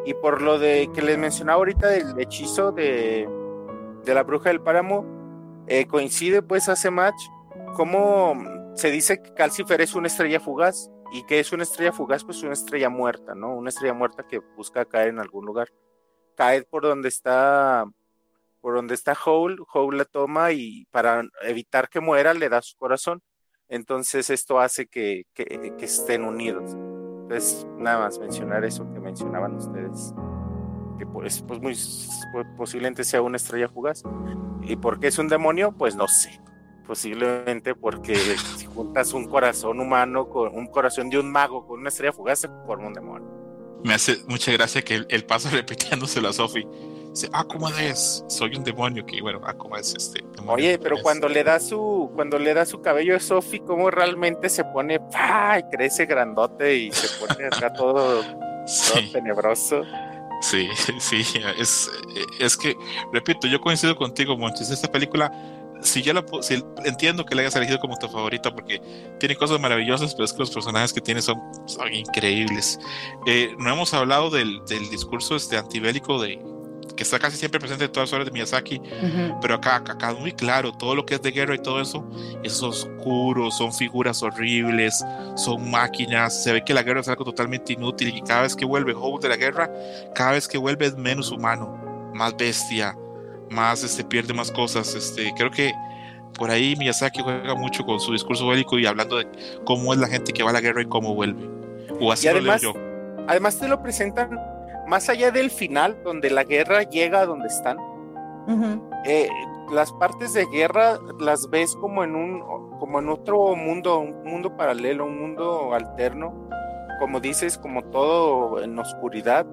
Y por lo de que les mencionaba ahorita del hechizo de, de la bruja del páramo, eh, coincide pues hace match como se dice que Calcifer es una estrella fugaz. ¿Y qué es una estrella fugaz? Pues una estrella muerta, ¿no? Una estrella muerta que busca caer en algún lugar. Cae por donde está, por donde está Howl, Howl la toma y para evitar que muera le da su corazón. Entonces esto hace que, que, que estén unidos. Entonces, nada más mencionar eso que mencionaban ustedes, que pues, pues muy posiblemente sea una estrella fugaz. ¿Y por qué es un demonio? Pues no sé. Posiblemente porque si juntas un corazón humano con un corazón de un mago con una estrella fugaz se forma un demonio. Me hace mucha gracia que el, el paso repitiéndoselo a Sophie. Dice, ah, ¿cómo es? Soy un demonio, que bueno, ah, ¿cómo es este demonio? Oye, pero es? cuando le da su cuando le da su cabello a Sophie, cómo realmente se pone, ¡pah! Y crece grandote y se pone acá todo, sí. todo tenebroso. Sí, sí, es, es que, repito, yo coincido contigo, Monchis, esta película, si yo la si entiendo que la hayas elegido como tu favorita porque tiene cosas maravillosas, pero es que los personajes que tiene son, son increíbles. Eh, no hemos hablado del, del discurso este antibélico de que está casi siempre presente en todas las obras de Miyazaki, uh-huh. pero acá, acá muy claro, todo lo que es de guerra y todo eso, es oscuro, son figuras horribles, son máquinas, se ve que la guerra es algo totalmente inútil y cada vez que vuelve Howl de la guerra, cada vez que vuelve es menos humano, más bestia, más este, pierde más cosas. Este, creo que por ahí Miyazaki juega mucho con su discurso bélico y hablando de cómo es la gente que va a la guerra y cómo vuelve, o así y además, lo leo yo. Además te lo presentan más allá del final, donde la guerra llega a donde están. Uh-huh. Eh, las partes de guerra las ves como en un, como en otro mundo, un mundo paralelo, un mundo alterno, como dices, como todo en oscuridad.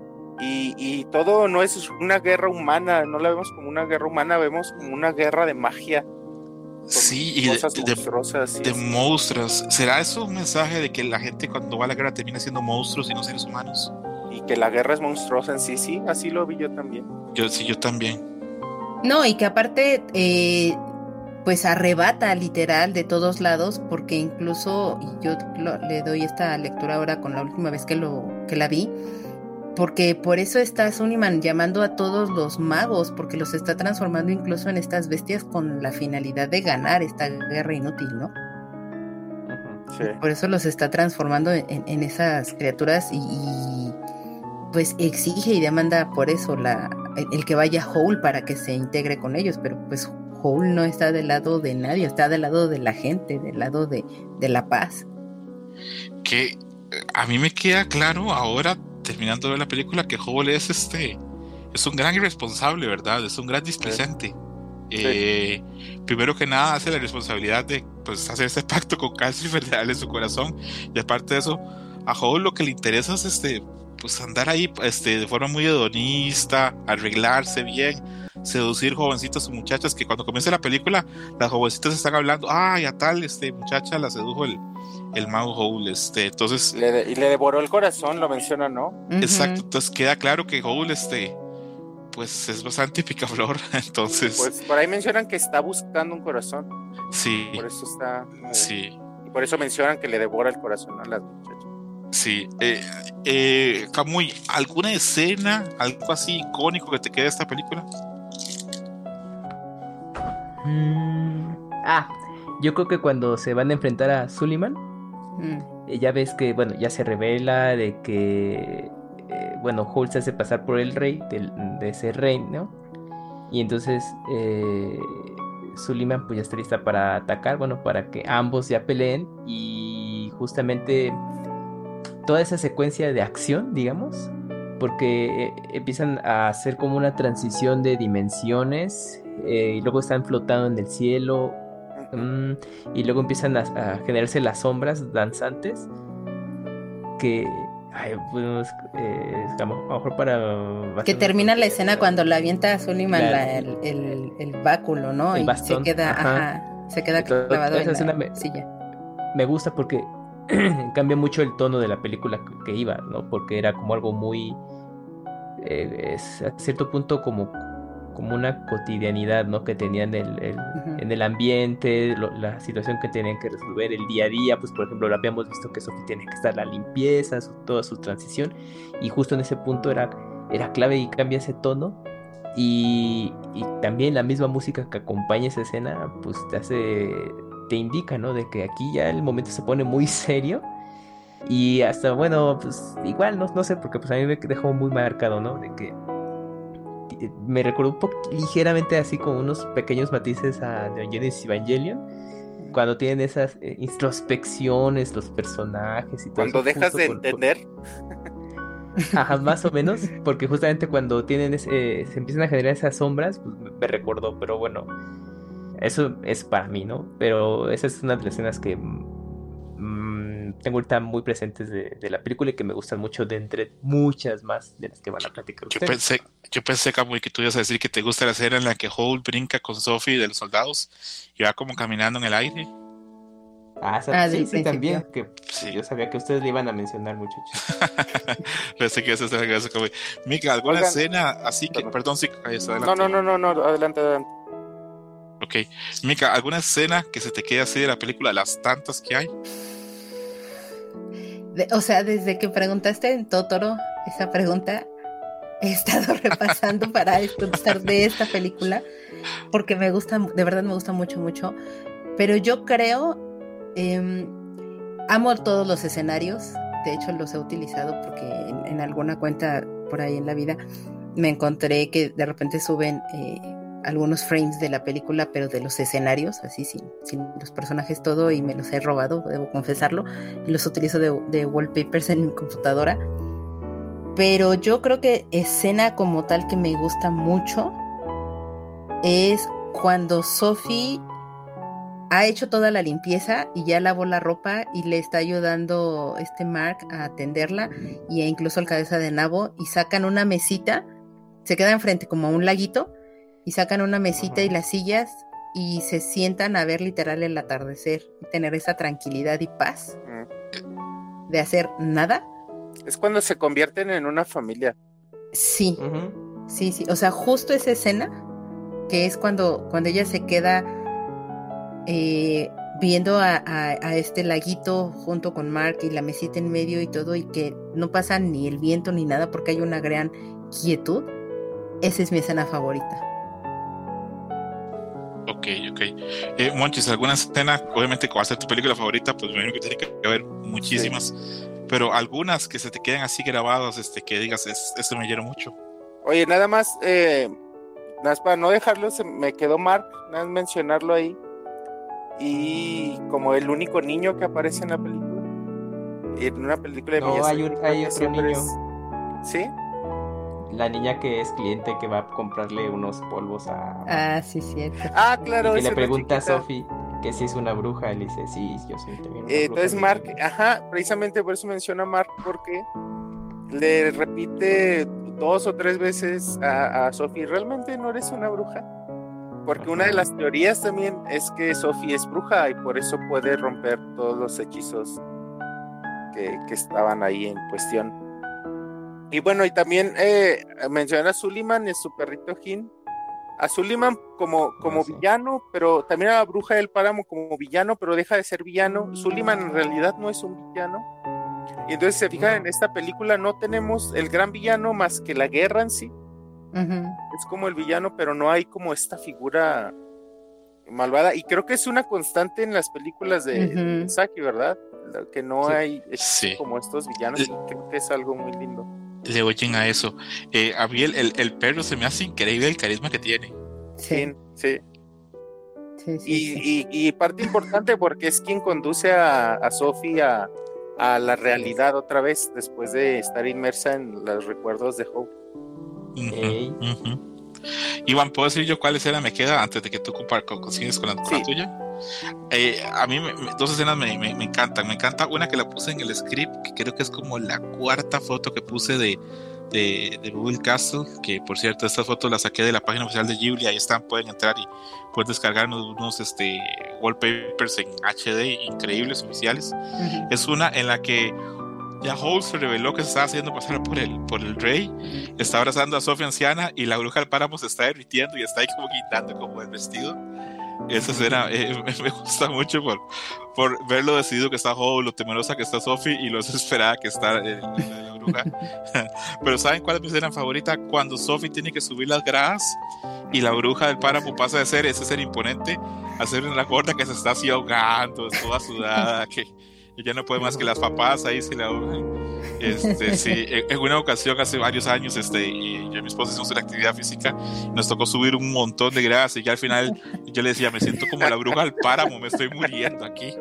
Y, y todo no es una guerra humana, no la vemos como una guerra humana, vemos como una guerra de magia. Sí, y cosas de, monstruosas. De, de monstruos. ¿Será eso un mensaje de que la gente cuando va a la guerra termina siendo monstruos y no seres humanos? Y que la guerra es monstruosa en sí, sí, así lo vi yo también. Yo sí, yo también. No, y que aparte, eh, pues arrebata literal de todos lados, porque incluso yo lo, le doy esta lectura ahora con la última vez que, lo, que la vi, porque por eso está Suliman llamando a todos los magos, porque los está transformando incluso en estas bestias con la finalidad de ganar esta guerra inútil, ¿no? Sí. Por eso los está transformando en, en esas criaturas y, y pues exige y demanda por eso la, el, el que vaya Howl para que se integre con ellos, pero pues Howl no está del lado de nadie, está del lado de la gente, del lado de, de la paz. Que a mí me queda claro ahora, terminando de ver la película, que Howl es este es un gran irresponsable, ¿verdad? Es un gran displicente. Sí. Eh, sí. Primero que nada hace la responsabilidad de pues hacer este pacto con Calcifer, de darle su corazón, y aparte de eso a Howl lo que le interesa es este pues andar ahí este, de forma muy hedonista, arreglarse bien, seducir jovencitas o muchachas, que cuando comienza la película las jovencitas están hablando, ay, a tal este, muchacha la sedujo el, el mago Howl, este, entonces le de, y le devoró el corazón, lo menciona, ¿no? Exacto, uh-huh. Entonces queda claro que Howl este pues es bastante picaflor, entonces pues por ahí mencionan que está buscando un corazón, sí, por eso está como, sí, y por eso mencionan que le devora el corazón a las muchachas. Sí, eh, eh, Camuy, ¿alguna escena, algo así icónico que te quede de esta película? Mm, ah, yo creo que cuando se van a enfrentar a Suliman, mm. eh, ya ves que, bueno, ya se revela de que, eh, bueno, Howl se hace pasar por el rey de, de ese reino, y entonces eh, Suliman pues ya está lista para atacar, bueno, para que ambos ya peleen, y justamente toda esa secuencia de acción, digamos, porque eh, empiezan a hacer como una transición de dimensiones, eh, y luego están flotando en el cielo, um, y luego empiezan a, a generarse las sombras danzantes, que, ay, pues, eh, a lo mejor para... Que termina la escena cuando la avienta a Suliman la, la, el, el, el báculo, ¿no? El y bastón, se queda, ajá. Ajá, se queda clavado en la me, silla. Me gusta porque cambia mucho el tono de la película que iba, ¿no? Porque era como algo muy eh, es a cierto punto como como una cotidianidad, ¿no? Que tenían el, el, Ujú. en el ambiente, lo- la situación que tenían que resolver el día a día. Pues por ejemplo, lo habíamos visto que Sophie tenía que estar la limpieza, su- toda su transición, y justo en ese punto era, era clave y cambia ese tono. Y, y también la misma música que acompaña esa escena, pues te hace, te indica, ¿no? De que aquí ya el momento se pone muy serio. Y hasta, bueno, pues igual, no, no sé, porque pues a mí me dejó muy marcado, ¿no? De que eh, me recordó un poco ligeramente así con unos pequeños matices a Neon Genesis Evangelion, cuando tienen esas eh, introspecciones, los personajes y todo Cuando eso, dejas justo de por- por- entender, Ajá, más o menos, porque justamente cuando tienen ese, se empiezan a generar esas sombras, pues me, me recordó, pero bueno, eso es para mí, ¿no? Pero esa es una de las escenas que mm, tengo ahorita muy presentes de, de la película y que me gustan mucho, de entre muchas más de las que van a platicar Yo ustedes. pensé, yo pensé, Camuy, que tú ibas a decir que te gusta la escena en la que Holt brinca con Sophie de los soldados y va como caminando en el aire. Ah, esa- Ah, sí, del sí, también, principio. que Sí, yo sabía que ustedes le iban a mencionar, muchachos. pensé que esa escena que hace Camuy. Mica, ¿alguna Oigan, escena así que, perdón, sí, ahí está, no, adelante. no, no, no, no, adelante, adelante. Ok, Mica, ¿alguna escena que se te quede así de la película, las tantas que hay? De- o sea, desde que preguntaste en Totoro esa pregunta, he estado repasando para contestar de esta película, porque me gusta, de verdad me gusta mucho, mucho. Pero yo creo, em, amo todos los escenarios, de hecho los he utilizado porque en, en alguna cuenta por ahí en la vida me encontré que de repente suben eh, algunos frames de la película, pero de los escenarios, así sin, sin los personajes todo, y me los he robado, debo confesarlo, y los utilizo de, de wallpapers en mi computadora. Pero yo creo que escena como tal que me gusta mucho es cuando Sophie ha hecho toda la limpieza y ya lavó la ropa y le está ayudando este Mark a atenderla, y incluso el cabeza de nabo, y sacan una mesita, se quedan enfrente como a un laguito y sacan una mesita y las sillas y se sientan a ver literal el atardecer y tener esa tranquilidad y paz Mm. de hacer nada. Es cuando se convierten en una familia. Sí, Ujú. sí, sí, o sea, justo esa escena que es cuando, cuando ella se queda eh, viendo a, a, a este laguito junto con Mark y la mesita en medio y todo, y que no pasa ni el viento ni nada porque hay una gran quietud. Esa es mi escena favorita. Ok, ok. Eh, Monchis, ¿alguna escena? Obviamente, ¿cuál va a ser tu película favorita? Pues me imagino que tiene que haber muchísimas, pero algunas que se te queden así grabadas, este, que digas, es, eso me llenó mucho. Oye, nada más, eh, nada más para no dejarlo, se me quedó Mark, nada más mencionarlo ahí. Y como el único niño que aparece en la película. En una película de No, Miyazaki, hay un- creo hay que otro siempre niño. es- ¿Sí? La niña que es cliente que va a comprarle unos polvos a... Ah, sí, cierto. Ah, y claro, que es le una pregunta a chiquita. Sophie que si es una bruja. Él dice, sí, yo soy también una Eh, bruja. entonces Le Mark, dice, ajá, precisamente por eso menciona a Mark, porque le repite dos o tres veces a, a Sophie, ¿realmente no eres una bruja? Porque una de las teorías también es que Sophie es bruja y por eso puede romper todos los hechizos que, que estaban ahí en cuestión. Y bueno, y también eh, menciona a Suliman, es su perrito Jin. A Suliman como, como Ah, sí. villano, pero también a la bruja del páramo como villano, pero deja de ser villano. Suliman en realidad no es un villano. Y entonces se fijan, en esta película no tenemos el gran villano más que la guerra en sí. Uh-huh. Es como el villano, pero no hay como esta figura malvada. Y creo que es una constante en las películas de, Ujú. de Miyazaki, ¿verdad? Que no Sí. hay Sí. como estos villanos. Y creo que es algo muy lindo. Le oyen a eso. Eh, a mí el, el, el perro se me hace increíble el carisma que tiene. Sí, Sí, sí. sí, sí, Y, sí. y, y parte importante porque es quien conduce a, a Sophie a, a la realidad otra vez después de estar inmersa en los recuerdos de Hope. Ujú, Ey. ujú. Iván, ¿puedo decir yo cuál escena me queda antes de que tú compar- co- consigues con la, con la Sí. tuya? Eh, a mí me- me- dos escenas me, me, me encantan. Me encanta una que la puse en el script, que creo que es como la cuarta foto que puse de, de, de Google Castle, que por cierto estas fotos las saqué de la página oficial de Ghibli. Ahí están, pueden entrar y pueden descargar unos, unos este, wallpapers en H D increíbles, oficiales. Uh-huh. Es una en la que ya Howl se reveló que se estaba haciendo pasar por el, por el rey, está abrazando a Sophie anciana y la bruja del páramo se está derritiendo y está ahí como quitando como el vestido. Esa escena eh, me gusta mucho por, por ver lo decidido que está Howl, lo temerosa que está Sophie y lo desesperada que está eh, la, la bruja. Pero ¿saben cuál es mi escena favorita? Cuando Sophie tiene que subir las gradas y la bruja del páramo pasa de ser ese ser imponente a ser una gorda que se está así ahogando, toda sudada, que ella no puede más que las papás ahí se la ahogan. Este, sí, en una ocasión hace varios años, este, y yo y mi esposa hicimos una actividad física, nos tocó subir un montón de gradas y ya al final yo le decía, me siento como la bruja del páramo, me estoy muriendo aquí.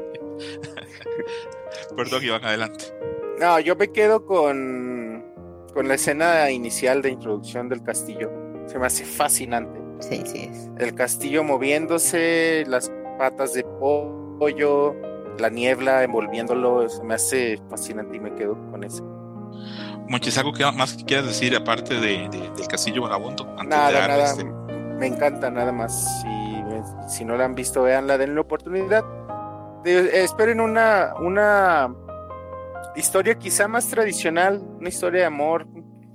Perdón, Iván, adelante. No, yo me quedo con, con la escena inicial de introducción del castillo. Se me hace fascinante. Sí, sí es. El castillo moviéndose, las patas de pollo, la niebla envolviéndolo, se me hace fascinante y me quedo con eso. Monchis, ¿algo que más que quieras decir aparte de, de, del castillo vagabundo? Antes nada, de nada, este... me encanta nada más. Si, si no la han visto, véanla, denle la oportunidad. De, esperen una, una historia quizá más tradicional, una historia de amor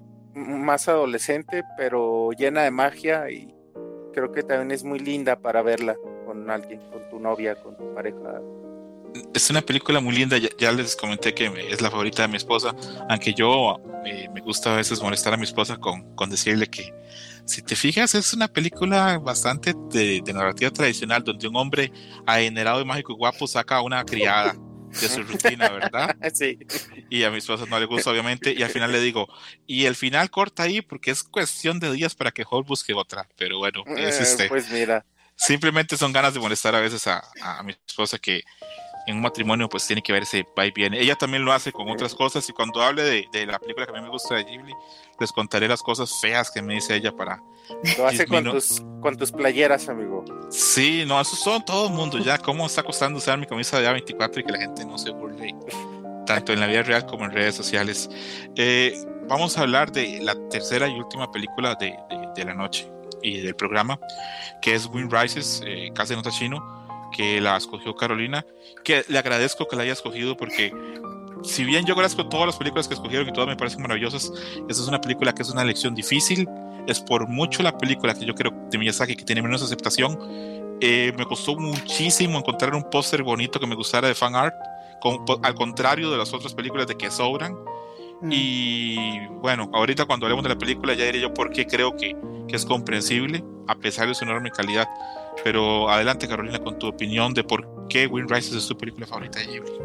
más adolescente, pero llena de magia, y creo que también es muy linda para verla con alguien, con tu novia, con tu pareja. Es una película muy linda, ya, ya les comenté que es la favorita de mi esposa, aunque yo eh, me gusta a veces molestar a mi esposa con, con decirle que si te fijas es una película bastante de, de narrativa tradicional, donde un hombre adinerado y mágico y guapo saca a una criada de su rutina, ¿verdad? Sí. Y a mi esposa no le gusta, obviamente, y al final le digo, y el final corta ahí porque es cuestión de días para que Howl busque otra, pero bueno, es este, eh, pues mira, simplemente son ganas de molestar a veces a, a mi esposa, que en un matrimonio pues tiene que verse va y viene. Ella también lo hace con otras cosas, y cuando hable de, de la película que a mí me gusta de Ghibli, les contaré las cosas feas que me dice ella para... lo hace con tus, con tus playeras, amigo. Sí, no, eso son todo el mundo ya. ¿Cómo está costando usar mi camisa de A veinticuatro y que la gente no se burle? Tanto en la vida real como en redes sociales. Eh, vamos a hablar de la tercera y última película de, de, de la noche y del programa, que es Wind Rises, eh, Kase no Tachino, que la escogió Carolina, que le agradezco que la haya escogido, porque si bien yo agradezco todas las películas que escogieron y todas me parecen maravillosas, esta es una película que es una elección difícil. Es por mucho la película que yo creo de Miyazaki que tiene menos aceptación. Eh, me costó muchísimo encontrar un póster bonito que me gustara de fan art, con, al contrario de las otras películas de que sobran. Mm. Y bueno, ahorita cuando hablemos de la película ya diré yo por qué creo que, que es comprensible a pesar de su enorme calidad. Pero adelante, Carolina, con tu opinión de por qué Wind Rises es tu película favorita de Ghibli.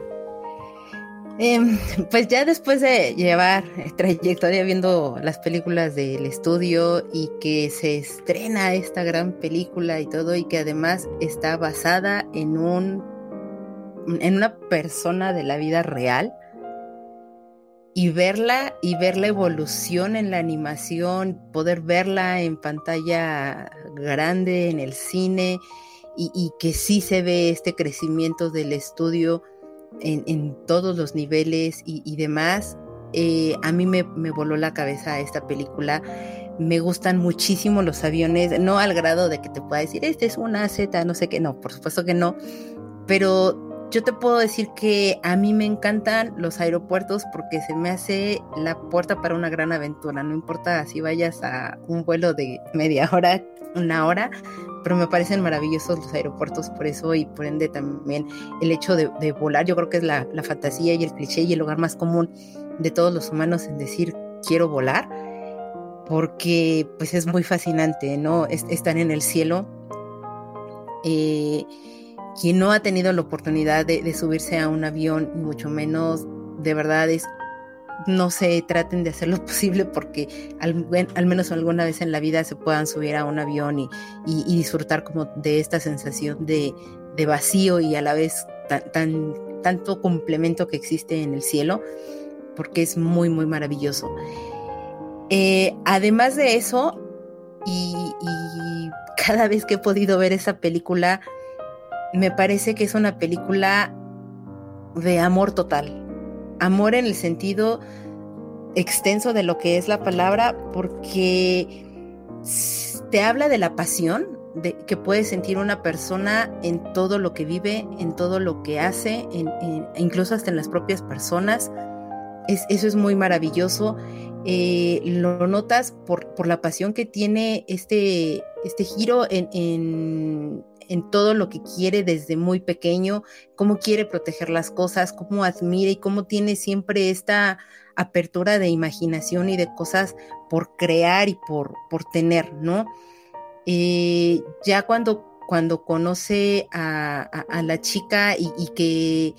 Eh, pues ya después de llevar trayectoria viendo las películas del estudio y que se estrena esta gran película y todo, y que además está basada en un en una persona de la vida real, y verla y ver la evolución en la animación, poder verla en pantalla grande en el cine, y, y que sí se ve este crecimiento del estudio En, en todos los niveles y, y demás, eh, a mí me, me voló la cabeza esta película. Me gustan muchísimo los aviones, no al grado de que te pueda decir, este es una Z, no sé qué, no, por supuesto que no, pero yo te puedo decir que a mí me encantan los aeropuertos, porque se me hace la puerta para una gran aventura. No importa si vayas a un vuelo de media hora, una hora, pero me parecen maravillosos los aeropuertos por eso, y por ende también el hecho de, de volar. Yo creo que es la, la fantasía y el cliché y el lugar más común de todos los humanos en decir quiero volar, porque pues es muy fascinante, ¿no? Es, estar en el cielo. Eh, quien no ha tenido la oportunidad de, de subirse a un avión, ni mucho menos, de verdad es no se traten de hacer lo posible porque al, al menos alguna vez en la vida se puedan subir a un avión y, y, y disfrutar como de esta sensación de, de vacío, y a la vez tan, tan, tanto complemento que existe en el cielo, porque es muy muy maravilloso. Eh, además de eso, y, y cada vez que he podido ver esa película, me parece que es una película de amor total. Amor en el sentido extenso de lo que es la palabra, porque te habla de la pasión de, que puede sentir una persona en todo lo que vive, en todo lo que hace, en, en, incluso hasta en las propias personas, es, eso es muy maravilloso. Eh, lo notas por, por la pasión que tiene este, este Hiro en, en, en todo lo que quiere desde muy pequeño, cómo quiere proteger las cosas, cómo admira y cómo tiene siempre esta apertura de imaginación y de cosas por crear y por, por tener, ¿no? Eh, ya cuando, cuando conoce a, a, a la chica y, y que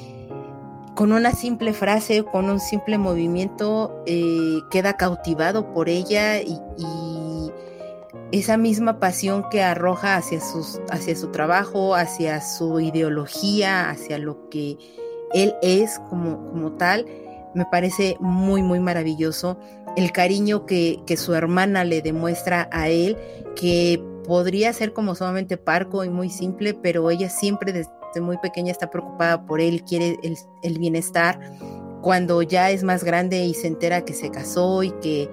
con una simple frase, con un simple movimiento, eh, queda cautivado por ella y, y esa misma pasión que arroja hacia, sus, hacia su trabajo, hacia su ideología, hacia lo que él es como, como tal, me parece muy, muy maravilloso. El cariño que, que su hermana le demuestra a él, que podría ser como sumamente parco y muy simple, pero ella siempre desde muy pequeña está preocupada por él, quiere el, el bienestar. Cuando ya es más grande y se entera que se casó y que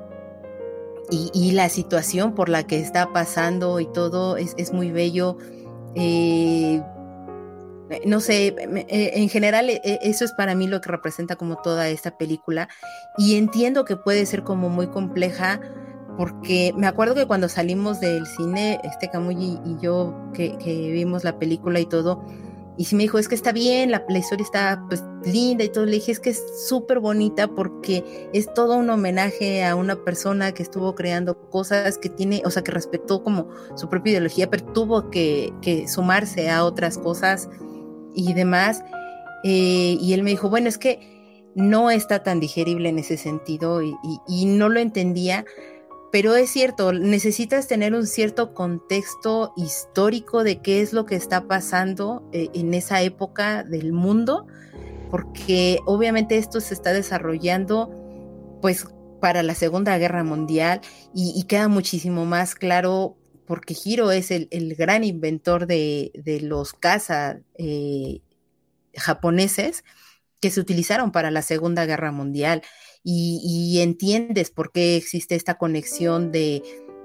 y, y la situación por la que está pasando y todo es, es muy bello. Eh, no sé, en general eso es para mí lo que representa como toda esta película, y entiendo que puede ser como muy compleja, porque me acuerdo que cuando salimos del cine, este Camuy y yo, que, que vimos la película y todo, y sí me dijo, es que está bien, la, la historia está pues linda y todo, le dije, es que es súper bonita porque es todo un homenaje a una persona que estuvo creando cosas, que tiene, o sea, que respetó como su propia ideología, pero tuvo que, que sumarse a otras cosas y demás, eh, y él me dijo, bueno, es que no está tan digerible en ese sentido, y, y, y no lo entendía. Pero es cierto, necesitas tener un cierto contexto histórico de qué es lo que está pasando eh, en esa época del mundo, porque obviamente esto se está desarrollando pues para la Segunda Guerra Mundial, y, y queda muchísimo más claro porque Hiro es el, el gran inventor de, de los caza eh, japoneses que se utilizaron para la Segunda Guerra Mundial. Y, y entiendes por qué existe esta conexión de,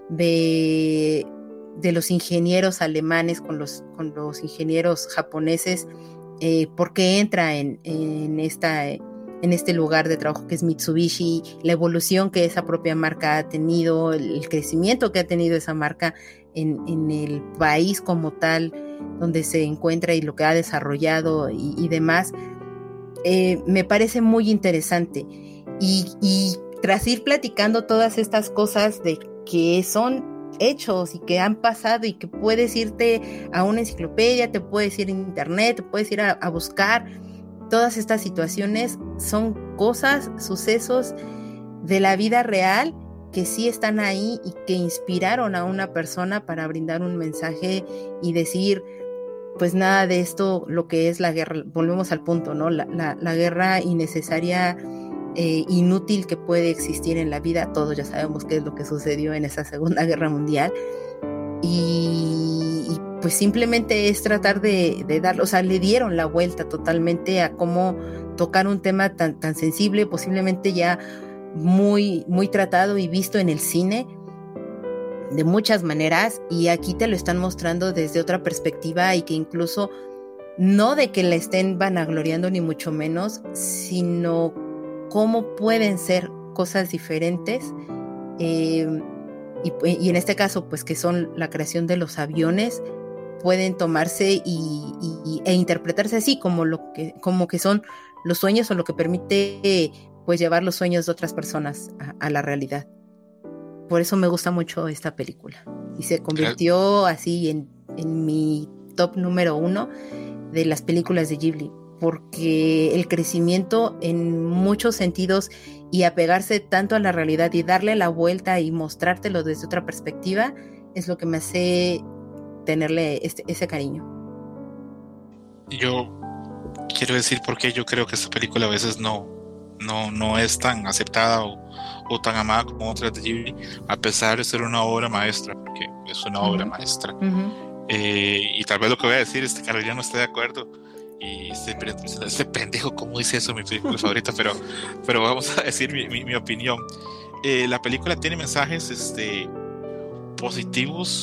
de, de los ingenieros alemanes con los, con los ingenieros japoneses, eh, por qué entra en, en, esta, en este lugar de trabajo que es Mitsubishi, la evolución que esa propia marca ha tenido, el, el crecimiento que ha tenido esa marca en, en el país como tal, donde se encuentra y lo que ha desarrollado y, y demás. Eh, me parece muy interesante. Y, y tras ir platicando todas estas cosas de que son hechos y que han pasado y que puedes irte a una enciclopedia, te puedes ir a internet, te puedes ir a, a buscar, todas estas situaciones son cosas, sucesos de la vida real que sí están ahí y que inspiraron a una persona para brindar un mensaje y decir, pues nada de esto, lo que es la guerra, volvemos al punto, ¿no? La, la, la guerra innecesaria, Eh, inútil que puede existir en la vida. Todos ya sabemos qué es lo que sucedió en esa Segunda Guerra Mundial, y, y pues simplemente es tratar de, de darlo, o sea, le dieron la vuelta totalmente a cómo tocar un tema tan, tan sensible, posiblemente ya muy, muy tratado y visto en el cine de muchas maneras, y aquí te lo están mostrando desde otra perspectiva, y que incluso no de que la estén vanagloriando ni mucho menos, sino cómo pueden ser cosas diferentes, eh, y, y en este caso, pues que son la creación de los aviones, pueden tomarse y, y, e interpretarse así, como, lo que, como que son los sueños, o lo que permite pues llevar los sueños de otras personas a, a la realidad. Por eso me gusta mucho esta película, y se convirtió así en, en mi top número uno de las películas de Ghibli, porque el crecimiento en muchos sentidos y apegarse tanto a la realidad y darle la vuelta y mostrártelo desde otra perspectiva es lo que me hace tenerle este, ese cariño. Yo quiero decir por qué yo creo que esta película a veces no, no, no es tan aceptada o, o tan amada como otras de Ghibli, a pesar de ser una obra maestra, porque es una uh-huh. obra maestra. Uh-huh. Eh, y tal vez lo que voy a decir es que Carolina no esté de acuerdo, y este, este pendejo, ¿cómo dice eso? Mi película favorita, pero, pero vamos a decir mi, mi, mi opinión. Eh, la película tiene mensajes este, positivos,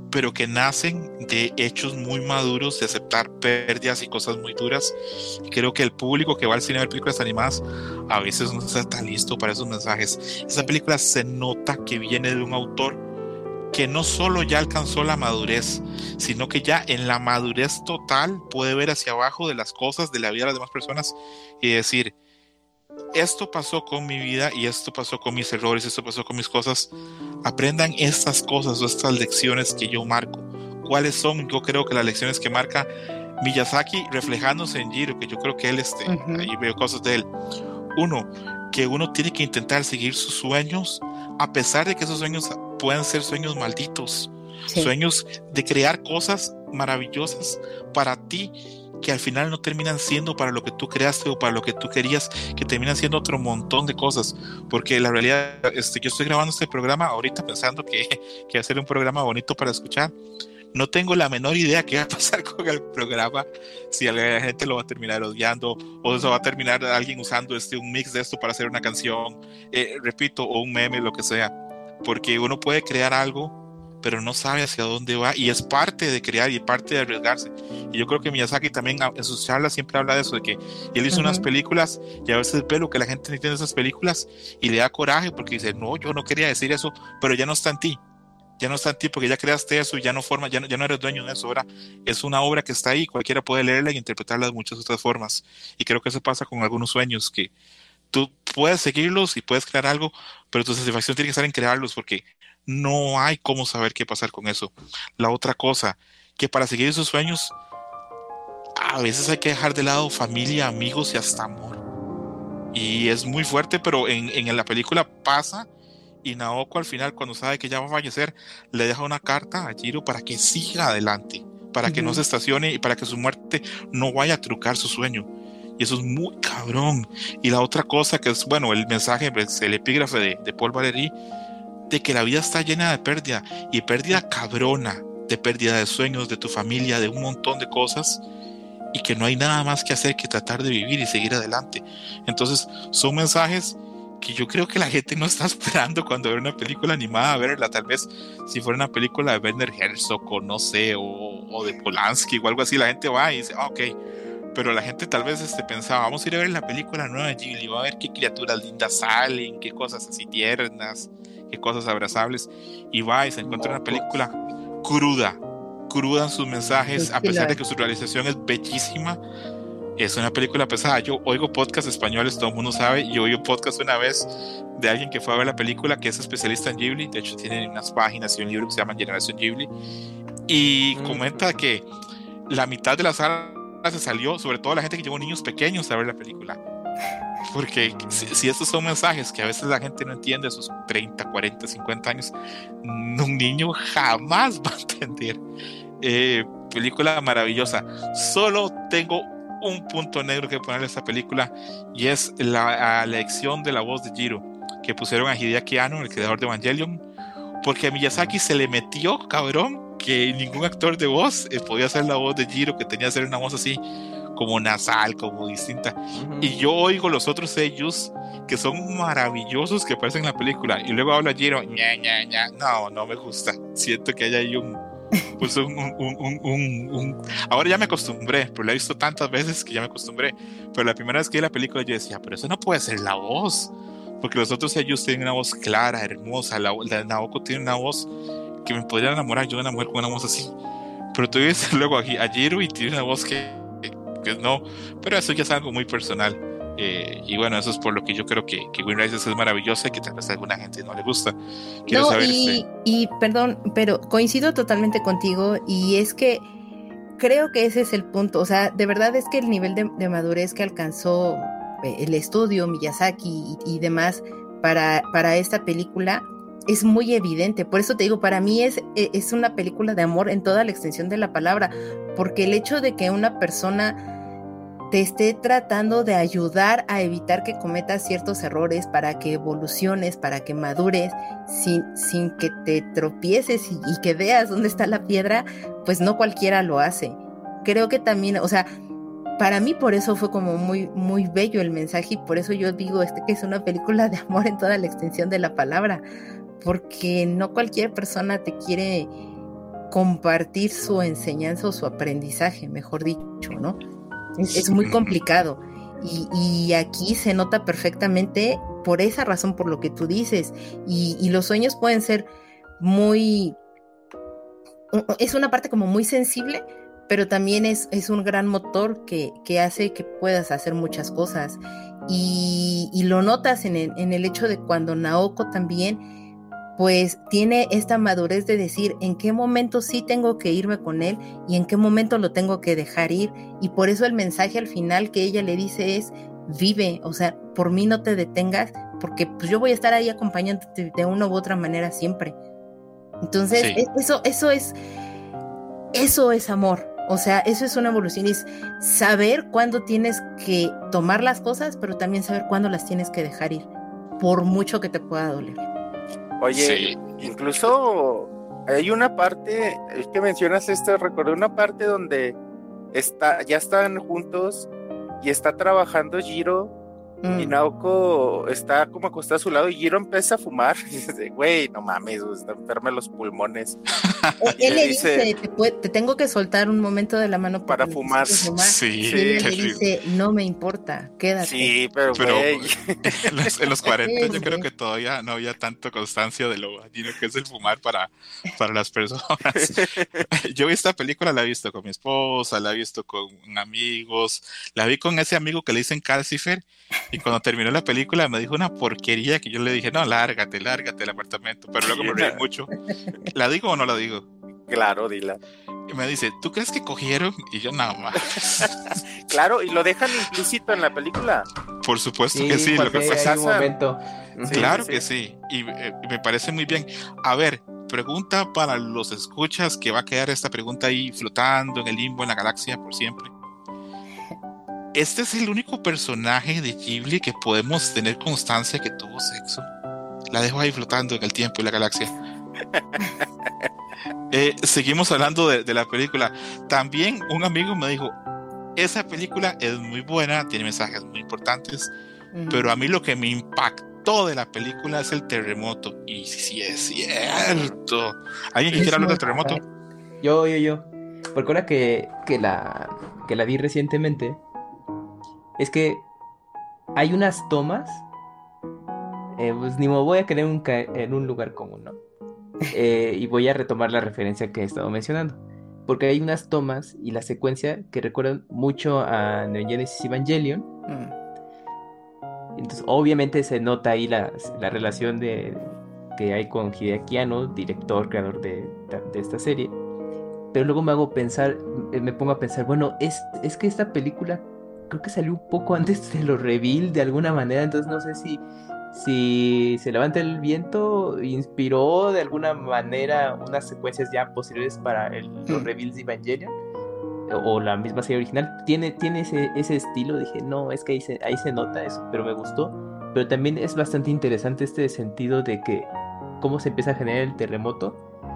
pero que nacen de hechos muy maduros, de aceptar pérdidas y cosas muy duras. Y creo que el público que va al cine a ver películas animadas a veces no está tan listo para esos mensajes. Esa película se nota que viene de un autor que no solo ya alcanzó la madurez, sino que ya en la madurez total puede ver hacia abajo de las cosas, de la vida de las demás personas y decir: esto pasó con mi vida y esto pasó con mis errores, esto pasó con mis cosas. Aprendan estas cosas o estas lecciones que yo marco. ¿Cuáles son? Yo creo que las lecciones que marca Miyazaki reflejándose en Jiro, que yo creo que él, este, uh-huh. ahí veo cosas de él. Uno, que uno tiene que intentar seguir sus sueños, a pesar de que esos sueños puedan ser sueños malditos, sí. sueños de crear cosas maravillosas para ti, que al final no terminan siendo para lo que tú creaste o para lo que tú querías, que terminan siendo otro montón de cosas. Porque la realidad, este, yo estoy grabando este programa ahorita pensando que, que va a ser un programa bonito para escuchar. No tengo la menor idea qué va a pasar con el programa, si la gente lo va a terminar odiando o se va a terminar alguien usando este, un mix de esto para hacer una canción, eh, repito, o un meme, lo que sea. Porque uno puede crear algo, pero no sabe hacia dónde va, y es parte de crear y parte de arriesgarse. Y yo creo que Miyazaki también en sus charlas siempre habla de eso, de que él hizo uh-huh. unas películas y a veces ve lo que la gente no entiende de esas películas y le da coraje porque dice: no, yo no quería decir eso, pero ya no está en ti, ya no está en ti porque ya creaste eso y ya no forma, ya no, ya no eres dueño de eso. Ahora es una obra que está ahí, cualquiera puede leerla y interpretarla de muchas otras formas. Y creo que eso pasa con algunos sueños, que tú puedes seguirlos y puedes crear algo, pero tu satisfacción tiene que estar en crearlos, porque no hay cómo saber qué pasar con eso. La otra cosa, que para seguir esos sueños a veces hay que dejar de lado familia, amigos y hasta amor. Y es muy fuerte, pero en, en la película pasa, y Naoko al final, cuando sabe que ya va a fallecer, le deja una carta a Jiro para que siga adelante, para uh-huh. que no se estacione y para que su muerte no vaya a trucar su sueño. Y eso es muy cabrón. Y la otra cosa que es, bueno, el mensaje, el epígrafe de, de Paul Valéry, de que la vida está llena de pérdida, y pérdida cabrona, de pérdida de sueños, de tu familia, de un montón de cosas, y que no hay nada más que hacer que tratar de vivir y seguir adelante. Entonces son mensajes que yo creo que la gente no está esperando cuando ve una película animada a verla. Tal vez si fuera una película de Werner Herzog o no sé, o, o de Polanski o algo así, la gente va y dice: ah, ok. Pero la gente tal vez este, pensaba: vamos a ir a ver la película nueva de Ghibli, va a ver qué criaturas lindas salen, qué cosas así tiernas, qué cosas abrazables, y va y se encuentra una película cruda, cruda en sus mensajes, a pesar de que su realización es bellísima. Es una película pesada. Yo oigo podcasts españoles, todo el mundo sabe. Yo oí un podcast una vez de alguien que fue a ver la película, que es especialista en Ghibli. De hecho, tiene unas páginas y un libro que se llama Generación Ghibli, y mm. comenta que la mitad de la sala se salió, sobre todo la gente que llevó niños pequeños a ver la película, porque si, si estos son mensajes que a veces la gente no entiende a sus treinta, cuarenta, cincuenta años, un niño jamás va a entender. Eh, película maravillosa. Solo tengo un punto negro que ponerle a esta película, y es la, la elección de la voz de Jiro, que pusieron a Hideaki Anno, el creador de Evangelion, porque a Miyazaki se le metió, cabrón, que ningún actor de voz eh, podía hacer la voz de Jiro, que tenía que ser una voz así como nasal, como distinta. Uh-huh. Y yo oigo los otros sellos que son maravillosos, que aparecen en la película, y luego habla Jiro, ña, ña, ña. No, no me gusta. Siento que hay ahí un pues un, un, un, un, un ahora ya me acostumbré, pero la he visto tantas veces que ya me acostumbré. Pero la primera vez que vi la película yo decía: pero eso no puede ser la voz, porque los otros sellos tienen una voz clara, hermosa. La, la de Naoko tiene una voz que me podría enamorar yo de una mujer con una voz así, pero tú ves luego aquí a Jiro y tiene una voz que, que, que no, pero eso ya es algo muy personal. Eh, y bueno, eso es por lo que yo creo que, que Wind Rises es maravillosa y que tal vez a alguna gente no le gusta. Quiero no, saber y, este... y perdón, pero coincido totalmente contigo, y es que creo que ese es el punto. O sea, de verdad es que el nivel de, de madurez que alcanzó el estudio Miyazaki y, y demás para, para esta película es muy evidente. Por eso te digo, para mí es, es una película de amor en toda la extensión de la palabra, porque el hecho de que una persona te esté tratando de ayudar a evitar que cometas ciertos errores, para que evoluciones, para que madures, sin, sin que te tropieces y, y que veas dónde está la piedra, pues no cualquiera lo hace. Creo que también, o sea, para mí por eso fue como muy, muy bello el mensaje, y por eso yo digo este, que es una película de amor en toda la extensión de la palabra, porque no cualquier persona te quiere compartir su enseñanza o su aprendizaje, mejor dicho, ¿no? Es, es muy complicado. Y, y aquí se nota perfectamente por esa razón, por lo que tú dices. Y, y los sueños pueden ser muy... Es una parte como muy sensible, pero también es, es un gran motor que, que hace que puedas hacer muchas cosas. Y, y lo notas en el, en el hecho de cuando Naoko también pues tiene esta madurez de decir en qué momento sí tengo que irme con él y en qué momento lo tengo que dejar ir, y por eso el mensaje al final que ella le dice es vive, o sea, por mí no te detengas, porque pues yo voy a estar ahí acompañándote de una u otra manera siempre. Entonces, sí. eso, eso es eso es amor, o sea, eso es una evolución, es saber cuándo tienes que tomar las cosas, pero también saber cuándo las tienes que dejar ir, por mucho que te pueda doler. Oye, sí. Incluso hay una parte, es que mencionas esto, recordé una parte donde está, ya están juntos y está trabajando Jiro mm. y Naoko está como acostada a su lado y Jiro empieza a fumar y dice, güey, no mames, está enferma los pulmones. Él le dice, dice te, puede, te tengo que soltar un momento de la mano para fumar. fumar. Sí, y él le dice, no me importa, quédate. Sí, pero, pero güey. En, los, en los cuarenta sí, yo sí. creo que todavía no había tanto constancia de lo dañino que es el fumar para, para las personas. Yo vi esta película, la he visto con mi esposa, la he visto con amigos, la vi con ese amigo que le dicen Calcifer, y cuando terminó la película me dijo una porquería que yo le dije, no, lárgate, lárgate del apartamento, pero luego me reí mucho. ¿La digo o no la digo? Claro, dila. Y me dice, ¿tú crees que cogieron? Y yo, nada más. Claro, y lo dejan implícito en la película. Por supuesto Sí, que sí. Lo que hay un momento. Sí, claro sí, que sí. sí. Y eh, me parece muy bien. A ver, pregunta para los escuchas, que va a quedar esta pregunta ahí flotando en el limbo, en la galaxia por siempre. ¿Este es el único personaje de Ghibli que podemos tener constancia que tuvo sexo? La dejo ahí flotando en el tiempo y la galaxia. Eh, seguimos hablando de, de la película. También un amigo me dijo, esa película es muy buena, tiene mensajes muy importantes, uh-huh. pero a mí lo que me impactó de la película es el terremoto. Y sí, sí es cierto. ¿Alguien que quiera hablar del terremoto? Yo, yo, yo. Porque ahora que, que, la, que la vi recientemente, es que hay unas tomas, eh, pues ni me voy a quedar en un, en un lugar común, ¿no? Eh, y voy a retomar la referencia que he estado mencionando, porque hay unas tomas y la secuencia que recuerdan mucho a Neon Genesis Evangelion. mm. Entonces obviamente se nota ahí la, la relación de, que hay con Hideaki Anno, director, creador de, de esta serie, pero luego me hago pensar, me pongo a pensar, bueno, es, es que esta película creo que salió un poco antes de los reveal de alguna manera, entonces no sé si Si Se Levanta el Viento inspiró de alguna manera unas secuencias ya posteriores para el, los reveals de Evangelion, o la misma serie original. Tiene, tiene ese, ese estilo. Dije, no, es que ahí se, ahí se nota eso, pero me gustó. Pero también es bastante interesante este sentido de que cómo se empieza a generar el terremoto,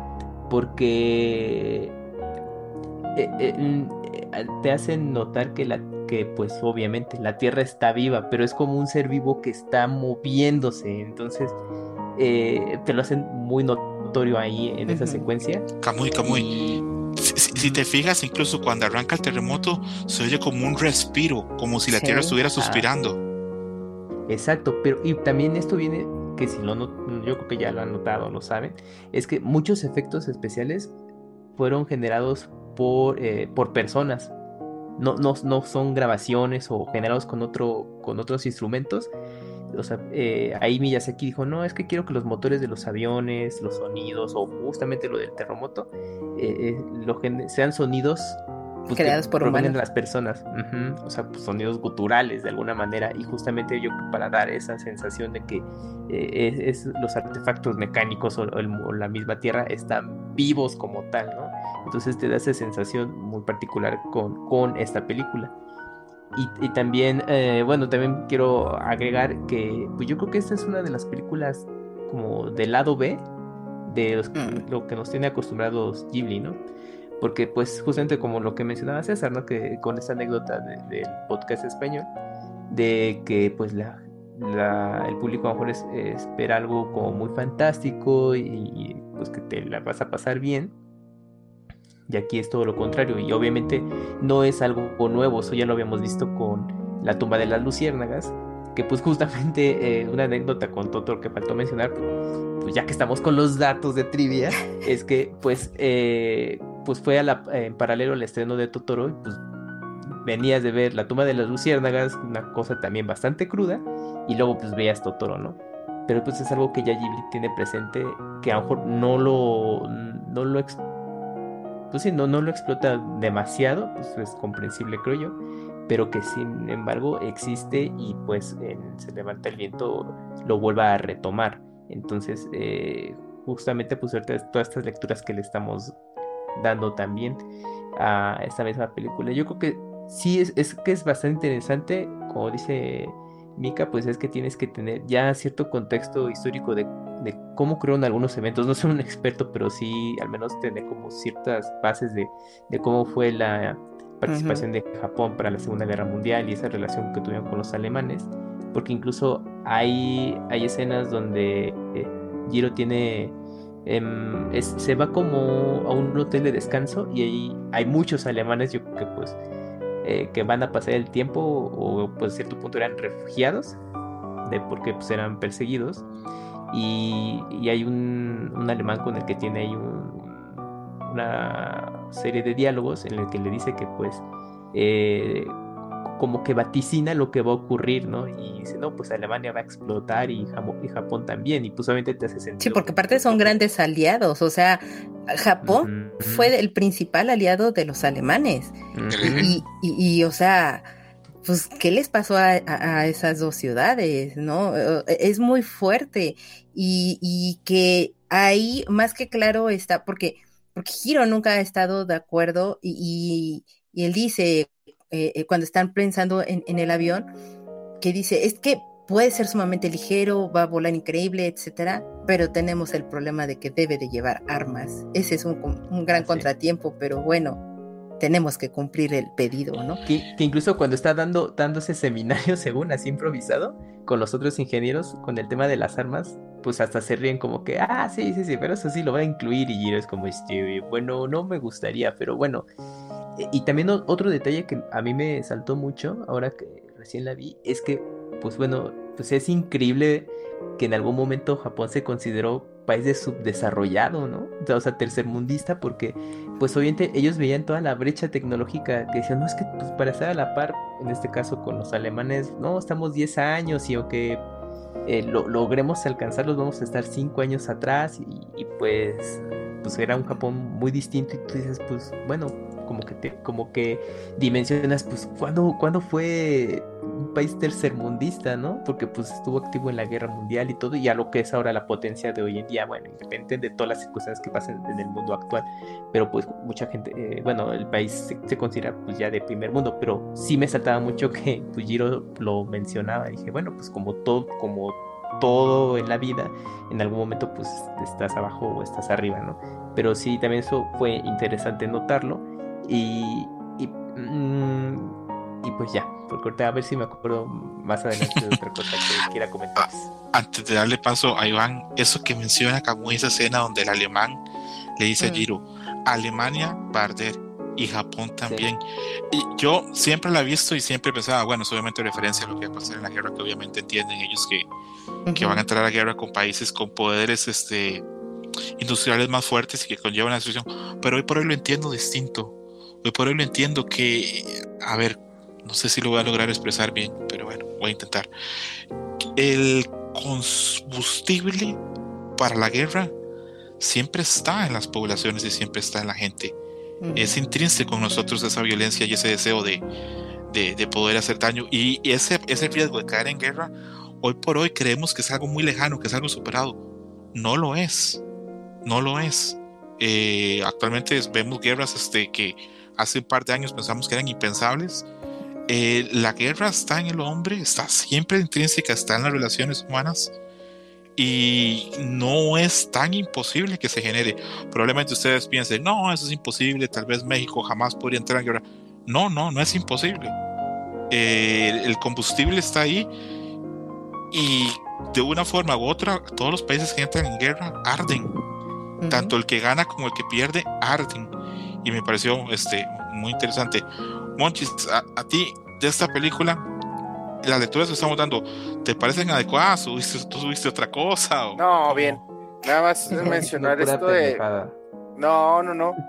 porque eh, eh, te hacen notar que la que pues obviamente la Tierra está viva, pero es como un ser vivo que está moviéndose, entonces eh, te lo hacen muy notorio ahí en uh-huh. esa secuencia. Camuy, Camuy. Y... Si, si te fijas, incluso cuando arranca el terremoto, se oye como un respiro, como si la sí. Tierra estuviera suspirando. Ah, exacto, pero y también esto viene, que si lo not- yo creo que ya lo han notado, lo saben, es que muchos efectos especiales fueron generados por, eh, por personas. No, no, no son grabaciones o generados con, otro, con otros instrumentos. O sea, eh, ahí Miyazaki dijo, no, es que quiero que los motores de los aviones, los sonidos, o justamente lo del terremoto, eh, eh, lo gen- sean sonidos pues, creados por humanos. De las personas. Uh-huh. O sea, pues, sonidos guturales de alguna manera. Y justamente yo creo para dar esa sensación de que eh, es, es los artefactos mecánicos o, el, o la misma tierra están vivos como tal, ¿no? Entonces te da esa sensación muy particular con, con esta película. Y, y también, eh, bueno, también quiero agregar que pues yo creo que esta es una de las películas como del lado B de los, mm. lo que nos tiene acostumbrados Ghibli, ¿no? Porque pues justamente como lo que mencionaba César, ¿no? Que con esta anécdota de, del podcast español, de que pues la, la, el público a lo mejor es, eh, espera algo como muy fantástico y, y pues que te la vas a pasar bien. Y aquí es todo lo contrario, y obviamente no es algo nuevo, eso ya lo habíamos visto con La tumba de las luciérnagas, que pues justamente eh, una anécdota con Totoro que faltó mencionar, pues ya que estamos con los datos de trivia, es que pues, eh, pues fue a la, eh, en paralelo al estreno de Totoro, y pues venías de ver La tumba de las luciérnagas, una cosa también bastante cruda, y luego pues veías Totoro, ¿no? Pero pues es algo que ya Ghibli tiene presente, que a lo mejor no lo, no lo, ex- pues sí, no, no lo explota demasiado, pues es comprensible creo yo, pero que sin embargo existe y pues en Se levanta el viento lo vuelva a retomar. Entonces, eh, justamente pues ahorita todas estas lecturas que le estamos dando también a esta misma película, yo creo que sí es, es que es bastante interesante, como dice Mika, pues es que tienes que tener ya cierto contexto histórico de, de cómo crearon algunos eventos. No soy un experto, pero sí al menos tener como ciertas bases de, de cómo fue la participación Ujú. de Japón para la Segunda Guerra Mundial y esa relación que tuvieron con los alemanes, porque incluso hay, hay escenas donde eh, Jiro tiene em, es- se va como a un hotel de descanso y ahí hay muchos alemanes, yo creo que pues eh, que van a pasar el tiempo o pues a cierto punto eran refugiados de porque pues eran perseguidos y, y hay un, un alemán con el que tiene ahí un- una serie de diálogos en el que le dice que pues eh, como que vaticina lo que va a ocurrir, ¿no? Y dice, no, pues Alemania va a explotar y, Jamo- y Japón también, y pues obviamente te hace Sí, sentido porque como aparte que son todo. grandes aliados, o sea, Japón Ujú, fue el principal aliado de los alemanes. Y, ujú. y, y, y, o sea, pues, ¿qué les pasó a, a- a esas dos ciudades, no? Eh, Es muy fuerte y, y que ahí más que claro está, porque, porque Hiro nunca ha estado de acuerdo y, y, y él dice, eh, eh, cuando están pensando en, en el avión, que dice, es que puede ser sumamente ligero, va a volar increíble, etcétera, pero tenemos el problema de que debe de llevar armas. Ese es un, un gran Ah, sí. contratiempo, pero bueno, tenemos que cumplir el pedido, ¿no? Que, que incluso cuando está dando, dando ese seminario, según así improvisado, con los otros ingenieros, con el tema de las armas, pues hasta se ríen como que, ah, sí, sí, sí, pero eso sí lo va a incluir. Y Jiro es como, este, bueno, no me gustaría, pero bueno. E- Y también o- otro detalle que a mí me saltó mucho, ahora que recién la vi, es que, pues bueno, pues es increíble que en algún momento Japón se consideró país de subdesarrollado, ¿no? O sea, tercermundista, porque pues obviamente ellos veían toda la brecha tecnológica que decían, no, es que pues para estar a la par, en este caso con los alemanes, no, estamos diez años y aunque eh, lo, logremos alcanzarlos, vamos a estar cinco años atrás y, y, pues, pues era un Japón muy distinto y tú dices, pues bueno, como que te, como que dimensionas, pues, ¿cuándo, ¿cuándo fue un país tercermundista, ¿no? Porque pues estuvo activo en la guerra mundial y todo, y a lo que es ahora la potencia de hoy en día, bueno, independiente de todas las circunstancias que pasan en el mundo actual, pero pues mucha gente, eh, bueno, el país se, se considera pues ya de primer mundo, pero sí me saltaba mucho que Fujiro lo mencionaba, dije, bueno, pues como todo, como todo en la vida, en algún momento pues estás abajo o estás arriba, ¿no? Pero sí, también eso fue interesante notarlo y, y, mm, y pues ya, porque ahorita a ver si me acuerdo más adelante de otra cosa que quiera comentar. Antes de darle paso a Iván, eso que menciona Camus, esa escena donde el alemán le dice a Mm. Jiro, Alemania va a arder y Japón Sí. también. Y yo siempre la he visto y siempre pensaba, bueno, es obviamente referencia a lo que va a pasar en la guerra, que obviamente entienden ellos que, que van a entrar a la guerra con países con poderes este, industriales más fuertes y que conllevan la destrucción. Pero hoy por hoy lo entiendo distinto. Hoy por hoy lo entiendo que, a ver, no sé si lo voy a lograr expresar bien, pero bueno, voy a intentar. El combustible para la guerra siempre está en las poblaciones y siempre está en la gente. Ujú. Es intrínseco en nosotros esa violencia y ese deseo de, de, de poder hacer daño, y ese, ese riesgo de caer en guerra, hoy por hoy creemos que es algo muy lejano, que es algo superado. No lo es, no lo es. Eh, actualmente vemos guerras este, que hace un par de años pensamos que eran impensables. Eh, la guerra está en el hombre, está siempre intrínseca, está en las relaciones humanas y no es tan imposible que se genere. Probablemente ustedes piensen, no, eso es imposible, tal vez México jamás podría entrar en guerra. No, no, no es imposible. Eh, el combustible está ahí y de una forma u otra todos los países que entran en guerra arden. Ujú. Tanto el que gana como el que pierde arden. y me pareció este, muy interesante. Monchis, a, a ti, de esta película, las lecturas que estamos dando, ¿te parecen adecuadas? ¿O viste, tú viste otra cosa? O, No, o... bien. Nada más mencionar Pura esto de... pendejada. No, no, no.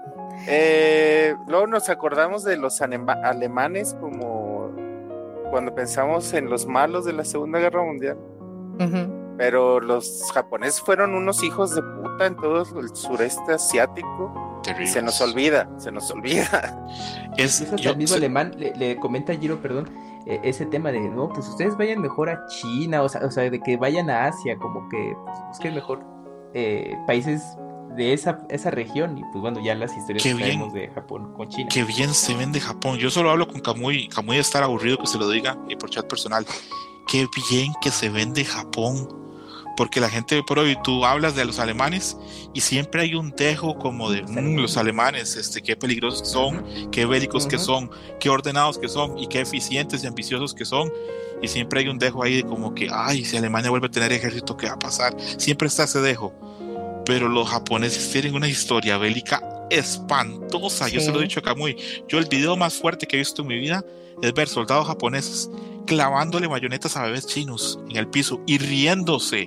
Eh, luego nos acordamos de los anema- alemanes como cuando pensamos en los malos de la Segunda Guerra Mundial. Ujú. Pero los japoneses fueron unos hijos de puta en todo el sureste asiático. Terribles. Y se nos olvida, se nos olvida. Es, Incluso hasta yo, el mismo se- alemán le, le comenta a Giro, perdón, eh, ese tema de, no, pues ustedes vayan mejor a China, o sea, o sea de que vayan a Asia, como que pues, busquen mejor eh, países de esa, esa región, y pues bueno, ya las historias Qué que bien. sabemos de Japón con China. Qué bien se vende Japón. Yo solo hablo con Kamui. Kamui de estar aburrido que se lo diga y por chat personal. Qué bien que se vende Japón. Porque la gente por hoy, tú hablas de los alemanes y siempre hay un dejo como de "Mm, los alemanes, este, qué peligrosos que son, qué bélicos que Ujú. son, qué ordenados que son y qué eficientes y ambiciosos que son". Y siempre hay un dejo ahí de como que, ay, si Alemania vuelve a tener ejército, ¿qué va a pasar? Siempre está ese dejo. Pero los japoneses tienen una historia bélica espantosa. Yo Sí. se lo he dicho a Kamui. Yo el video más fuerte que he visto en mi vida es ver soldados japoneses clavándole bayonetas a bebés chinos en el piso y riéndose.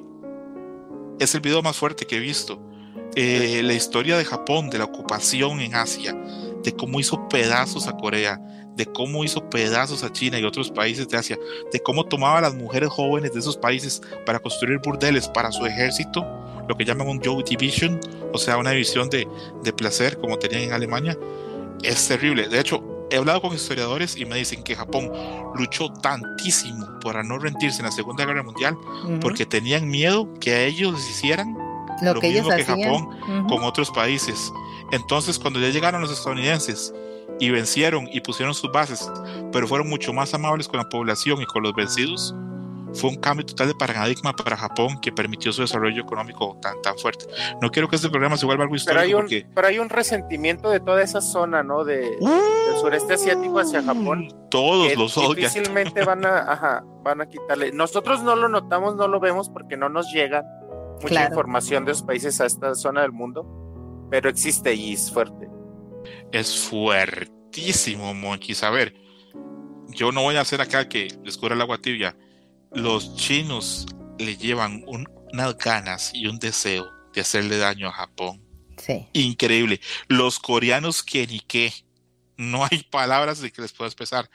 Es el video más fuerte que he visto. Eh, la historia de Japón, de la ocupación en Asia, de cómo hizo pedazos a Corea, de cómo hizo pedazos a China y otros países de Asia, de cómo tomaba a las mujeres jóvenes de esos países para construir burdeles para su ejército, lo que llaman un Joy Division, o sea, una división de, de placer, como tenían en Alemania. Es terrible. De hecho, he hablado con historiadores y me dicen que Japón luchó tantísimo para no rendirse en la Segunda Guerra Mundial Ujú. porque tenían miedo que a ellos les hicieran lo lo que ellos mismo que hacían. Japón Ujú. con otros países. Entonces, cuando ya llegaron los estadounidenses y vencieron y pusieron sus bases, pero fueron mucho más amables con la población y con los vencidos, fue un cambio total de paradigma para Japón que permitió su desarrollo económico tan, tan fuerte. No quiero que este programa se vuelva algo Pero hay histórico un, porque... pero hay un resentimiento de toda esa zona, ¿no? De, del sureste asiático hacia Japón. Todos Que los odian. difícilmente van a, ajá, van a quitarle. Nosotros no lo notamos, no lo vemos porque no nos llega mucha Claro. información de los países a esta zona del mundo, pero existe y es fuerte. Es fuertísimo, Monchis. A ver, yo no voy a hacer acá que les cura el agua tibia. Los chinos le llevan un- unas ganas y un deseo de hacerle daño a Japón. Sí. Increíble. Los coreanos que ni qué. No hay palabras de que les pueda expresar.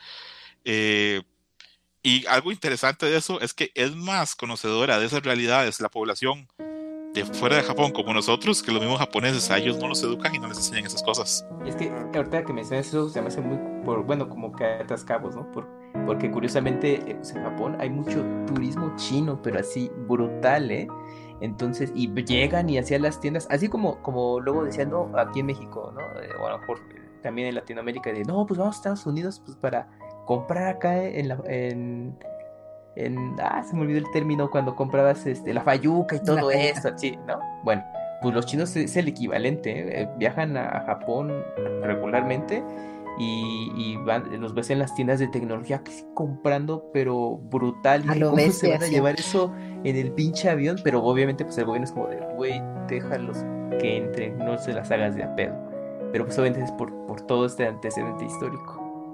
Eh, y algo interesante de eso es que es más conocedora de esas realidades la población de fuera de Japón como nosotros que los mismos japoneses. A ellos no los educan y no les enseñan esas cosas. Y es que ahorita que mencionas eso se me hace muy, por, bueno, como que atascabos, ¿no? Por, porque curiosamente eh, pues en Japón hay mucho turismo chino, pero así brutal, ¿eh? Entonces, y llegan y hacían las tiendas, así como, como luego decían, no, aquí en México, ¿no? Eh, o a lo mejor eh, también en Latinoamérica, de, no, pues vamos a Estados Unidos pues para comprar acá en la... En, en, ah, se me olvidó el término cuando comprabas este, la fayuca y todo La fayuca. eso, sí, ¿no? Bueno, pues los chinos es el equivalente, ¿eh? Eh, viajan a, a Japón regularmente y, y van, los ves en las tiendas de tecnología que sí, comprando, pero brutal. A Y lo cómo se bestia, van a sí. llevar eso en el pinche avión, pero obviamente pues el gobierno es como de, güey, déjalos que entren, no se las hagas de a pedo. Pero pues obviamente es por, por todo este antecedente histórico.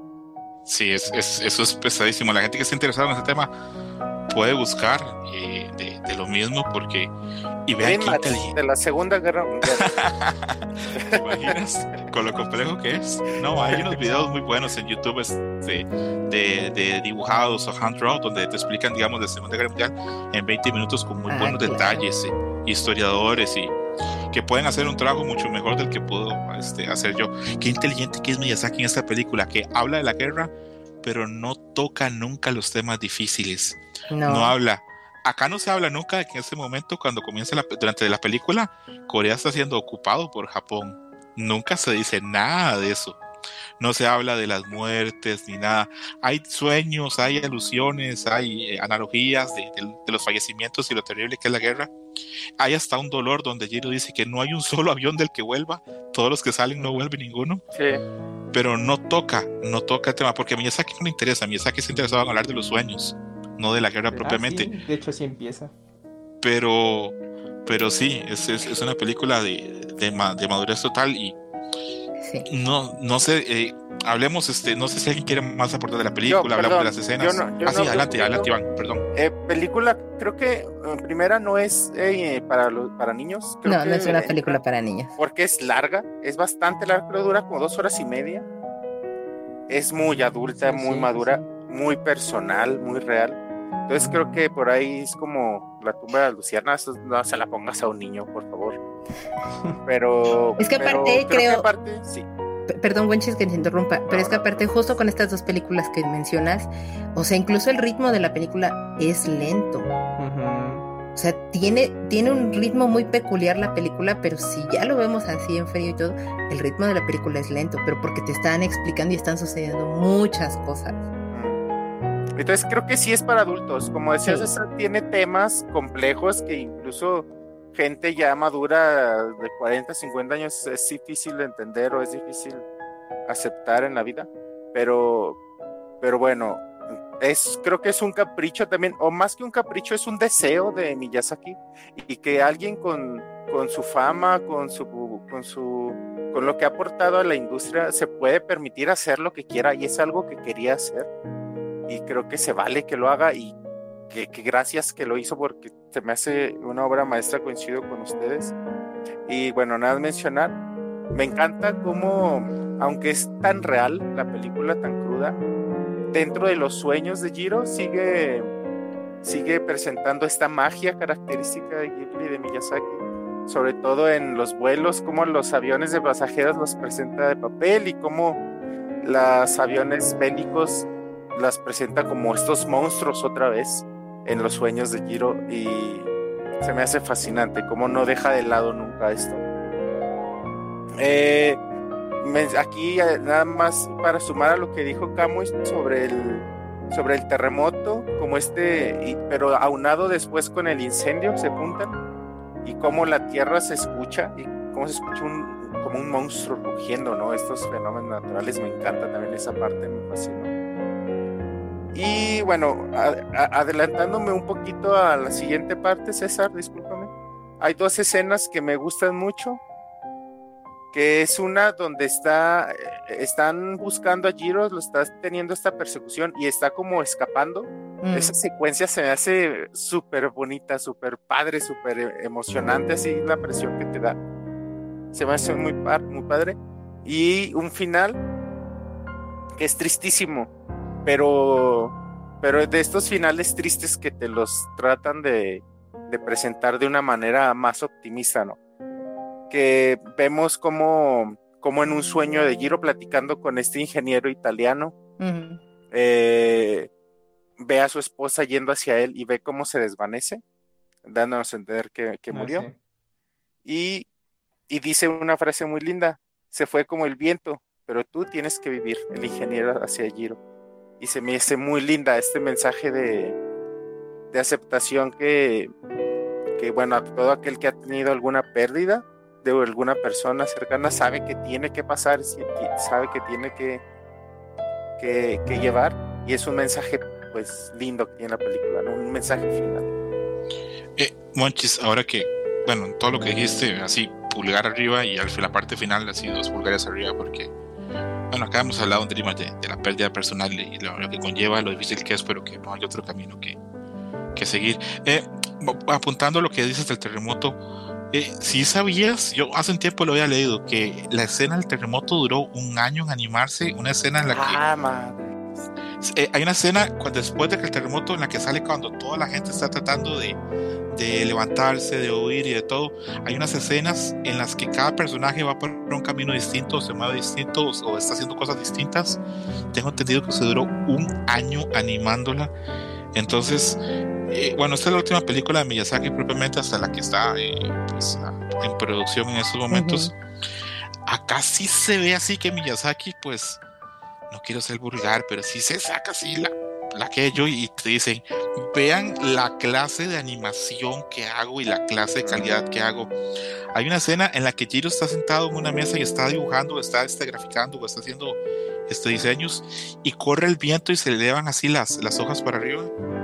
Sí, es, es, eso es pesadísimo. La gente que está interesada en ese tema puede buscar eh, de, de lo mismo porque... Y vean qué Dream Match inteligente. de la Segunda Guerra Mundial. ¿Te imaginas con lo complejo que es? No, hay unos videos muy buenos en YouTube este, de, de dibujados o hand drawn donde te explican, digamos, de Segunda Guerra Mundial en veinte minutos con muy Ah, buenos claro. detalles, eh, historiadores y que pueden hacer un trabajo mucho mejor del que puedo este, hacer yo. Qué inteligente que es Miyazaki en esta película, que habla de la guerra, pero no toca nunca los temas difíciles. No. No habla. Acá no se habla nunca de que en ese momento, cuando comienza la, durante la película, Corea está siendo ocupado por Japón. Nunca se dice nada de eso. No se habla de las muertes ni nada. Hay sueños, hay alusiones, hay eh, analogías de, de, de los fallecimientos y lo terrible que es la guerra. Hay hasta un dolor donde Jiro dice que no hay un solo avión del que vuelva. Todos los que salen no vuelve ninguno. Sí. Pero no toca, no toca el tema, porque a Miyazaki no le interesa. A Miyazaki está interesado en hablar de los sueños, no de la guerra Ah, propiamente. sí, de hecho así empieza. Pero, pero sí, es, es, es una película de, de, ma- de madurez total y, Sí. Sí. No, no sé, eh, hablemos, este, no sé si alguien quiere más aportar de la película, Yo, hablamos perdón, de las escenas. yo no- yo ah, sí, no adelante, creo- adelante, Iván, perdón. Eh, película, creo que eh, primera no es eh, para, los, para niños. Creo No, que no es una entra película para niños. porque es larga, es bastante larga, creo que dura como dos horas y media. Es muy adulta, Sí, muy sí, madura, sí. muy personal, muy real. Entonces creo que por ahí es como La tumba de las luciérnagas. No se la pongas a un niño, por favor. Pero Es que pero aparte, creo que creo- aparte, sí. P- Perdón, Wenchis, que te interrumpa, pero No, es que no. aparte, justo con estas dos películas que mencionas, o sea, incluso el ritmo de la película es lento. Ujú. O sea, tiene, tiene un ritmo muy peculiar la película, pero si ya lo vemos así en frío y todo, el ritmo de la película es lento, pero porque te están explicando y están sucediendo muchas cosas. Mm. Entonces creo que sí es para adultos. Como decías, Sí. esa tiene temas complejos que incluso gente ya madura de cuarenta, cincuenta años es difícil de entender o es difícil aceptar en la vida. Pero, pero bueno, es, creo que es un capricho también, o más que un capricho, es un deseo de Miyazaki, y que alguien con, con su fama, con su, con su, con lo que ha aportado a la industria, se puede permitir hacer lo que quiera, y es algo que quería hacer, y creo que se vale que lo haga, y que, que gracias que lo hizo, porque se me hace una obra maestra, coincido con ustedes. Y bueno, nada más mencionar, me encanta cómo, aunque es tan real la película, tan cruda, dentro de los sueños de Jiro sigue, sigue presentando esta magia característica de Ghibli, de Miyazaki, sobre todo en los vuelos, como los aviones de pasajeros los presenta de papel y cómo los aviones bélicos las presenta como estos monstruos otra vez en los sueños de Jiro, y se me hace fascinante cómo no deja de lado nunca esto. Eh, me- aquí eh, nada más para sumar a lo que dijo Camuy sobre el, sobre el terremoto, como este, y- pero aunado después con el incendio, se juntan, y cómo la tierra se escucha, y cómo se escucha un, como un monstruo rugiendo, ¿no? Estos fenómenos naturales, me encanta también esa parte, me fascinó. Y bueno, a- a- adelantándome un poquito a la siguiente parte, César, discúlpame. Hay dos escenas que me gustan mucho, que es una donde está, eh, están buscando a Jiro, lo está teniendo esta persecución y está como escapando. Mm. Esa secuencia se me hace súper bonita, súper padre, súper eh, emocionante, así la presión que te da. Se me hace muy, par- muy padre. Y un final que es tristísimo, pero, pero de estos finales tristes que te los tratan de, de presentar de una manera más optimista, ¿no? Que vemos como, como en un sueño de Jiro platicando con este ingeniero italiano, Ujú. eh, ve a su esposa yendo hacia él y ve cómo se desvanece, dándonos a entender que, que Ah, murió. sí. Y, y dice una frase muy linda: se fue como el viento, pero tú tienes que vivir, el ingeniero hacia Jiro. Y se me hace muy linda este mensaje de, de aceptación que, que, bueno, a todo aquel que ha tenido alguna pérdida de alguna persona cercana sabe que tiene que pasar, sabe que tiene que, que, que llevar, y es un mensaje pues lindo que tiene la película, ¿no? Un mensaje final. Eh, Monchis, ahora que, bueno, todo lo que dijiste, así, pulgar arriba, y al fin la parte final, así, dos pulgares arriba, porque, bueno, acá hemos hablado de, de, de la pérdida personal y lo, lo que conlleva, lo difícil que es, pero que no hay otro camino que, que seguir. Eh, apuntando a lo que dices del terremoto, eh, si sabías, yo hace un tiempo lo había leído, que la escena del terremoto duró un año en animarse, una escena en la que... Ah, madre. Eh, hay una escena cuando, después del terremoto, en la que sale cuando toda la gente está tratando de, de levantarse, de huir y de todo. Hay unas escenas en las que cada personaje va por un camino distinto, se mueve distinto o está haciendo cosas distintas. Tengo entendido que se duró un año animándola. Entonces, eh, bueno, esta es la última película de Miyazaki propiamente, hasta la que está eh, pues, en producción en estos momentos. Uh-huh. Acá sí se ve así que Miyazaki, pues, no quiero ser vulgar, pero sí se saca así la, la que yo, y te dicen, vean la clase de animación que hago y la clase de calidad que hago. Hay una escena en la que Jiro está sentado en una mesa y está dibujando, está este, graficando o está haciendo este, diseños, y corre el viento y se elevan así las, las hojas para arriba.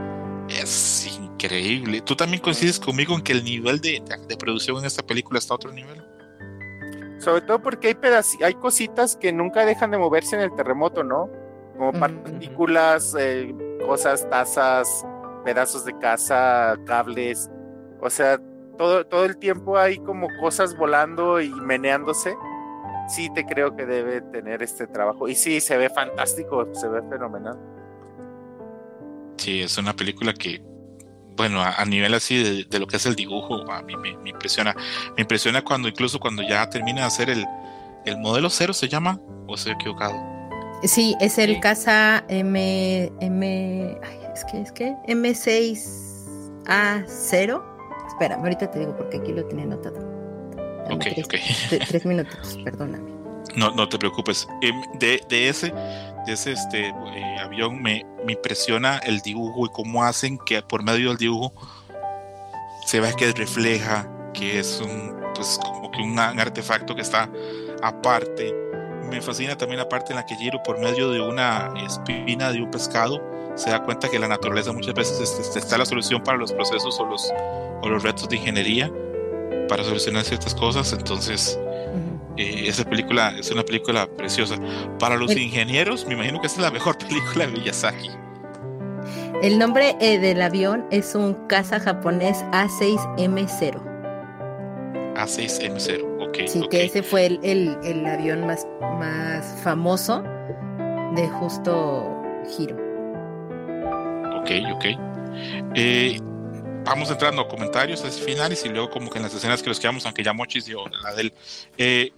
Es increíble. ¿Tú también coincides conmigo en que el nivel de, de, de producción en esta película está a otro nivel? Sobre todo porque hay pedaci- hay cositas que nunca dejan de moverse en el terremoto, ¿no? Como partículas, eh, cosas, tazas, pedazos de casa, cables. O sea, todo, todo el tiempo hay como cosas volando y meneándose. Sí te creo que debe tener este trabajo. Y sí, se ve fantástico, se ve fenomenal. Sí, es una película que, bueno, a, a nivel así de, de lo que es el dibujo, a mí me, me impresiona. Me impresiona cuando incluso cuando ya termina de hacer el, el modelo cero, ¿se llama? ¿O estoy equivocado? Sí, es el Sí. Casa M, M, ay, es que, es que, M seis A cero. Espera, ahorita te digo porque aquí lo tenía anotado. Dame Ok, tres, ok. tre- tres minutos, perdóname. No, no te preocupes. Em, De, de ese, de ese este, eh, avión me, me impresiona el dibujo y cómo hacen que por medio del dibujo se vea que refleja, que es un, pues, como que un, un artefacto que está aparte. Me fascina también la parte en la que Jiro, por medio de una espina de un pescado, se da cuenta que la naturaleza muchas veces este, está la solución para los procesos o los, o los retos de ingeniería para solucionar ciertas cosas. Entonces, Ujú. eh, esa película es una película preciosa. Para los El- ingenieros, me imagino que esta es la mejor película de Miyazaki. El nombre eh, del avión es un Casa japonés A seis M cero. A seis M cero, ok. Sí, ok. que ese fue el, el, el avión más, más famoso de justo Hiro. Ok, ok. Eh, vamos entrando a comentarios así finales y luego como que en las escenas que nos quedamos, aunque ya Mochis dio la del... Eh,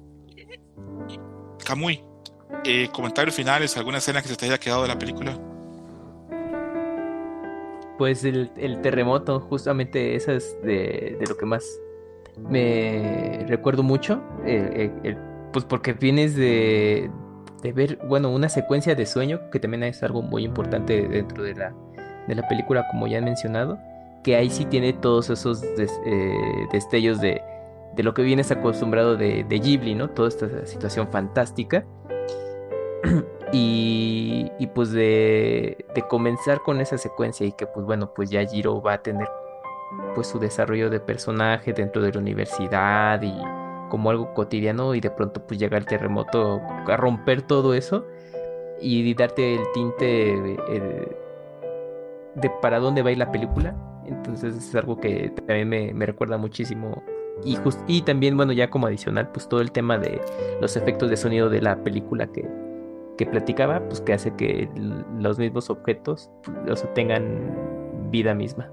Kamui, eh, comentarios finales, alguna escena que se te haya quedado de la película. Pues el, el terremoto, justamente esa es de, de lo que más me recuerdo mucho. El- el- el- pues porque vienes de, de ver, bueno, una secuencia de sueño, que también es algo muy importante dentro de la, de la película, como ya he mencionado, que ahí sí tiene todos esos des- eh, destellos de, de lo que vienes acostumbrado de, de Ghibli, ¿no? Toda esta situación fantástica. Y, y pues de, de comenzar con esa secuencia y que pues bueno, pues ya Jiro va a tener pues su desarrollo de personaje dentro de la universidad y como algo cotidiano, y de pronto pues llega el terremoto a romper todo eso y darte el tinte eh, de para dónde va a ir la película. Entonces es algo que también me, me recuerda muchísimo. Y, just- y también, bueno, ya como adicional, pues todo el tema de los efectos de sonido de la película que, que platicaba, pues que hace que l- los mismos objetos pues, o sea, tengan vida misma.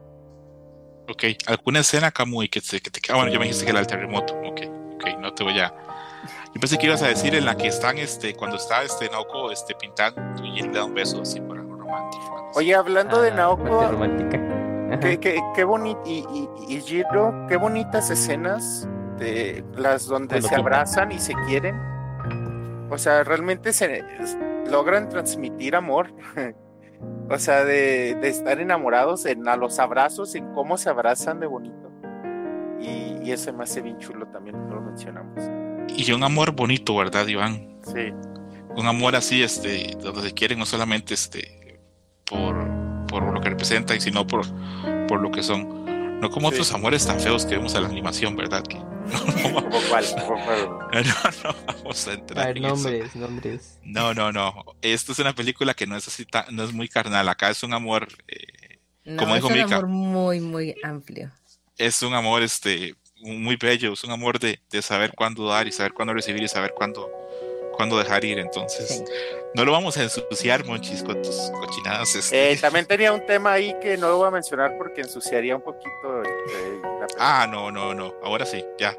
Ok, ¿alguna escena, Kamui, que te, que te queda? Bueno, ya me dijiste que era el terremoto. Ok, ok, no te voy a... Yo pensé que ibas a decir en la que están, este, cuando está este Naoko este, pintando y él le da un beso así por algo romántico. Oye, hablando de Ah, Naoko, parte romántica. Ajá. qué, qué, qué bonito, y, y, y Jiro, qué bonitas escenas de las donde Cuando se pintan. abrazan y se quieren. O sea, realmente se es- logran transmitir amor. O sea, de, de estar enamorados en a los abrazos, en cómo se abrazan de bonito. Y, y eso me hace bien chulo también, no lo mencionamos. Y un amor bonito, ¿verdad, Iván? Sí, Un amor así, este, donde se quieren no solamente este, por, por lo que representan, sino por, por lo que son. No como Sí. otros amores tan feos que vemos en la animación, ¿verdad? Que no, no, como cual, como cual. no, no vamos a A entrar ver, en eso. nombres, nombres. No, no, no. Esta es una película que no es así, ta- no es muy carnal. Acá es un amor, eh, No, como es dijo un Mika, amor muy, muy amplio. es un amor este, muy bello, es un amor de, de saber cuándo dar y saber cuándo recibir y saber cuándo, cuándo dejar ir. Entonces, Sí. no lo vamos a ensuciar, Monchis, con tus cochinadas. Este. Eh, también tenía un tema ahí que no lo voy a mencionar porque ensuciaría un poquito eh, la película. Ah, no, no, no. Ahora sí, ya.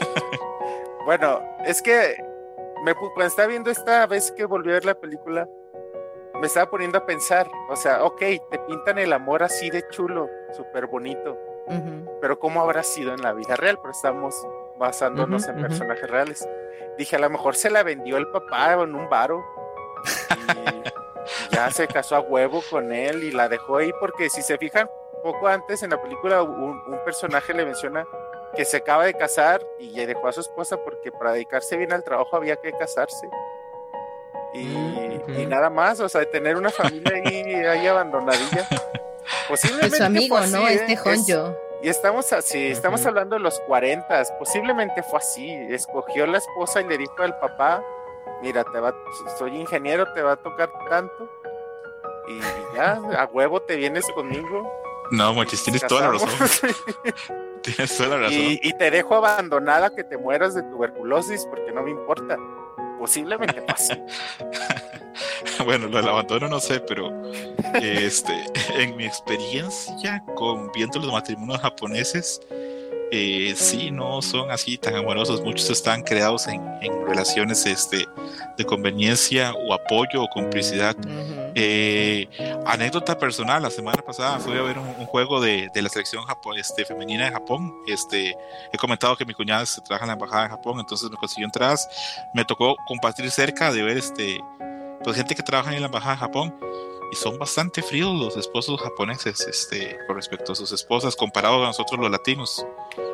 Bueno, es que me, pu- cuando estaba viendo esta vez que volví a ver la película, me estaba poniendo a pensar, o sea, ok, te pintan el amor así de chulo, súper bonito, Ujú. pero ¿cómo habrá sido en la vida real? Pero estamos basándonos Ujú, en ujú. personajes reales. Dije, a lo mejor se la vendió el papá en un varo y ya se casó a huevo con él y la dejó ahí, porque si se fijan, poco antes en la película un, un personaje le menciona que se acaba de casar y le dejó a su esposa porque para dedicarse bien al trabajo había que casarse. Y, Mm, y ujú. nada más, o sea, tener una familia ahí, ahí abandonadilla. Pues Posiblemente su amigo, fue así, ¿no? ¿eh? Este Es- Honjo. Y estamos así, estamos Ujú. hablando de los cuarentas, posiblemente fue así, escogió la esposa y le dijo al papá, mira, te va, soy ingeniero, te va a tocar tanto, y ya, a huevo te vienes conmigo, No, y Mochis, nos tienes toda la razón. casamos, Tienes toda la razón. y, y te dejo abandonada que te mueras de tuberculosis, porque no me importa, posiblemente fue así. Bueno, lo del abandono no sé, pero este, en mi experiencia con viendo los matrimonios japoneses, eh, sí, no son así tan amorosos. Muchos están creados en, en relaciones este, de conveniencia o apoyo o complicidad. Ujú. Eh, anécdota personal, la semana pasada fui a ver un, un juego de, de la selección Japón, este, femenina de Japón. Este, he comentado que mi cuñada este, trabaja en la embajada de Japón, entonces me consiguió entradas. Me tocó compartir cerca de ver este, pues, gente que trabaja en la embajada de Japón, y son bastante fríos los esposos japoneses este, con respecto a sus esposas comparado a nosotros los latinos.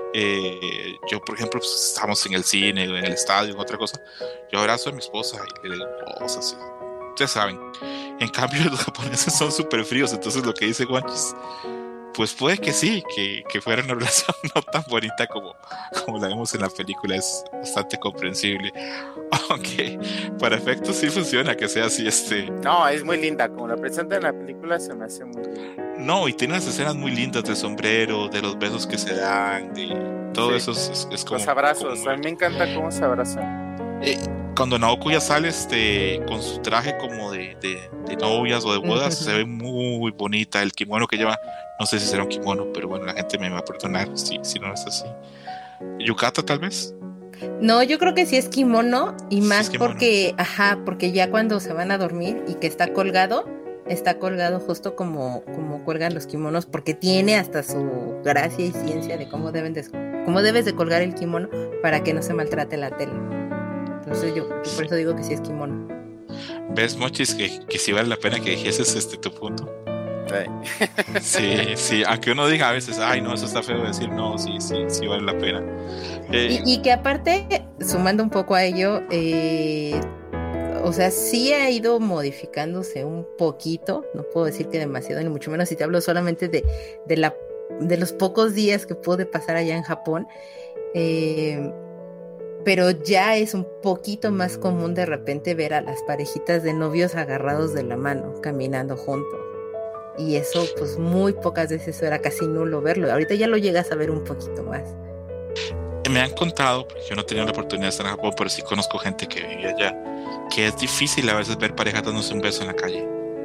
Eh, yo, por ejemplo, pues, estamos en el cine, en el estadio, en otra cosa. Yo abrazo a mi esposa y le digo cosas, y, ustedes saben. En cambio, los japoneses son súper fríos, entonces lo que dice Guanchis, pues puede que sí, que, que fuera una relación no tan bonita como, como la vemos en la película, es bastante comprensible. Aunque para efectos sí funciona que sea así, este... No, es muy linda, como la presentan en la película se me hace muy linda. No, y tiene unas escenas muy lindas del sombrero, de los besos que se dan, de todo Sí. eso es, es, es como... Los abrazos, como a mí me encanta cómo se abrazan. eh, cuando Naoko ya sale este, con su traje como de, de, de novias o de bodas, Ujú. se ve muy bonita. El kimono que lleva, no sé si será un kimono, pero bueno, la gente me va a perdonar si, si no es así. Yukata tal vez. No, yo creo que sí es kimono y Sí, más es kimono. porque, ajá, porque ya cuando se van a dormir y que está colgado, está colgado justo como, como cuelgan los kimonos, porque tiene hasta su gracia y ciencia de cómo deben de, cómo debes de colgar el kimono para que no se maltrate la tela. Entonces yo, yo por eso digo que sí es kimono. ¿Ves, Mochis, que, que sí vale la pena que dijeses este tu punto? Sí. Sí, sí, aunque uno diga a veces, ay, no, eso está feo de decir, no, sí, sí, sí vale la pena. Eh, Y, y que aparte, sumando un poco a ello, eh, o sea, sí ha ido modificándose un poquito, no puedo decir que demasiado, ni mucho menos si te hablo solamente de, de, la, de los pocos días que pude pasar allá en Japón, eh, pero ya es un poquito más común de repente ver a las parejitas de novios agarrados de la mano, caminando juntos. Y eso, pues muy pocas veces era casi nulo verlo. Ahorita ya lo llegas a ver un poquito más. Me han contado, porque yo no he tenido la oportunidad de estar en Japón, pero sí conozco gente que vive allá, que es difícil a veces ver parejas dándose un beso en la calle.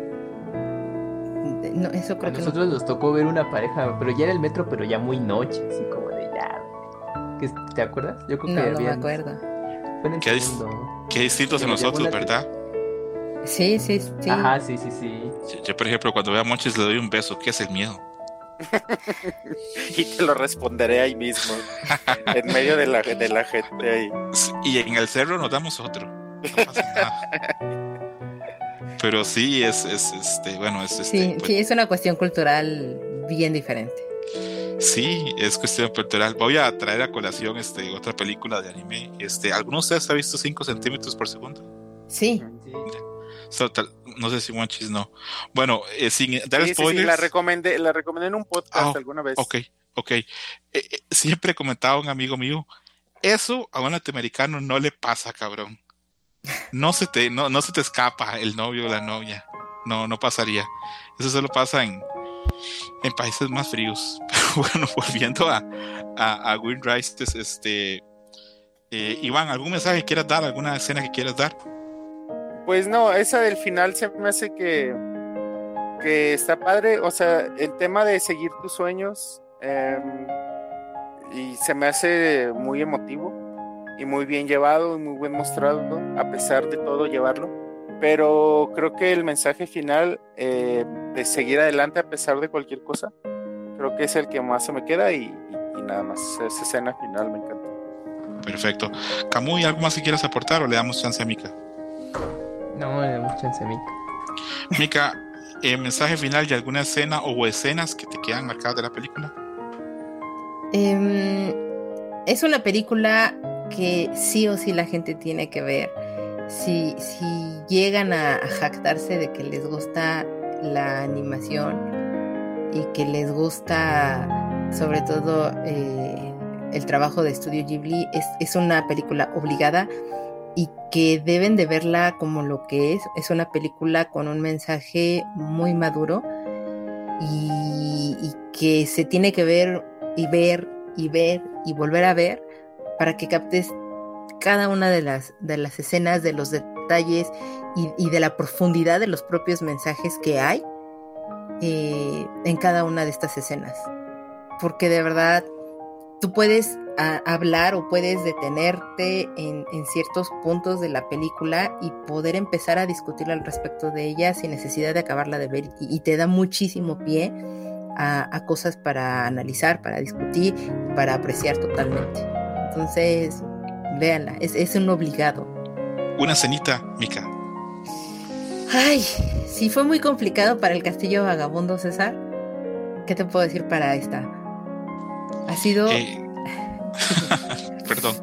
No, eso A creo que nosotros no. nos tocó ver una pareja, pero ya era el metro, pero ya muy noche, así como de ya. ¿Qué- ¿Te acuerdas? Yo creo No, que no me habían- acuerdo. Fue en el ¿Qué dis- segundo. Qué distintos Sí, a me llegó nosotros, una- ¿verdad? Sí, sí, sí. Ajá, sí, sí, sí. Yo, yo, por ejemplo, cuando veo a Monchis le doy un beso. ¿Qué es el miedo? Y te lo responderé ahí mismo, en medio de la, de la gente ahí. Y en el cerro nos damos otro. No pasa nada. Pero sí, es, es este, bueno, es este. Sí, pues, sí, es una cuestión cultural bien diferente. sí, es cuestión cultural. Voy a traer a colación este, otra película de anime. Este, ¿alguno de ustedes ha visto cinco centímetros por segundo? Sí. Sí. So, tal- no sé si Monchis no. Bueno, eh, sin dar Sí, sí, spoilers. sí, la recomendé, la recomendé en un podcast Ah, alguna vez. Ok, ok. Eh, eh, siempre comentaba un amigo mío, eso a un latinoamericano no le pasa, cabrón. No se te, no, no se te escapa el novio o la novia. No, no pasaría. Eso solo pasa en, en países más fríos. Pero bueno, volviendo a, a, a Wind Rises, este, eh, Iván, ¿algún mensaje que quieras dar? ¿Alguna escena que quieras dar? Pues no, esa del final se me hace que, que está padre, o sea, el tema de seguir tus sueños, eh, y se me hace muy emotivo y muy bien llevado y muy bien mostrado, a pesar de todo llevarlo, pero creo que el mensaje final, eh, de seguir adelante a pesar de cualquier cosa, creo que es el que más se me queda y, y, y nada más, esa escena final me encantó. Perfecto. Camuy, ¿algo más que quieras aportar o le damos chance a Mika? No, le damos chance a mí. Mika, eh, mensaje final de alguna escena o escenas que te quedan marcadas de la película. Eh, es una película que sí o sí la gente tiene que ver. Si, si llegan a, a jactarse de que les gusta la animación y que les gusta sobre todo eh, el trabajo de Estudio Ghibli, es, es una película obligada y que deben de verla como lo que es. Es una película con un mensaje muy maduro y, y que se tiene que ver y ver y ver y volver a ver para que captes cada una de las, de las escenas, de los detalles y, y de la profundidad de los propios mensajes que hay eh, en cada una de estas escenas. Porque de verdad tú puedes a, hablar o puedes detenerte en, en ciertos puntos de la película y poder empezar a discutir al respecto de ella sin necesidad de acabarla de ver, y, y te da muchísimo pie a, a cosas para analizar, para discutir, para apreciar totalmente. Entonces, véanla, es, es un obligado. Una cenita, Mika. Ay, sí fue muy complicado para El Castillo Vagabundo, César. ¿Qué te puedo decir para esta? Ha sido... Eh... Perdón.